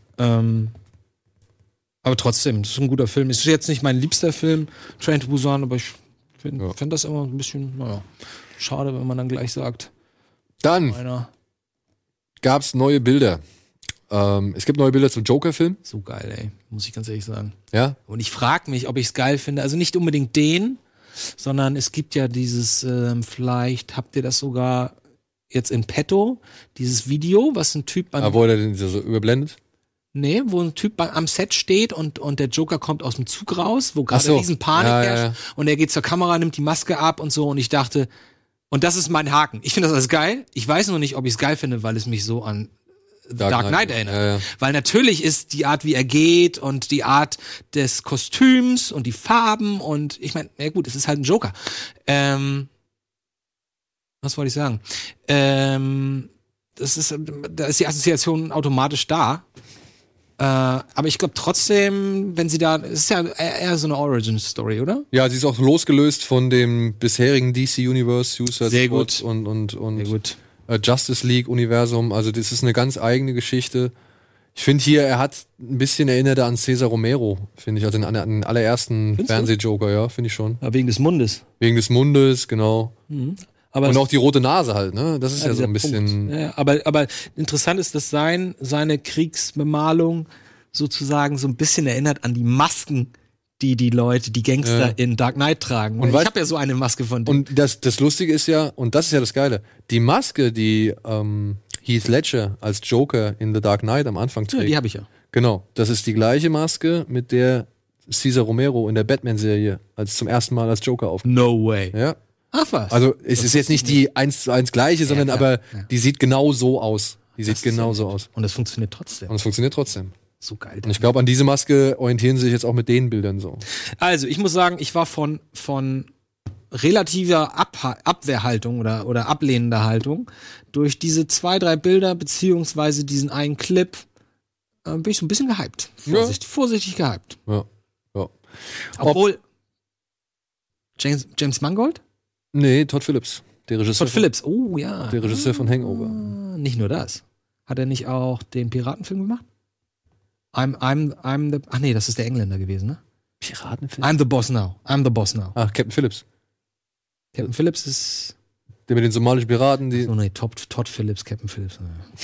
Aber trotzdem, das ist ein guter Film. Ist jetzt nicht mein liebster Film, Train to Busan, aber ich finde das immer ein bisschen, schade, wenn man dann gleich sagt. Dann gab's neue Bilder. Es gibt neue Bilder zum Joker-Film. So geil, ey. Muss ich ganz ehrlich sagen. Ja? Und ich frage mich, ob ich es geil finde. Also nicht unbedingt den, sondern es gibt ja dieses, vielleicht habt ihr das sogar jetzt in petto, dieses Video, was ein Typ wo er den so überblendet? Nee, wo ein Typ am Set steht und der Joker kommt aus dem Zug raus, wo gerade riesen Panik herrscht. Und er geht zur Kamera, nimmt die Maske ab und so. Und ich dachte, und das ist mein Haken. Ich finde das alles geil. Ich weiß nur nicht, ob ich es geil finde, weil es mich so an Dark Knight erinnert. Ja. Weil natürlich ist die Art, wie er geht und die Art des Kostüms und die Farben und ich meine, na gut, es ist halt ein Joker. Was wollte ich sagen? Da ist die Assoziation automatisch da. Aber ich glaube trotzdem, wenn sie da, es ist ja eher so eine Origin-Story, oder? Ja, sie ist auch losgelöst von dem bisherigen DC-Universe, Suicide Squad und sehr gut. Justice League-Universum. Also das ist eine ganz eigene Geschichte. Ich finde hier, er hat ein bisschen erinnert an Cesar Romero, finde ich, also an den allerersten Fernseh-Joker, ja, finde ich schon. Ja, wegen des Mundes. Wegen des Mundes, genau. Mhm. Aber und auch die rote Nase halt, ne? Das ist ja so ein bisschen. Ja, aber interessant ist, dass seine Kriegsbemalung sozusagen so ein bisschen erinnert an die Masken, die Leute, die Gangster in Dark Knight tragen. Und ich habe ja so eine Maske von denen. Und das Lustige ist ja, und das ist ja das Geile, die Maske, die Heath Ledger als Joker in The Dark Knight am Anfang trägt. Ja, die habe ich ja. Genau, das ist die gleiche Maske, mit der Cesar Romero in der Batman-Serie zum ersten Mal als Joker auftritt. No way. Ja. Ach was. Also es ist jetzt nicht die 1:1 gleiche, sondern aber die sieht genau so aus. Die sieht genau so aus. Und es funktioniert trotzdem. So geil. Und ich glaube, an diese Maske orientieren sie sich jetzt auch mit den Bildern so. Also, ich muss sagen, ich war von relativer Abwehrhaltung oder ablehnender Haltung durch diese 2-3 Bilder beziehungsweise diesen einen Clip bin ich so ein bisschen gehypt. Vorsichtig gehypt. Ja. Obwohl James Mangold? Nee, Todd Phillips. Der Regisseur. Todd Phillips, oh ja. Der Regisseur von Hangover. Nicht nur das. Hat er nicht auch den Piratenfilm gemacht? Das ist der Engländer gewesen, ne? Piratenfilm? I'm the Boss Now. Ach, Captain Phillips. Captain Phillips ist der mit den somalischen Piraten, die. Oh nee, Todd Phillips, Captain Phillips.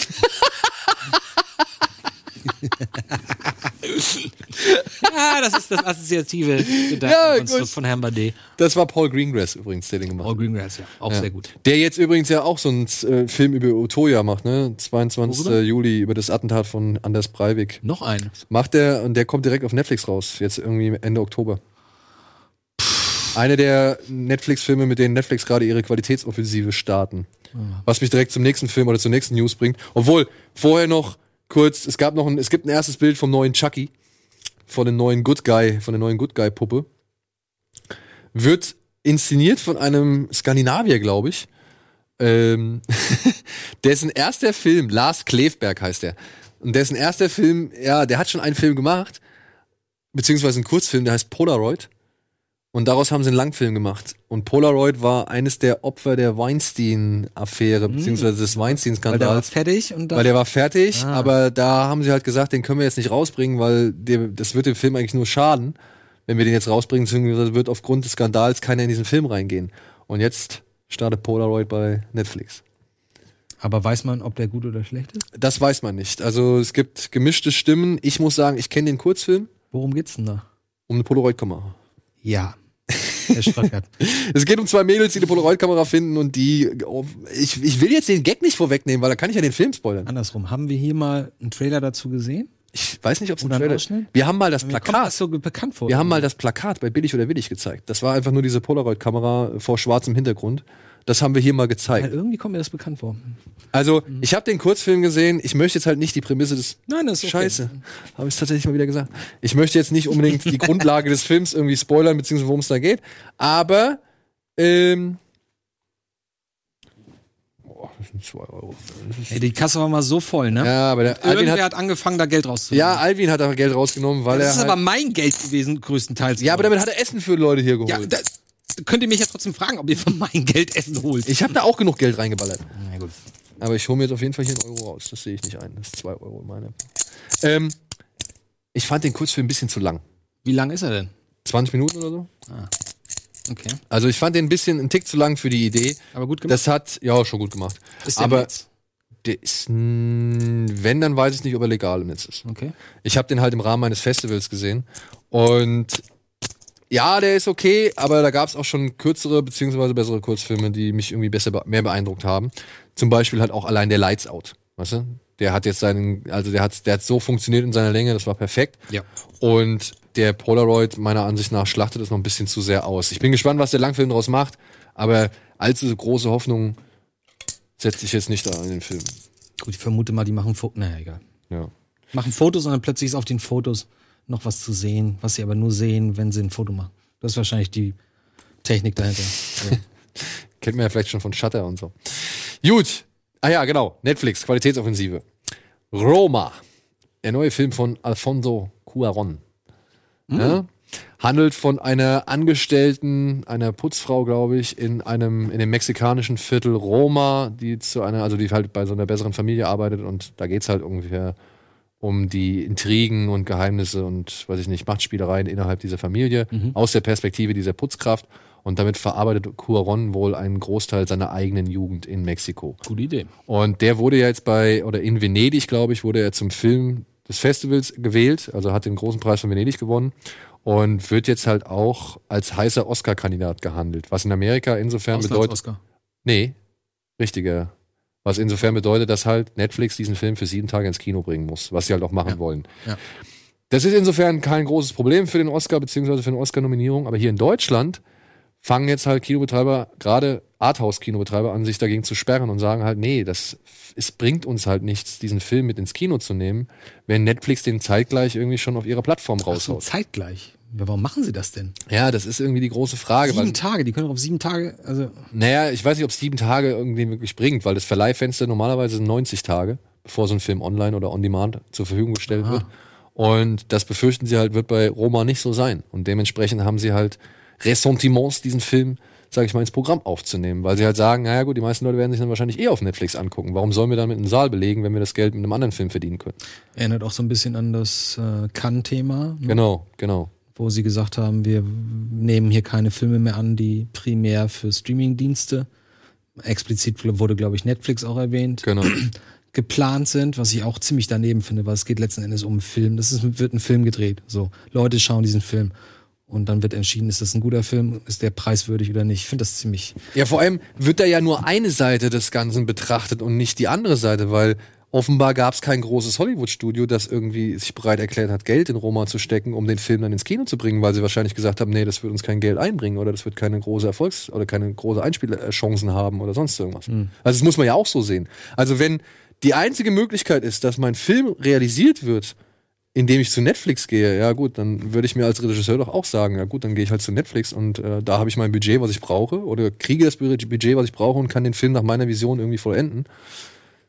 Ja, das ist das assoziative Gedankenkonstrukt von Herrn Bade. Das war Paul Greengrass übrigens, der den gemacht hat. Paul Greengrass, ja. Auch sehr gut. Der jetzt übrigens ja auch so einen Film über Utoya macht, ne? 22. Juli, über das Attentat von Anders Breivik. Noch einen. Macht der, und der kommt direkt auf Netflix raus, jetzt irgendwie Ende Oktober. Eine der Netflix-Filme, mit denen Netflix gerade ihre Qualitätsoffensive starten. Was mich direkt zum nächsten Film oder zur nächsten News bringt. Obwohl, vorher noch kurz, es gibt ein erstes Bild vom neuen Chucky. Von der neuen Good Guy-Puppe. Wird inszeniert von einem Skandinavier, glaube ich. Dessen erster Film, Lars Klevberg heißt er. Und dessen erster Film, ja, der hat schon einen Film gemacht. Beziehungsweise einen Kurzfilm, der heißt Polaroid. Und daraus haben sie einen Langfilm gemacht. Und Polaroid war eines der Opfer der Weinstein-Affäre, beziehungsweise des Weil Weinstein-Skandals. der war fertig und dann Weil der war fertig, aber da haben sie halt gesagt, den können wir jetzt nicht rausbringen, weil das wird dem Film eigentlich nur schaden, wenn wir den jetzt rausbringen, beziehungsweise wird aufgrund des Skandals keiner in diesen Film reingehen. Und jetzt startet Polaroid bei Netflix. Aber weiß man, ob der gut oder schlecht ist? Das weiß man nicht. Also es gibt gemischte Stimmen. Ich muss sagen, ich kenne den Kurzfilm Worum geht's denn da? um eine Polaroid-Kamera. Ja. Herr Strackert. Es geht um zwei Mädels, die eine Polaroid-Kamera finden und ich will jetzt den Gag nicht vorwegnehmen, weil da kann ich ja den Film spoilern. Andersrum. Haben wir hier mal einen Trailer dazu gesehen? Ich weiß nicht, ob es ein Oder einen Trailer Ausschnitt? Wir haben mal das Mir kommt Plakat. das so bekannt vor. Wir haben mal das Plakat bei Billig oder Willig gezeigt. Das war einfach nur diese Polaroid-Kamera vor schwarzem Hintergrund. Das haben wir hier mal Weil gezeigt. irgendwie kommt mir das bekannt vor. Also, ich habe den Kurzfilm gesehen. Ich möchte jetzt halt nicht die Prämisse des Nein, das ist okay. Scheiße. Habe ich tatsächlich mal wieder gesagt. Ich möchte jetzt nicht unbedingt die Grundlage des Films irgendwie spoilern, beziehungsweise worum es da geht. Aber, das sind 2 Euro. Ey, die Kasse war mal so voll, ne? Ja, aber der Alvin Irgendwer hat, hat angefangen, da Geld rauszunehmen. ja, Alvin hat aber Geld rausgenommen, weil das er ist halt, aber mein Geld gewesen, größtenteils. ja, aber damit hat er Essen für Leute hier geholt. Ja, könnt ihr mich ja trotzdem fragen, ob ihr von meinem Geld Essen holt. Ich habe da auch genug Geld reingeballert. Na gut. Aber ich hole mir jetzt auf jeden Fall hier 1 Euro raus. Das sehe ich nicht ein. Das ist 2 Euro meine. Ich fand den Kurzfilm ein bisschen zu lang. Wie lang ist er denn? 20 Minuten oder so. Okay. Also ich fand den ein Tick zu lang für die Idee. Aber gut gemacht. Das hat, ja, schon gut gemacht. Ist der aber Netz? der ist, wenn, dann weiß ich nicht, ob er legal im Netz ist. Okay. Ich habe den halt im Rahmen meines Festivals gesehen. Und ja, der ist okay, aber da gab es auch schon kürzere beziehungsweise bessere Kurzfilme, die mich irgendwie mehr beeindruckt haben. Zum Beispiel halt auch allein der Lights Out. Weißt du? Der hat jetzt der hat so funktioniert in seiner Länge, das war perfekt. Ja. Und der Polaroid, meiner Ansicht nach, schlachtet das noch ein bisschen zu sehr aus. Ich bin gespannt, was der Langfilm daraus macht, aber allzu große Hoffnung setze ich jetzt nicht da in den Film. Gut, ich vermute mal, die machen Fotos. Naja, egal. Ja. Machen Fotos und dann plötzlich ist auf den Fotos noch was zu sehen, was sie aber nur sehen, wenn sie ein Foto machen. Das ist wahrscheinlich die Technik dahinter. Ja. Kennt man ja vielleicht schon von Shutter und so. Gut. Ah ja, genau. Netflix, Qualitätsoffensive. Roma. Der neue Film von Alfonso Cuarón. Ja? Handelt von einer Angestellten, einer Putzfrau, glaube ich, in dem mexikanischen Viertel Roma, die halt bei so einer besseren Familie arbeitet und da geht's halt ungefähr um die Intrigen und Geheimnisse und, weiß ich nicht, Machtspielereien innerhalb dieser Familie, aus der Perspektive dieser Putzkraft. Und damit verarbeitet Cuarón wohl einen Großteil seiner eigenen Jugend in Mexiko. Gute Idee. Und der wurde ja jetzt in Venedig, glaube ich, wurde er zum Film des Festivals gewählt, also hat den großen Preis von Venedig gewonnen und wird jetzt halt auch als heißer Oscar-Kandidat gehandelt, was in Amerika insofern bedeutet... Oscar. Nee, richtiger. Was insofern bedeutet, dass halt Netflix diesen Film für 7 Tage ins Kino bringen muss, was sie halt auch machen wollen. Ja. Das ist insofern kein großes Problem für den Oscar, beziehungsweise für eine Oscar-Nominierung, aber hier in Deutschland fangen jetzt halt Kinobetreiber, gerade Arthouse-Kinobetreiber, an, sich dagegen zu sperren und sagen halt, nee, es bringt uns halt nichts, diesen Film mit ins Kino zu nehmen, wenn Netflix den zeitgleich irgendwie schon auf ihrer Plattform Ach so, raushaut. zeitgleich. Ja, warum machen sie das denn? Ja, das ist irgendwie die große Frage. 7 Tage, die können doch auf 7 Tage, also. Naja, ich weiß nicht, ob es 7 Tage irgendwie wirklich bringt, weil das Verleihfenster normalerweise sind 90 Tage, bevor so ein Film online oder on demand zur Verfügung gestellt wird. Und das befürchten sie halt, wird bei Roma nicht so sein. Und dementsprechend haben sie halt Ressentiments, diesen Film, sage ich mal, ins Programm aufzunehmen, weil sie halt sagen, naja gut, die meisten Leute werden sich dann wahrscheinlich auf Netflix angucken. Warum sollen wir dann mit einem Saal belegen, wenn wir das Geld mit einem anderen Film verdienen können? Erinnert auch so ein bisschen an das Cannes-Thema. Ne? Genau. Wo sie gesagt haben, wir nehmen hier keine Filme mehr an, die primär für Streaming-Dienste, explizit wurde, glaube ich, Netflix auch erwähnt, Genau. geplant sind, was ich auch ziemlich daneben finde, weil es geht letzten Endes um einen Film. Wird ein Film gedreht. So, Leute schauen diesen Film. Und dann wird entschieden, ist das ein guter Film, ist der preiswürdig oder nicht. Ich finde das ziemlich... Ja, vor allem wird da ja nur eine Seite des Ganzen betrachtet und nicht die andere Seite, weil offenbar gab es kein großes Hollywood-Studio, das irgendwie sich bereit erklärt hat, Geld in Roma zu stecken, um den Film dann ins Kino zu bringen, weil sie wahrscheinlich gesagt haben, nee, das wird uns kein Geld einbringen oder das wird keine große oder keine große Einspielchancen haben oder sonst irgendwas. Also das muss man ja auch so sehen. Also wenn die einzige Möglichkeit ist, dass mein Film realisiert wird, indem ich zu Netflix gehe, ja gut, dann würde ich mir als Regisseur doch auch sagen, ja gut, dann gehe ich halt zu Netflix und da habe ich mein Budget, was ich brauche, oder kriege das Budget, was ich brauche und kann den Film nach meiner Vision irgendwie vollenden.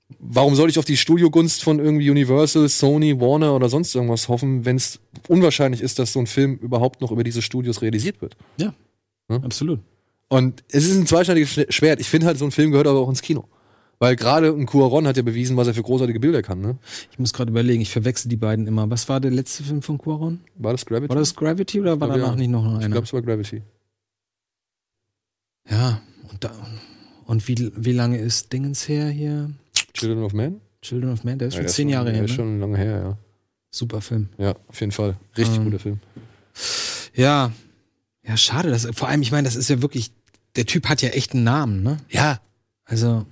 warum soll ich auf die Studiogunst von irgendwie Universal, Sony, Warner oder sonst irgendwas hoffen, wenn es unwahrscheinlich ist, dass so ein Film überhaupt noch über diese Studios realisiert wird? Ja, absolut. Und es ist ein zweischneidiges Schwert. Ich finde halt, so ein Film gehört aber auch ins Kino. Weil gerade ein Cuarón hat ja bewiesen, was er für großartige Bilder kann, ne? Ich muss gerade überlegen, ich verwechsel die beiden immer. Was war der letzte Film von Cuarón? War das Gravity? War das Gravity oder war Ich glaub, danach ja. nicht noch einer? Ich glaube, es war Gravity. Ja, und wie lange ist Dingens her hier? Children of Man? Children of Man, der ist Ja, schon der 10 Jahre her. Der ist Ne? schon lange her, ja. Super Film. Ja, auf jeden Fall. Richtig guter Film. Ja. Ja, schade. Vor allem, ich meine, das ist ja wirklich, der Typ hat ja echt einen Namen, ne? Ja. Also.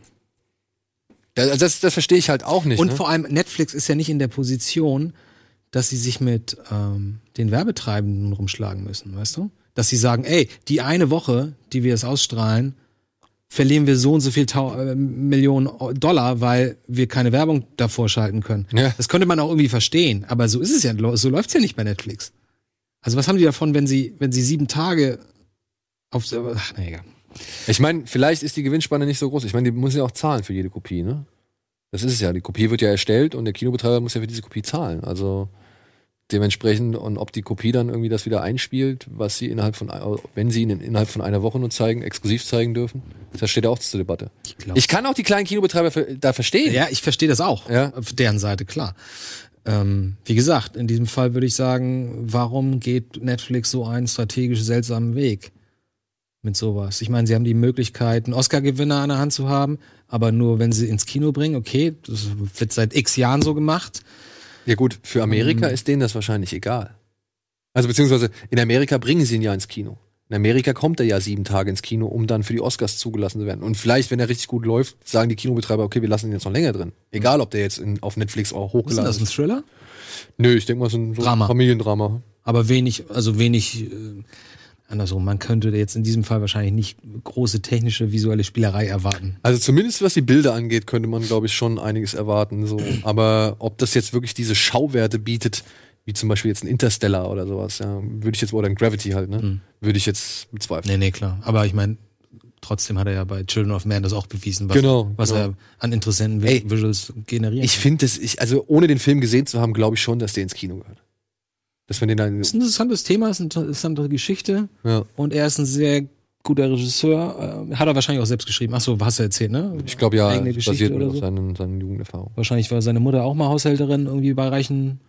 Das verstehe ich halt auch nicht. Und ne? vor allem, Netflix ist ja nicht in der Position, dass sie sich mit den Werbetreibenden rumschlagen müssen, weißt du? Dass sie sagen, ey, die eine Woche, die wir es ausstrahlen, verlieren wir so und so viel Millionen $, weil wir keine Werbung davor schalten können. Ja. Das könnte man auch irgendwie verstehen, aber so ist es ja, so läuft's ja nicht bei Netflix. Also was haben die davon, wenn sie 7 Tage auf, ach, na egal. Ich meine, vielleicht ist die Gewinnspanne nicht so groß. Ich meine, die müssen ja auch zahlen für jede Kopie, ne? Das ist es ja. Die Kopie wird ja erstellt und der Kinobetreiber muss ja für diese Kopie zahlen. Also dementsprechend, und ob die Kopie dann irgendwie das wieder einspielt, was sie wenn sie ihn innerhalb von einer Woche nur zeigen, exklusiv zeigen dürfen, das steht ja auch zur Debatte. Ich kann auch die kleinen Kinobetreiber da verstehen. Ja, ich verstehe das auch. Ja. Auf deren Seite, klar. Wie gesagt, in diesem Fall würde ich sagen, warum geht Netflix so einen strategisch seltsamen Weg mit sowas? Ich meine, sie haben die Möglichkeit, einen Oscar-Gewinner an der Hand zu haben, aber nur, wenn sie ins Kino bringen. Okay, das wird seit x Jahren so gemacht. Ja gut, für Amerika ist denen das wahrscheinlich egal. Also beziehungsweise in Amerika bringen sie ihn ja ins Kino. In Amerika kommt er ja 7 Tage ins Kino, um dann für die Oscars zugelassen zu werden. Und vielleicht, wenn er richtig gut läuft, sagen die Kinobetreiber, okay, wir lassen ihn jetzt noch länger drin. Egal, ob der jetzt auf Netflix auch hochgeladen Ist das ein Thriller? Nö, ich denke mal, so ein Drama. Familiendrama. Aber wenig, andersrum. Man könnte jetzt in diesem Fall wahrscheinlich nicht große technische, visuelle Spielerei erwarten. Also zumindest was die Bilder angeht, könnte man, glaube ich, schon einiges erwarten. So. Aber ob das jetzt wirklich diese Schauwerte bietet, wie zum Beispiel jetzt ein Interstellar oder sowas, ja, würde ich jetzt, oder ein Gravity halt, ne? Würde ich jetzt bezweifeln. Nee, klar. Aber ich meine, trotzdem hat er ja bei Children of Man das auch bewiesen, was er an interessanten Visuals generiert. Ich finde es, also ohne den Film gesehen zu haben, glaube ich schon, dass der ins Kino gehört. Dass man den dann. Das ist ein interessantes Thema, ist eine interessante Geschichte. Ja. Und er ist ein sehr guter Regisseur. Hat er wahrscheinlich auch selbst geschrieben. Achso, hast du erzählt, ne? Ich glaube ja, Eigene das Geschichte basiert oder auf so. seinen Jugenderfahrungen. Wahrscheinlich war seine Mutter auch mal Haushälterin irgendwie bei reichen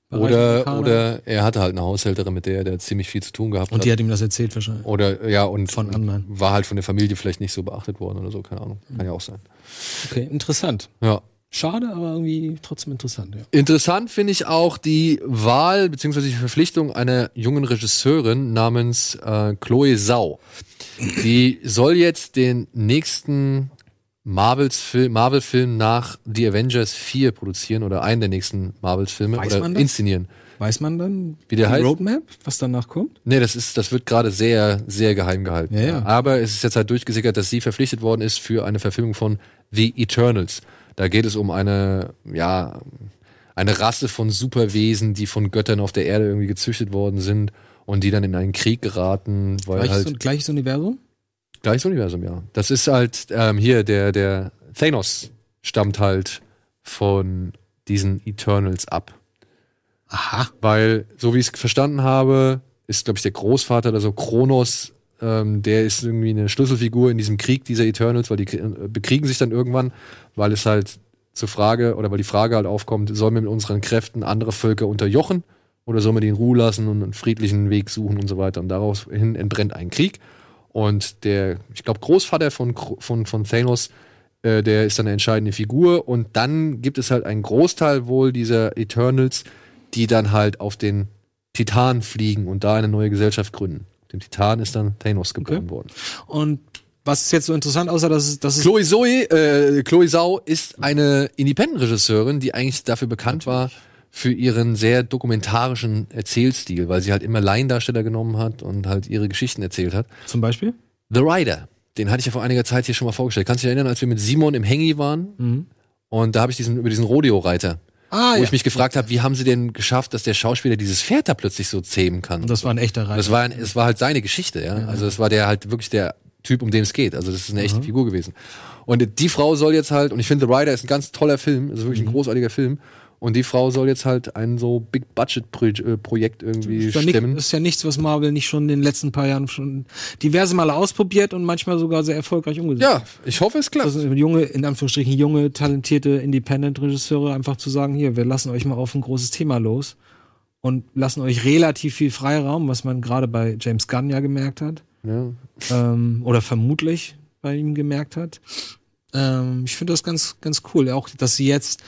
Oder er hatte halt eine Haushälterin, mit der er ziemlich viel zu tun gehabt hat. Und die hat ihm das erzählt wahrscheinlich. Oder, ja, und Von anderen. war halt von der Familie vielleicht nicht so beachtet worden oder so, keine Ahnung. Kann ja auch sein. Okay, interessant. Ja. Schade, aber irgendwie trotzdem interessant, ja. Interessant finde ich auch die Wahl bzw. die Verpflichtung einer jungen Regisseurin namens Chloe Zhao. Die soll jetzt den nächsten Marvel-Film nach The Avengers 4 produzieren oder einen der nächsten Marvel-Filme Weiß oder man das? inszenieren. Weiß man dann Wie der die heißt? Roadmap, was danach kommt? Nee, das wird gerade sehr, sehr geheim gehalten. Ja. Aber es ist jetzt halt durchgesickert, dass sie verpflichtet worden ist für eine Verfilmung von The Eternals. Da geht es um eine Rasse von Superwesen, die von Göttern auf der Erde irgendwie gezüchtet worden sind und die dann in einen Krieg geraten, weil Gleiches Universum? Gleiches Universum, ja. Das ist halt hier, der Thanos stammt halt von diesen Eternals ab. Aha. Weil, so wie ich es verstanden habe, ist, glaube ich, der Großvater oder so, Kronos, der ist irgendwie eine Schlüsselfigur in diesem Krieg dieser Eternals, weil die bekriegen sich dann irgendwann, weil es halt weil die Frage halt aufkommt, sollen wir mit unseren Kräften andere Völker unterjochen oder sollen wir die in Ruhe lassen und einen friedlichen Weg suchen und so weiter. Und daraufhin entbrennt ein Krieg. Und der, ich glaube, Großvater von Thanos, der ist dann eine entscheidende Figur. Und dann gibt es halt einen Großteil wohl dieser Eternals, die dann halt auf den Titan fliegen und da eine neue Gesellschaft gründen. Dem Titan ist dann Thanos geboren worden. Und was ist jetzt so interessant, außer dass es Chloe Zhao ist eine Independent-Regisseurin, die eigentlich dafür bekannt war für ihren sehr dokumentarischen Erzählstil, weil sie halt immer Laiendarsteller genommen hat und halt ihre Geschichten erzählt hat. zum Beispiel? The Rider, den hatte ich ja vor einiger Zeit hier schon mal vorgestellt. Kannst du dich erinnern, als wir mit Simon im Hengi waren? Und da habe ich über diesen Rodeo-Reiter, wo ich mich gefragt habe, wie haben sie denn geschafft, dass der Schauspieler dieses Pferd da plötzlich so zähmen kann? Und das war ein echter Reiter. Es war halt seine Geschichte, ja. Also es war der halt wirklich der Typ, um den es geht. Also das ist eine echte Figur gewesen. Und die Frau soll jetzt halt, und ich finde The Rider ist ein ganz toller Film, ist wirklich ein großartiger Film. Und die Frau soll jetzt halt ein so Big-Budget-Projekt irgendwie stemmen. Das ist ja nichts, was Marvel nicht schon in den letzten paar Jahren schon diverse Male ausprobiert und manchmal sogar sehr erfolgreich umgesetzt. Ja, ich hoffe, es klappt. Also in Anführungsstrichen junge, talentierte Independent-Regisseure einfach zu sagen, hier, wir lassen euch mal auf ein großes Thema los und lassen euch relativ viel Freiraum, was man gerade bei James Gunn ja gemerkt hat. Ja. Oder vermutlich bei ihm gemerkt hat. Ich finde das ganz, ganz cool. Auch, dass sie jetzt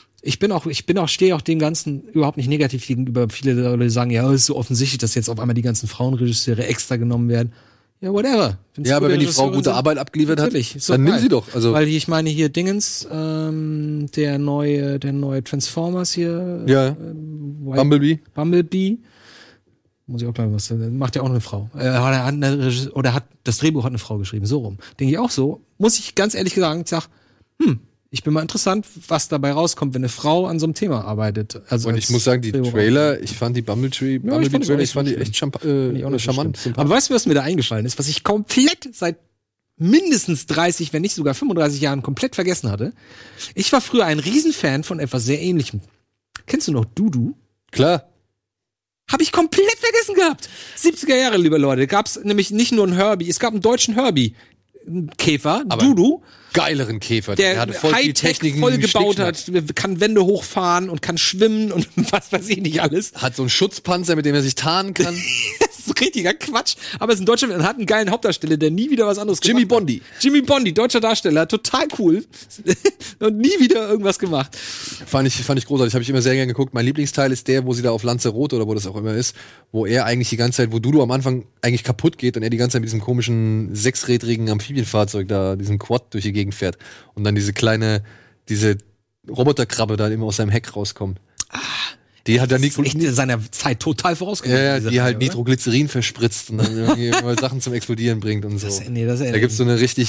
stehe auch dem Ganzen überhaupt nicht negativ gegenüber. Viele Leute sagen, ja, es ist so offensichtlich, dass jetzt auf einmal die ganzen Frauenregisseure extra genommen werden. Ja, whatever. Ja, aber wenn die Frau gute Arbeit abgeliefert hat, dann nimm sie doch. Also weil ich meine hier Dingens, der neue Transformers hier. Ja. Bumblebee. Muss ich auch gleich was sagen. Macht ja auch eine Frau. Hat das Drehbuch hat eine Frau geschrieben, so rum. Denke ich auch so. Muss ich ganz ehrlich sagen, ich bin mal interessant, was dabei rauskommt, wenn eine Frau an so einem Thema arbeitet. Also und ich muss sagen, die Trailer, ich fand die Bumblebee-Trailer, ich fand die echt charmant. Aber weißt du, was mir da eingefallen ist? Was ich komplett seit mindestens 30, wenn nicht sogar 35 Jahren komplett vergessen hatte? Ich war früher ein Riesenfan von etwas sehr Ähnlichem. Kennst du noch Dudu? Klar. Habe ich komplett vergessen gehabt. 70er Jahre, liebe Leute, gab's nämlich nicht nur einen Herbie, es gab einen deutschen Herbie-Käfer, Dudu. Geileren Käfer, der hatte voll viel Techniken voll gebaut hat, kann Wände hochfahren und kann schwimmen und was weiß ich nicht alles. Hat so einen Schutzpanzer, mit dem er sich tarnen kann. Das ist richtiger Quatsch. Aber es ist ein deutscher Film und hat einen geilen Hauptdarsteller, der nie wieder was anderes Jimmy gemacht Bondi. hat. Jimmy Bondi, deutscher Darsteller, total cool. Und nie wieder irgendwas gemacht. Fand ich großartig, habe ich immer sehr gerne geguckt. Mein Lieblingsteil ist der, wo sie da auf Lanzarote oder wo das auch immer ist, wo er eigentlich die ganze Zeit, wo Dudu am Anfang eigentlich kaputt geht und er die ganze Zeit mit diesem komischen sechsrädrigen Amphibienfahrzeug da, diesen Quad durch die Gegend fährt. Und dann diese Roboterkrabbe da immer aus seinem Heck rauskommt. Die hat dann seiner Zeit total vorausgegangen. Ja, die halt Nitroglycerin verspritzt und dann irgendwie Sachen zum Explodieren bringt und so. Da gibt's so eine richtig,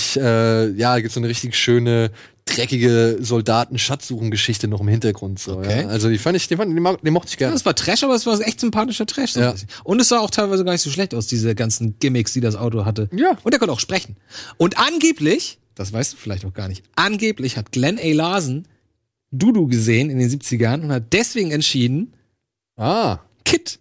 schöne, dreckige Soldaten-Schatzsuchen-Geschichte noch im Hintergrund. So, okay. Ja. Also den mochte ich gerne. Ja, das war Trash, aber es war echt sympathischer Trash. So und es sah auch teilweise gar nicht so schlecht aus, diese ganzen Gimmicks, die das Auto hatte. Ja. Und er konnte auch sprechen. Und angeblich, das weißt du vielleicht auch gar nicht, angeblich hat Glenn A. Larson Dudu gesehen in den 70ern und hat deswegen entschieden, Kid,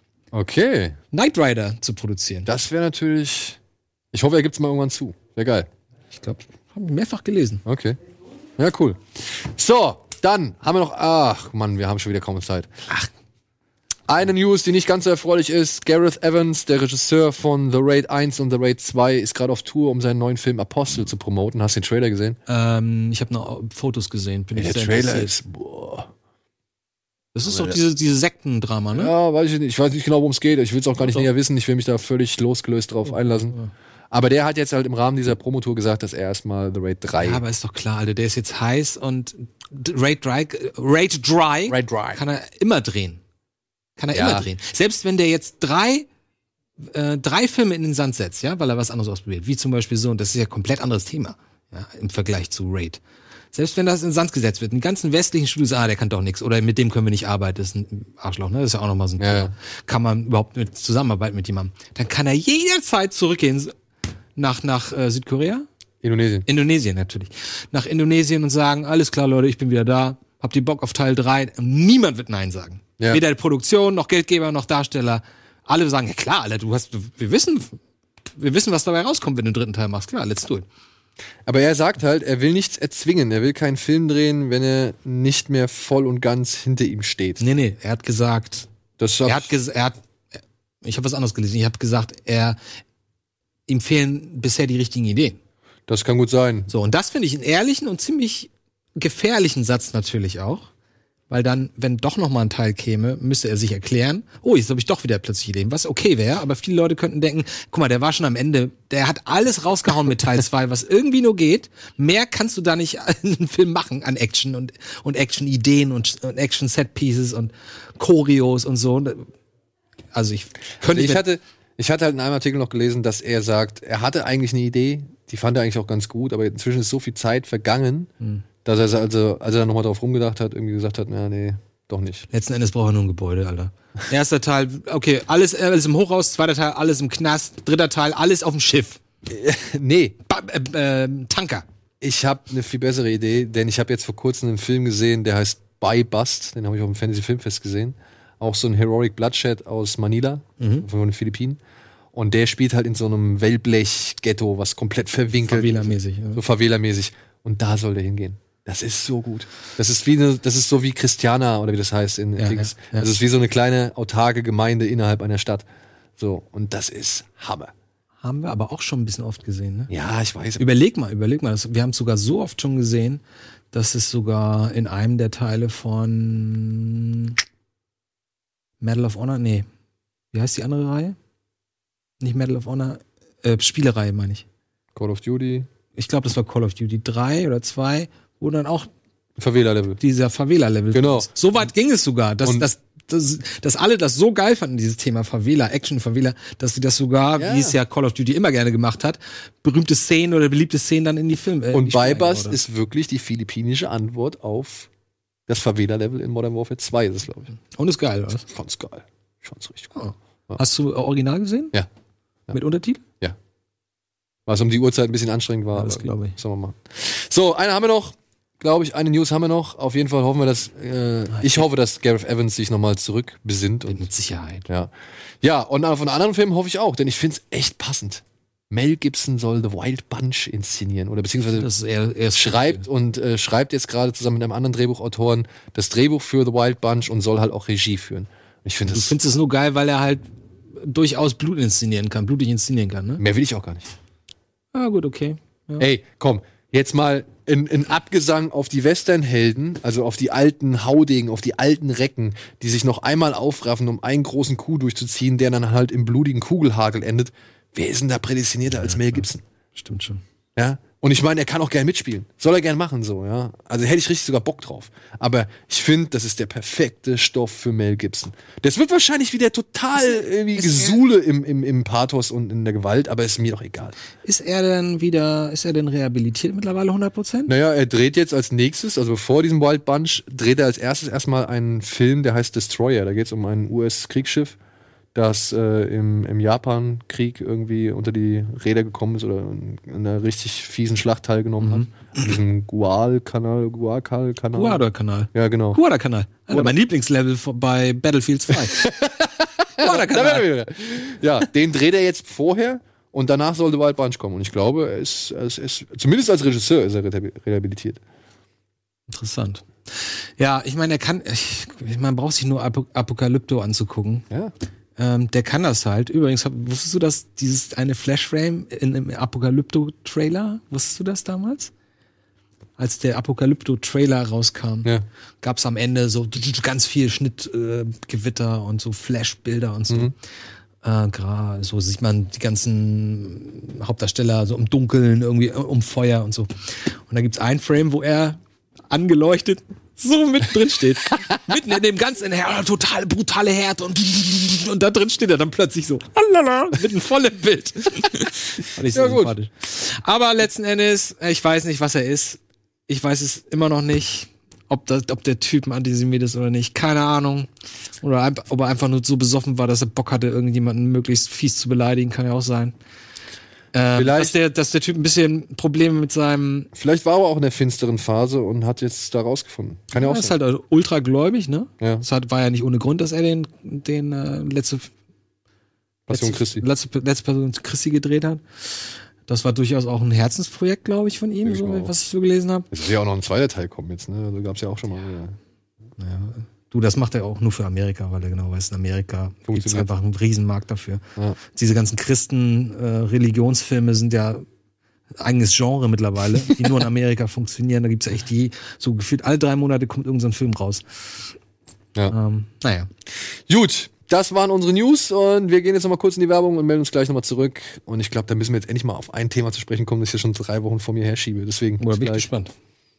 Knight Rider zu produzieren. Das wäre natürlich, ich hoffe, er gibt's mal irgendwann zu. Wäre geil. Ich glaube, haben wir mehrfach gelesen. Okay. Ja, cool. So, dann haben wir noch, wir haben schon wieder kaum Zeit. Eine News, die nicht ganz so erfreulich ist. Gareth Evans, der Regisseur von The Raid 1 und The Raid 2, ist gerade auf Tour, um seinen neuen Film Apostle zu promoten. Hast du den Trailer gesehen? Ich habe noch Fotos gesehen. Der Trailer ist, Das ist doch diese Sektendrama, ne? Ja, weiß ich nicht. Ich weiß nicht genau, worum es geht. Ich will es auch gar nicht näher wissen. Ich will mich da völlig losgelöst drauf einlassen. Ja. Aber der hat jetzt halt im Rahmen dieser Promotour gesagt, dass er erstmal The Raid 3... Ja, aber ist doch klar, Alter. Der ist jetzt heiß und Raid Dry kann er immer drehen. Immer drehen. Selbst wenn der jetzt drei Filme in den Sand setzt, ja, weil er was anderes ausprobiert, wie zum Beispiel so, und das ist ja ein komplett anderes Thema, ja, im Vergleich zu Raid. Selbst wenn das in den Sand gesetzt wird, in den ganzen westlichen Studios, der kann doch nichts, oder mit dem können wir nicht arbeiten, das ist ein Arschloch, ne, das ist ja auch nochmal so ein Thema. Ja. Kann man überhaupt mit zusammenarbeiten mit jemandem? Dann kann er jederzeit zurückgehen nach Südkorea? Indonesien natürlich. Nach Indonesien und sagen, alles klar, Leute, ich bin wieder da, habt ihr Bock auf Teil 3? Und niemand wird Nein sagen. Ja. Weder die Produktion, noch Geldgeber, noch Darsteller. Alle sagen, ja klar, Alter, wir wissen, was dabei rauskommt, wenn du den dritten Teil machst. Klar, let's do it. Aber er sagt halt, er will nichts erzwingen. Er will keinen Film drehen, wenn er nicht mehr voll und ganz hinter ihm steht. Nee, er hat gesagt, ich habe was anderes gelesen. Ich habe gesagt, ihm fehlen bisher die richtigen Ideen. Das kann gut sein. So, und das finde ich einen ehrlichen und ziemlich gefährlichen Satz natürlich auch. Weil dann, wenn doch noch mal ein Teil käme, müsste er sich erklären, jetzt habe ich doch wieder plötzlich Ideen, was okay wäre, aber viele Leute könnten denken, guck mal, der war schon am Ende, der hat alles rausgehauen mit Teil 2, was irgendwie nur geht. Mehr kannst du da nicht einen Film machen an Action und Action-Ideen und Action-Set-Pieces und Choreos und so. Also ich hatte halt in einem Artikel noch gelesen, dass er sagt, er hatte eigentlich eine Idee, die fand er eigentlich auch ganz gut, aber inzwischen ist so viel Zeit vergangen, dass er als er dann nochmal drauf rumgedacht hat, irgendwie gesagt hat, nee, doch nicht. Letzten Endes braucht er nur ein Gebäude, Alter. Erster Teil, okay, alles im Hochhaus, zweiter Teil, alles im Knast, dritter Teil, alles auf dem Schiff. Nee, Tanker. ich habe eine viel bessere Idee, denn ich habe jetzt vor kurzem einen Film gesehen, der heißt By Bust. Den habe ich auf dem Fantasy Filmfest gesehen. Auch so ein Heroic Bloodshed aus Manila, von den Philippinen. Und der spielt halt in so einem Wellblech-Ghetto, was komplett verwinkelt. Favela-mäßig. So Favela-mäßig. Und da soll der hingehen. Das ist so gut. Das ist so wie Christiana, oder wie das heißt in Dings. ja. Das ist wie so eine kleine autarke Gemeinde innerhalb einer Stadt. So. Und das ist Hammer. Haben wir aber auch schon ein bisschen oft gesehen, ne? Ja, ich weiß. Überleg mal. Wir haben es sogar so oft schon gesehen, dass es sogar in einem der Teile von Medal of Honor, nee. Wie heißt die andere Reihe? Nicht Medal of Honor, Spielereihe meine ich. Call of Duty. Ich glaube, das war Call of Duty 3 oder 2, wo dann auch Favela-Level. dieser Favela-Level. Genau. ist. So weit ging es sogar, dass alle das so geil fanden, dieses Thema Favela, Action-Favela, dass sie das sogar, wie es ja Call of Duty immer gerne gemacht hat, berühmte Szenen oder beliebte Szenen dann in die Filme. Und By Bust ist wirklich die philippinische Antwort auf das Favela-Level in Modern Warfare 2, ist es, glaube ich. Und ist geil, oder? Ich fand's geil. Ich fand's richtig gut. Ja. Hast du Original gesehen? Ja. Mit Untertitel? Was um die Uhrzeit ein bisschen anstrengend war. Ja, das glaube ich. Sollen wir machen. So, eine haben wir noch. Glaube ich, eine News haben wir noch. Auf jeden Fall hoffen wir, dass ich hoffe, dass Gareth Evans sich nochmal zurückbesinnt. Und, Mit Sicherheit. ja, und von anderen Filmen hoffe ich auch, denn ich finde es echt passend. Mel Gibson soll The Wild Bunch inszenieren oder beziehungsweise Das ist eher schreibt jetzt gerade zusammen mit einem anderen Drehbuchautoren das Drehbuch für The Wild Bunch und soll halt auch Regie führen. Ich finde Du das findest es nur geil, weil er halt durchaus blutig inszenieren kann, ne? mehr will ich auch gar nicht. Ah, gut, okay. Ja. Ey, komm, jetzt mal in Abgesang auf die Westernhelden, also auf die alten Haudegen, auf die alten Recken, die sich noch einmal aufraffen, um einen großen Coup durchzuziehen, der dann halt im blutigen Kugelhagel endet. Wer ist denn da prädestinierter als Mel Gibson? Stimmt schon. Ja? Und ich meine, er kann auch gern mitspielen. Soll er gern machen, so, ja. Also hätte ich richtig sogar Bock drauf. Aber ich finde, das ist der perfekte Stoff für Mel Gibson. Das wird wahrscheinlich wieder total irgendwie Gesule im Pathos und in der Gewalt, aber ist mir doch egal. Ist er denn rehabilitiert mittlerweile 100%? Naja, er dreht jetzt als nächstes, also vor diesem Wild Bunch, dreht er als erstes erstmal einen Film, der heißt Destroyer. Da geht es um ein US-Kriegsschiff, das im Japan-Krieg irgendwie unter die Räder gekommen ist oder in einer richtig fiesen Schlacht teilgenommen hat. In diesem Guadalcanal. Guadalcanal. Ja, genau. Guadalcanal. Also mein Lieblingslevel bei Battlefield 2. Guadalcanal. Ja, den dreht er jetzt vorher und danach soll The Wild Bunch kommen. Und ich glaube, er ist zumindest als Regisseur ist er rehabilitiert. Interessant. Ja, ich meine, man braucht sich nur Apokalypto anzugucken. Ja. Der kann das halt. Übrigens, wusstest du, dass dieses eine Flashframe im Apokalypto-Trailer, wusstest du das damals? Als der Apokalypto-Trailer rauskam, gab es am Ende so ganz viel Schnittgewitter und so Flashbilder und so. So sieht man die ganzen Hauptdarsteller so im Dunkeln, irgendwie um Feuer und so. Und da gibt's ein Frame, wo er angeleuchtet so mit drin steht. Mitten in dem ganzen total brutale Härte und da drin steht er dann plötzlich so mit einem vollen Bild. Fand ich so sympathisch. Aber letzten Endes, ich weiß nicht, was er ist. Ich weiß es immer noch nicht, ob der Typ ein Antisemit ist oder nicht. Keine Ahnung. Oder ob er einfach nur so besoffen war, dass er Bock hatte, irgendjemanden möglichst fies zu beleidigen. Kann ja auch sein. Dass der Typ ein bisschen Probleme mit seinem... Vielleicht war er auch in der finsteren Phase und hat jetzt da rausgefunden. Kann ja auch sein. Ist halt also ultra gläubig, ne? Ja. War ja nicht ohne Grund, dass er den letzte Passion Christi gedreht hat. Das war durchaus auch ein Herzensprojekt, glaube ich, von ihm, was ich so gelesen habe. Es wird ja auch noch ein zweiter Teil kommen jetzt, ne? Also gab's ja auch schon mal. Ja. Du, das macht er auch nur für Amerika, weil er genau weiß, in Amerika gibt es einfach einen Riesenmarkt dafür. Ja. Diese ganzen Religionsfilme sind ja eigenes Genre mittlerweile, die nur in Amerika funktionieren. Da gibt es echt so gefühlt alle 3 Monate kommt irgendein Film raus. Ja. Naja. Gut, das waren unsere News und wir gehen jetzt nochmal kurz in die Werbung und melden uns gleich nochmal zurück. Und ich glaube, da müssen wir jetzt endlich mal auf ein Thema zu sprechen kommen, das ich ja schon 3 Wochen vor mir herschiebe. Deswegen bin ich gespannt.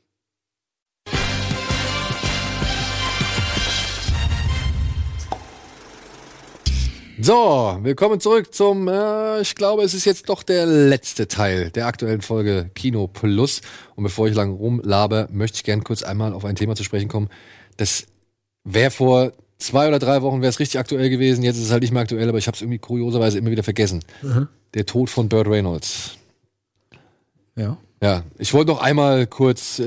So, willkommen zurück zum, ich glaube, es ist jetzt doch der letzte Teil der aktuellen Folge Kino Plus. Und bevor ich lang rumlaber, möchte ich gerne kurz einmal auf ein Thema zu sprechen kommen. Das wäre vor 2 oder 3 Wochen wäre es richtig aktuell gewesen. Jetzt ist es halt nicht mehr aktuell, aber ich habe es irgendwie kurioserweise immer wieder vergessen. Der Tod von Burt Reynolds. Ja. Ja, ich wollte noch einmal kurz,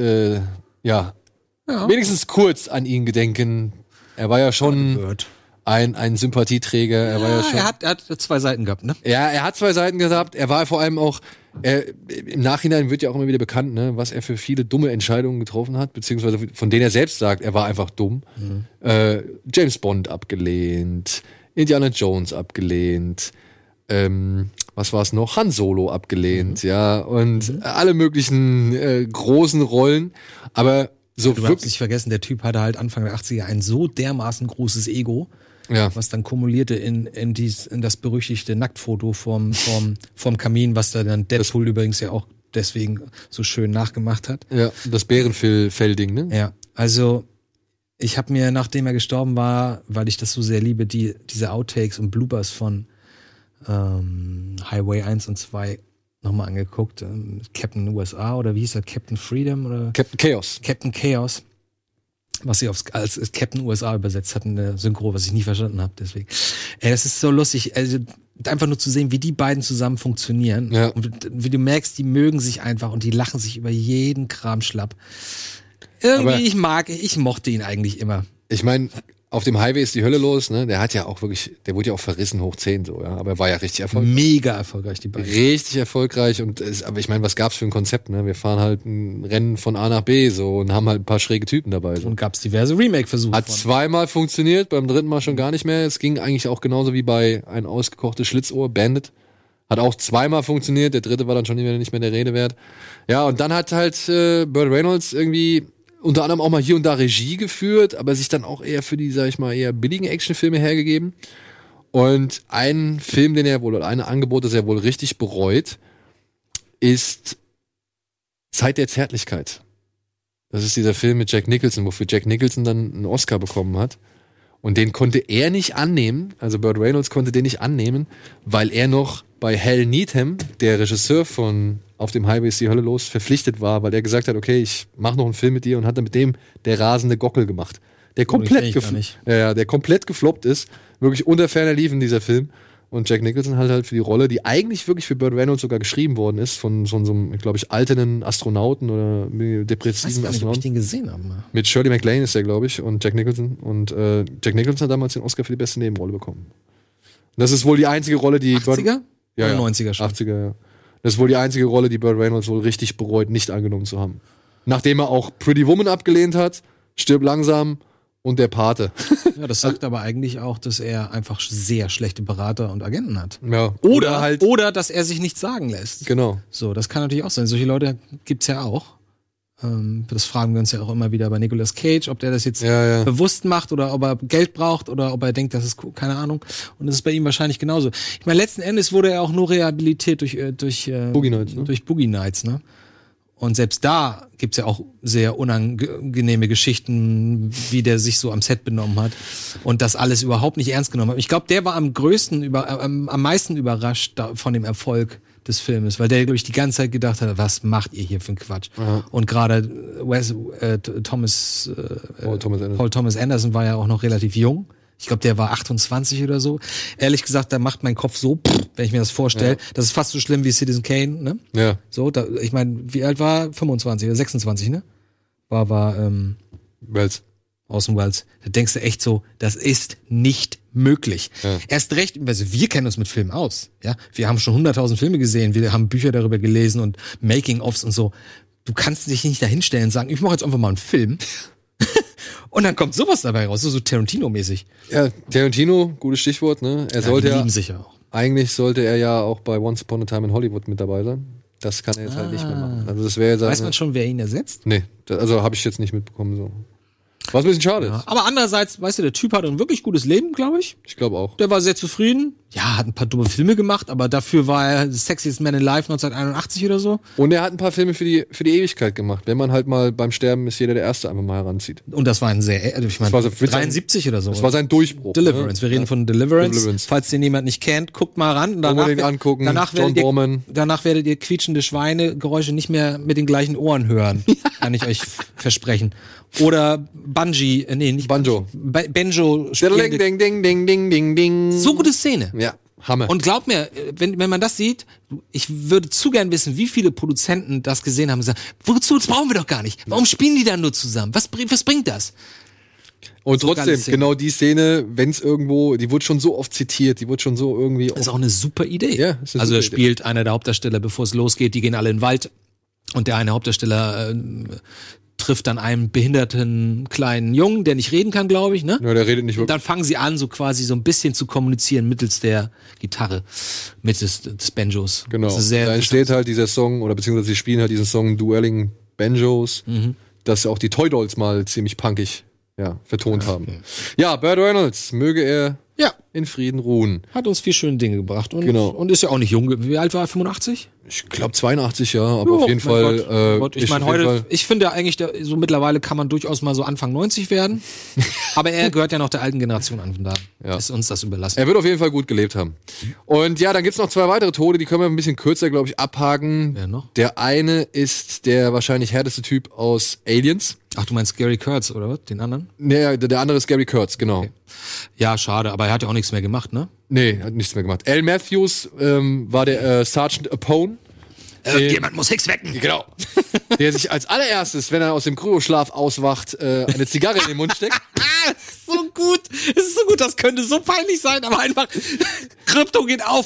wenigstens kurz an ihn gedenken. Er war ja schon ein Sympathieträger. Er war ja schon. Er hat 2 Seiten gehabt, ne? Ja, er hat 2 Seiten gehabt. Er war vor allem auch, im Nachhinein wird ja auch immer wieder bekannt, ne, was er für viele dumme Entscheidungen getroffen hat, beziehungsweise von denen er selbst sagt, er war einfach dumm. James Bond abgelehnt, Indiana Jones abgelehnt, was war es noch? Han Solo abgelehnt, und alle möglichen großen Rollen, aber so du darfst nicht vergessen, der Typ hatte halt Anfang der 80er ein so dermaßen großes Ego, was dann kumulierte in das berüchtigte Nacktfoto vom Kamin, was da dann Deadpool übrigens ja auch deswegen so schön nachgemacht hat. Ja, das Bärenfell-Ding, ne? Ja, also ich habe mir, nachdem er gestorben war, weil ich das so sehr liebe, diese Outtakes und Bloopers von Highway 1 und 2 nochmal angeguckt. Captain USA oder wie hieß das? Captain Freedom oder? Captain Chaos. Captain Chaos. Was sie als Captain USA übersetzt hatten, in der Synchro, was ich nie verstanden habe, deswegen. Das ist so lustig, also einfach nur zu sehen, wie die beiden zusammen funktionieren. Ja. Und wie du merkst, die mögen sich einfach und die lachen sich über jeden Kram schlapp. Irgendwie, aber ich mochte ihn eigentlich immer. Ich meine, auf dem Highway ist die Hölle los, ne? Der hat ja auch wirklich, der wurde ja auch verrissen hoch 10 so, ja. Aber er war ja richtig erfolgreich. Mega erfolgreich, die beiden. Richtig erfolgreich aber ich meine, was gab's für ein Konzept, ne? Wir fahren halt ein Rennen von A nach B so und haben halt ein paar schräge Typen dabei. So. Und gab's diverse Remake-Versuche. Hat 2-mal funktioniert, beim 3. Mal schon gar nicht mehr. Es ging eigentlich auch genauso wie bei ein ausgekochtes Schlitzohr, Bandit. Hat auch 2-mal funktioniert, der 3. war dann schon nicht mehr der Rede wert. Ja, und dann hat halt Burt Reynolds irgendwie unter anderem auch mal hier und da Regie geführt, aber sich dann auch eher für die, sag ich mal, eher billigen Actionfilme hergegeben. Und ein Film, oder ein Angebot, das er wohl richtig bereut, ist Zeit der Zärtlichkeit. Das ist dieser Film mit Jack Nicholson, wofür Jack Nicholson dann einen Oscar bekommen hat. Und den konnte er nicht annehmen, also Burt Reynolds konnte den nicht annehmen, weil er noch bei Hal Needham, der Regisseur von Auf dem Highway ist die Hölle los, verpflichtet war, weil er gesagt hat, okay, ich mache noch einen Film mit dir und hat dann mit dem Der rasende Gockel gemacht. Der komplett gefloppt ist, wirklich unter ferner liefen dieser Film. Und Jack Nicholson halt für die Rolle, die eigentlich wirklich für Burt Reynolds sogar geschrieben worden ist, von so einem, glaube ich, alternden Astronauten oder depressiven Astronauten. Ob ich den gesehen habe. Mit Shirley MacLaine ist der, glaube ich, und Jack Nicholson. Und Jack Nicholson hat damals den Oscar für die beste Nebenrolle bekommen. Und das ist wohl die einzige Rolle, die 80er? Ja, 90er schon. 80er, ja. Das ist wohl die einzige Rolle, die Burt Reynolds wohl richtig bereut, nicht angenommen zu haben. Nachdem er auch Pretty Woman abgelehnt hat, Stirb langsam und Der Pate. Ja, das sagt aber eigentlich auch, dass er einfach sehr schlechte Berater und Agenten hat. Ja. Oder dass er sich nichts sagen lässt. Genau. So, das kann natürlich auch sein. Solche Leute gibt's ja auch. Das fragen wir uns ja auch immer wieder bei Nicolas Cage, ob der das jetzt bewusst macht oder ob er Geld braucht oder ob er denkt, das ist keine Ahnung. Und das ist bei ihm wahrscheinlich genauso. Ich meine, letzten Endes wurde er auch nur rehabilitiert durch Boogie Nights, ne? Durch Boogie Nights, ne? Und selbst da gibt's ja auch sehr unangenehme Geschichten, wie der sich so am Set benommen hat und das alles überhaupt nicht ernst genommen hat. Ich glaube, der war am meisten überrascht von dem Erfolg des Filmes, weil der, glaube ich, die ganze Zeit gedacht hat, was macht ihr hier für einen Quatsch? Ja. Und gerade Paul Thomas Anderson war ja auch noch relativ jung. Ich glaube, der war 28 oder so. Ehrlich gesagt, da macht mein Kopf so, wenn ich mir das vorstelle. Ja. Das ist fast so schlimm wie Citizen Kane, ne? Ja. So, ich meine, wie alt war er? 25 oder 26, ne? War Wells. Orson Welles. Da denkst du echt so, das ist nicht möglich. Ja. Erst recht, also wir kennen uns mit Filmen aus. Ja, wir haben schon 100.000 Filme gesehen, wir haben Bücher darüber gelesen und Making-ofs und so. Du kannst dich nicht dahinstellen und sagen, ich mache jetzt einfach mal einen Film. Und dann kommt sowas dabei raus, so Tarantino-mäßig. Ja, Tarantino, gutes Stichwort, ne? Er sollte die lieben sich auch. Eigentlich sollte er ja auch bei Once Upon a Time in Hollywood mit dabei sein. Das kann er jetzt halt nicht mehr machen. Also das wäre jetzt Weiß man schon, wer ihn ersetzt? Nee, also habe ich jetzt nicht mitbekommen so. Was ein bisschen schade ist. Aber andererseits, weißt du, der Typ hat ein wirklich gutes Leben, glaube ich. Ich glaube auch. Der war sehr zufrieden, Ja, hat ein paar dumme Filme gemacht, aber dafür war er Sexiest Man Alive 1981 oder so. Und er hat ein paar Filme für die Ewigkeit gemacht. Wenn man halt mal beim Sterben ist jeder der Erste einfach mal heranzieht. Und das war ein sehr, ich meine, Das war so 73 oder so. Das war sein Durchbruch. Deliverance. Wir reden von Deliverance. Deliverance. Falls den jemand nicht kennt, guckt mal ran. Unbedingt angucken. Danach John Borman. danach werdet ihr quietschende Schweinegeräusche nicht mehr mit den gleichen Ohren hören. Kann ich euch versprechen. Oder Banjo. Banjo. Ding, ding, ding, ding, ding, ding, ding. So gute Szene. Ja, Hammer. Und glaub mir, wenn man das sieht, ich würde zu gern wissen, wie viele Produzenten das gesehen haben und sagen, wozu, das brauchen wir doch gar nicht. Warum spielen die dann nur zusammen? Was bringt das? Und so trotzdem, geile Szene. genau die Szene, wenn es irgendwo, die wurde schon so oft zitiert, die wurde schon so irgendwie. Das ist auch eine super Idee. Ja, ist eine also super da spielt einer der Hauptdarsteller, bevor es losgeht, die gehen alle in den Wald und der eine Hauptdarsteller trifft dann einen behinderten kleinen Jungen, der nicht reden kann, glaube ich, ne? Ja, der redet nicht Und wirklich. dann fangen sie an, so quasi so ein bisschen zu kommunizieren mittels der Gitarre, mittels des Banjos. Genau. Das ist sehr Da entsteht halt dieser Song, oder beziehungsweise sie spielen halt diesen Song Dueling Banjos, dass auch die Toy Dolls mal ziemlich punkig vertont haben. Ja, Burt Reynolds, möge er in Frieden ruhen. Hat uns viel schöne Dinge gebracht und, Genau. und ist ja auch nicht jung. Wie alt war er? 85? Ich glaube 82, ja, aber auf jeden Fall. Gott. Ich ist meine, auf jeden heute, Fall- ich finde eigentlich, so mittlerweile kann man durchaus mal so Anfang 90 werden. Aber er gehört ja noch der alten Generation an, von da ist uns das überlassen. Er wird auf jeden Fall gut gelebt haben. Und ja, dann gibt's noch 2 weitere Tode, die können wir ein bisschen kürzer, glaube ich, abhaken. Wer noch? Der eine ist der wahrscheinlich härteste Typ aus Aliens. Ach, du meinst Gary Kurtz, oder was? Den anderen? Nee, der andere ist Gary Kurtz, genau. Okay. Ja, schade, aber er hat ja auch nichts mehr gemacht, ne? Nee, hat nichts mehr gemacht. Al Matthews war der Sergeant Apone. Jemand muss Hicks wecken. Genau. Der sich als allererstes, wenn er aus dem Kryoschlaf auswacht, eine Zigarre in den Mund steckt. Das ist so gut. Es ist so gut, das könnte so peinlich sein, aber einfach Krypto geht auf.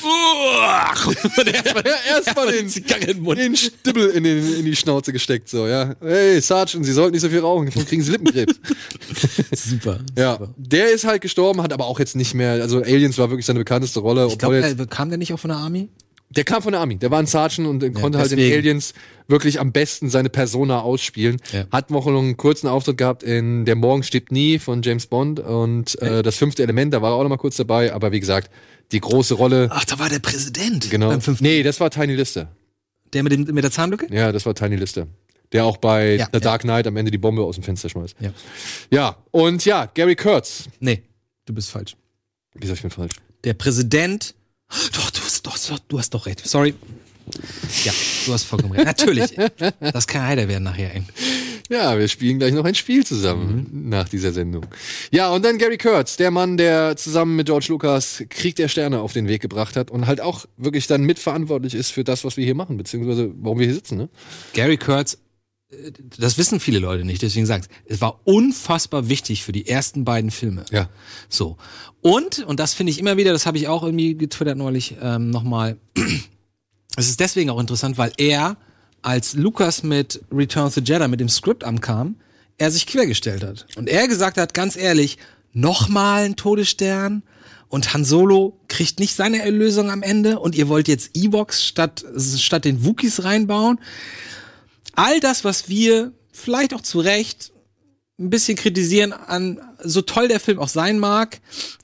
Erstmal den Stibbel in die Schnauze gesteckt, so, ja. Hey, Sergeant, Sie sollten nicht so viel rauchen, sonst kriegen Sie Lippenkrebs. Super. Ja, der ist halt gestorben, hat aber auch jetzt nicht mehr, also Aliens war wirklich seine bekannteste Rolle. Ich glaube, kam der nicht auch von der Army? Der kam von der Army, der war ein Sergeant und konnte halt in deswegen. Aliens wirklich am besten seine Persona ausspielen. Ja. Hat noch einen kurzen Auftritt gehabt in Der Morgen stirbt nie von James Bond und das 5. Element, da war er auch noch mal kurz dabei, aber wie gesagt, die große Rolle. Ach, da war der Präsident. Genau. Beim 5. Nee, das war Tiny Lister. Der mit der Zahnlücke? Ja, das war Tiny Lister. Der auch bei Ja, The Dark Knight am Ende die Bombe aus dem Fenster schmeißt. Ja. Ja, und ja, Gary Kurtz. Nee, du bist falsch. Wieso, ich bin falsch? Der Präsident. Doch, du hast doch recht. Sorry. Ja, du hast vollkommen recht. Natürlich. Das kann heiter werden nachher, ey. Ja, wir spielen gleich noch ein Spiel zusammen nach dieser Sendung. Ja, und dann Gary Kurtz, der Mann, der zusammen mit George Lucas Krieg der Sterne auf den Weg gebracht hat und halt auch wirklich dann mitverantwortlich ist für das, was wir hier machen, beziehungsweise warum wir hier sitzen, ne? Gary Kurtz, das wissen viele Leute nicht, deswegen sage ich, es war unfassbar wichtig für die ersten beiden Filme. Ja. So. Und das finde ich immer wieder, das habe ich auch irgendwie getwittert neulich nochmal, es ist deswegen auch interessant, weil er, als Lucas mit Return of the Jedi mit dem Skript ankam, er sich quergestellt hat. Und er gesagt hat, ganz ehrlich, nochmal ein Todesstern und Han Solo kriegt nicht seine Erlösung am Ende und ihr wollt jetzt Ewoks statt den Wookiees reinbauen. All das, was wir vielleicht auch zu Recht ein bisschen kritisieren an, so toll der Film auch sein mag,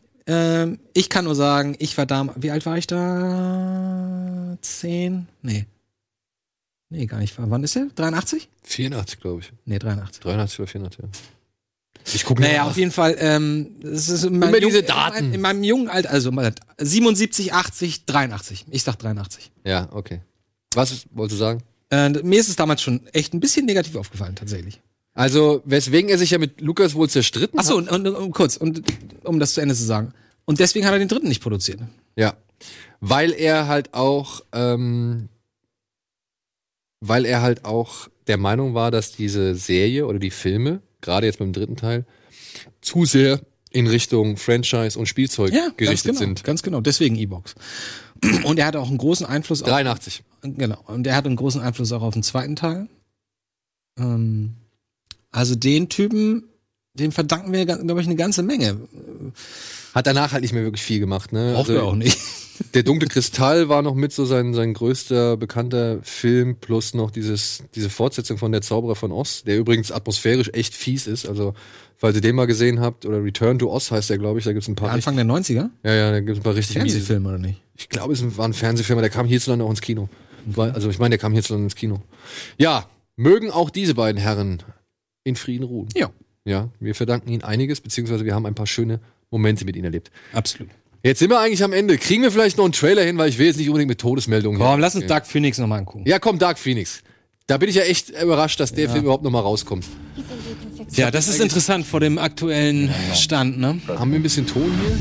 ich kann nur sagen, ich war damals, wie alt war ich da? 10? Nee, gar nicht. Wann ist er? 83? 84, glaube ich. Nee, 83. 83 oder 84, ja. Ich gucke Naja, auf jeden Fall, es ist in meinem Immer diese Daten. in meinem jungen Alter, also 77, 80, 83. Ich sag 83. Ja, okay. Was wolltest du sagen? Mir ist es damals schon echt ein bisschen negativ aufgefallen, tatsächlich. Also, weswegen er sich ja mit Lucas wohl zerstritten Achso, hat? und um das zu Ende zu sagen. Und deswegen hat er den dritten nicht produziert. Ja. Weil er halt auch der Meinung war, dass diese Serie oder die Filme, gerade jetzt beim dritten Teil, zu sehr in Richtung Franchise und Spielzeug gerichtet sind. Ganz genau, deswegen Ewoks. Und er hatte auch einen großen Einfluss 83. Genau, und er hat einen großen Einfluss auch auf den zweiten Teil. Also den Typen, dem verdanken wir, glaube ich, eine ganze Menge. Hat danach halt nicht mehr wirklich viel gemacht, ne? Braucht er auch nicht. Der dunkle Kristall war noch mit so sein größter bekannter Film, plus noch diese Fortsetzung von Der Zauberer von Oz, der übrigens atmosphärisch echt fies ist. Also, falls ihr den mal gesehen habt, oder Return to Oz heißt der, glaube ich, da gibt's ein paar. Anfang der 90er? Ja, da gibt's ein paar richtig Fernsehfilme oder nicht? Ich glaube, es war ein Fernsehfilm, der kam hierzulande auch ins Kino. Also, ich meine, der kam hierzulande ins Kino. Ja, mögen auch diese beiden Herren in Frieden ruhen. Ja. Ja, wir verdanken ihnen einiges, beziehungsweise wir haben ein paar schöne Momente mit ihnen erlebt. Absolut. Jetzt sind wir eigentlich am Ende. Kriegen wir vielleicht noch einen Trailer hin, weil ich will jetzt nicht unbedingt mit Todesmeldungen Komm, lass uns Dark Phoenix nochmal angucken. Ja, komm, Dark Phoenix. Da bin ich ja echt überrascht, dass der Film überhaupt nochmal rauskommt. Ja, das ist interessant vor dem aktuellen Stand, ne? Haben wir ein bisschen Ton hier?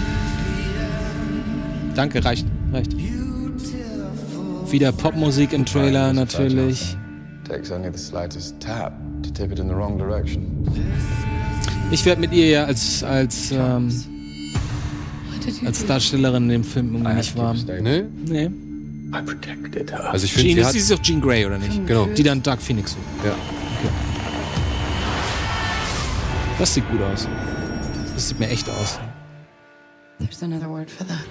Danke, reicht. Wieder Popmusik im Trailer natürlich. Takes only the slightest tap to tip it in the wrong direction. Ich werde mit ihr ja als Darstellerin in dem Film irgendwie nicht warm. Ne? Nee. I protected her. Also ich finde, Sie ist doch Jean Grey, oder nicht? Genau. Die dann Dark Phoenix sucht. Ja. Okay. Das sieht gut aus. Das sieht mir echt aus. There's another word for that.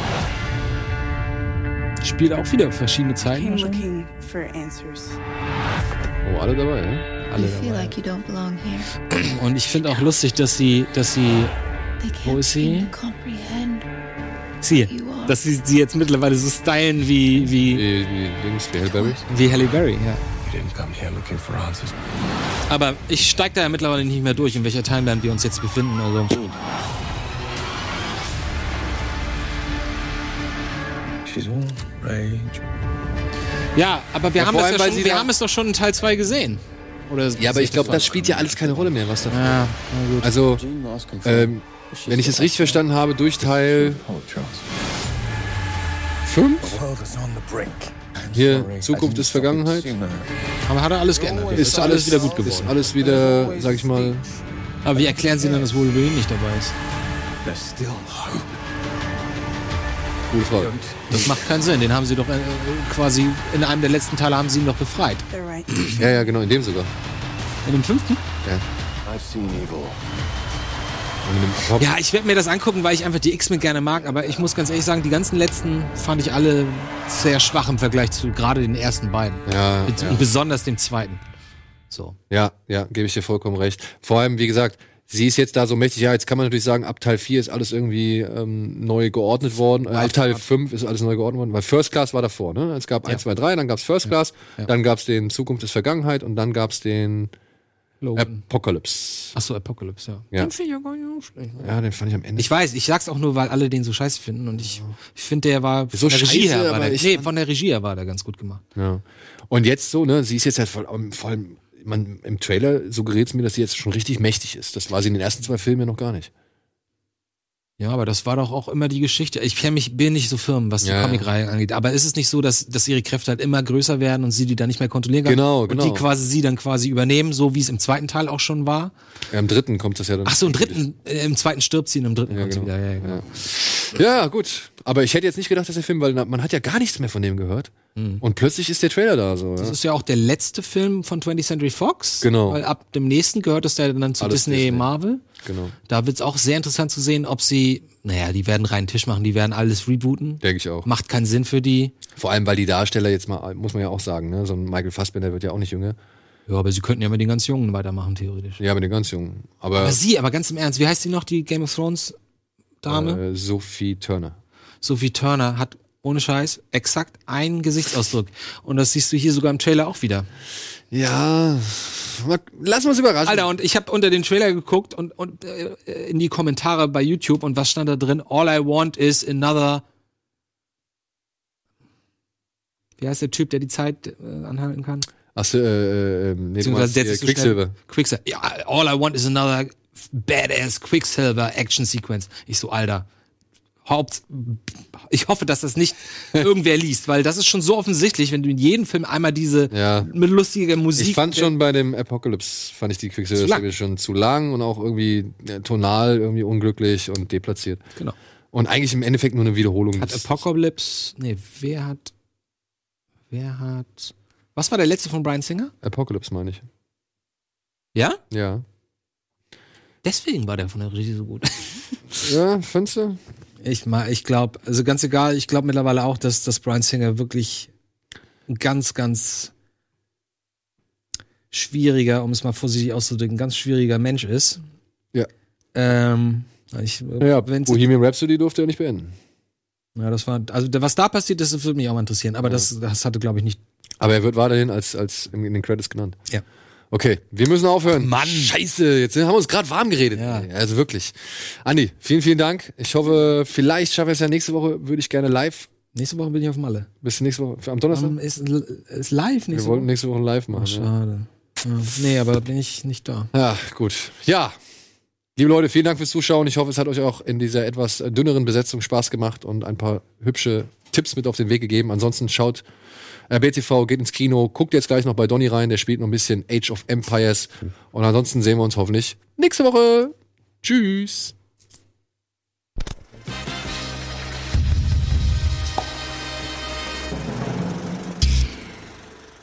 Spielt auch wieder verschiedene Zeiten. Came wahrscheinlich. looking for answers. Oh, alle dabei, ne? Alle You feel dabei. like you don't belong here. Und ich finde auch lustig, dass sie, They Wo can't ist sie? seem to comprehend. siehe, dass sie jetzt mittlerweile so stylen wie Wie Halle Berry. Halle Berry, ja. You didn't come here looking for answers. Aber ich steig da ja mittlerweile nicht mehr durch, in welcher Timeline wir uns jetzt befinden. Also She's all rage. ja, aber wir Ja, haben vor das allem, ja weil schon, sie wir da- haben es doch schon in Teil 2 gesehen. Oder Ja, aber ich glaube, das spielt ja alles keine Rolle mehr, was da. Ja, na gut. Also, Jean lost control. wenn ich es richtig verstanden habe, durch Teil Oh, Charles. 5, The world is on the brink. hier Zukunft ist Vergangenheit, Aber hat er alles geändert. ist alles wieder gut geworden. Ist alles wieder, sag ich mal, Aber wie erklären Sie dann, dass Wolverine nicht dabei ist? There's still hope. gute Frage. Das macht keinen Sinn. Den haben Sie doch quasi in einem der letzten Teile haben Sie ihn doch befreit. They're right. Ja, genau, in dem sogar. In dem 5. I've seen evil. Und in dem Pop- Ja, ich werde mir das angucken, weil ich einfach die X-Men gerne mag. Aber ich muss ganz ehrlich sagen, die ganzen letzten fand ich alle sehr schwach im Vergleich zu gerade den ersten beiden. Ja, Und besonders dem zweiten. So. ja, gebe ich dir vollkommen recht. Vor allem, wie gesagt, sie ist jetzt da so mächtig. Ja, jetzt kann man natürlich sagen, ab Teil 4 ist alles irgendwie neu geordnet worden. Ab Teil 5 ist alles neu geordnet worden, weil First Class war davor. Ne? Es gab 1, 2, 3, dann gab's First Class, dann gab's den Zukunft ist Vergangenheit und dann gab's den Logan. Apocalypse. Achso, Apocalypse, ja. Ja. Den finde ich ja gar nicht so schlecht. Ja, den fand ich am Ende. Ich weiß, ich sag's auch nur, weil alle den so scheiße finden und ich finde, der war So von der Regie scheiße, her, aber von der Regie her war der ganz gut gemacht. Ja. Und jetzt so, ne, sie ist jetzt halt vor allem, im Trailer suggeriert es mir, dass sie jetzt schon richtig mächtig ist. Das war sie in den ersten 2 Filmen ja noch gar nicht. Ja, aber das war doch auch immer die Geschichte. Ich bin nicht so firm, was die Ja. Comicreihe angeht. Aber ist es nicht so, dass ihre Kräfte halt immer größer werden und sie die dann nicht mehr kontrollieren kann? Genau. Und die sie dann quasi übernehmen, so wie es im zweiten Teil auch schon war? Ja, im dritten kommt das ja dann. Ach so, im zweiten stirbt sie und im dritten Ja, kommt sie genau. wieder. Ja, genau. Ja, gut. Aber ich hätte jetzt nicht gedacht, dass der Film, weil man hat ja gar nichts mehr von dem gehört. Und plötzlich ist der Trailer da so. Das Ja. ist ja auch der letzte Film von 20th Century Fox. Genau. Weil ab dem nächsten gehört es dann zu Alles Disney, Disney. Marvel. Genau. Da wird's auch sehr interessant zu sehen, ob sie, die werden reinen Tisch machen, die werden alles rebooten. Denke ich auch. Macht keinen Sinn für die. Vor allem, weil die Darsteller jetzt mal, muss man ja auch sagen, ne, so ein Michael Fassbender wird ja auch nicht jünger. Ja, aber sie könnten ja mit den ganz Jungen weitermachen, theoretisch. Ja, mit den ganz Jungen. Aber Aber ganz im Ernst, wie heißt die noch, die Game of Thrones Dame? Sophie Turner. Sophie Turner hat ohne Scheiß exakt einen Gesichtsausdruck. Und das siehst du hier sogar im Trailer auch wieder. Ja, lass uns überraschen. Alter, und ich habe unter den Trailer geguckt und in die Kommentare bei YouTube und was stand da drin? All I want is another. Wie heißt der Typ, der die Zeit anhalten kann? Achso, nee, du Beziehungsweise meinst setzt hier es so Quicksilver. schnell. Quicksilver. Ja, all I want is another badass Quicksilver Action Sequence. Ich so, Alter. Ich hoffe, dass das nicht irgendwer liest, weil das ist schon so offensichtlich, wenn du in jedem Film einmal diese mit lustiger Musik. Ich fand schon bei dem Apocalypse, fand ich die Quicksilver schon zu lang und auch irgendwie tonal irgendwie unglücklich und deplatziert. Genau. Und eigentlich im Endeffekt nur eine Wiederholung. Hat Apocalypse, wer hat, was war der letzte von Bryan Singer? Apocalypse meine ich. Ja? Ja. Deswegen war der von der Regie so gut. Ja, findest du? Ich glaube, also ganz egal, ich glaube mittlerweile auch, dass Bryan Singer wirklich ein ganz, ganz schwieriger, um es mal vorsichtig auszudrücken, ganz schwieriger Mensch ist. Ja. Bohemian Rhapsody durfte er nicht beenden. Ja, das war, also was da passiert ist, das würde mich auch mal interessieren, aber das hatte, glaube ich, nicht. Aber er wird weiterhin als in den Credits genannt. Ja. Okay, wir müssen aufhören. Mann. Scheiße, jetzt haben wir uns gerade warm geredet. Ja. Also wirklich. Andi, vielen, vielen Dank. Ich hoffe, vielleicht schaffen wir es ja nächste Woche, würde ich gerne live. Nächste Woche bin ich auf Malle. Bis nächste Woche, am Donnerstag? Ist live nächste Woche? Wir wollten nächste Woche live machen. Oh, schade. Ja. Nee, aber da bin ich nicht da. Ja, gut. Ja, liebe Leute, vielen Dank fürs Zuschauen. Ich hoffe, es hat euch auch in dieser etwas dünneren Besetzung Spaß gemacht und ein paar hübsche Tipps mit auf den Weg gegeben. Ansonsten schaut BTV, geht ins Kino, guckt jetzt gleich noch bei Donny rein, der spielt noch ein bisschen Age of Empires. Und ansonsten sehen wir uns hoffentlich nächste Woche. Tschüss.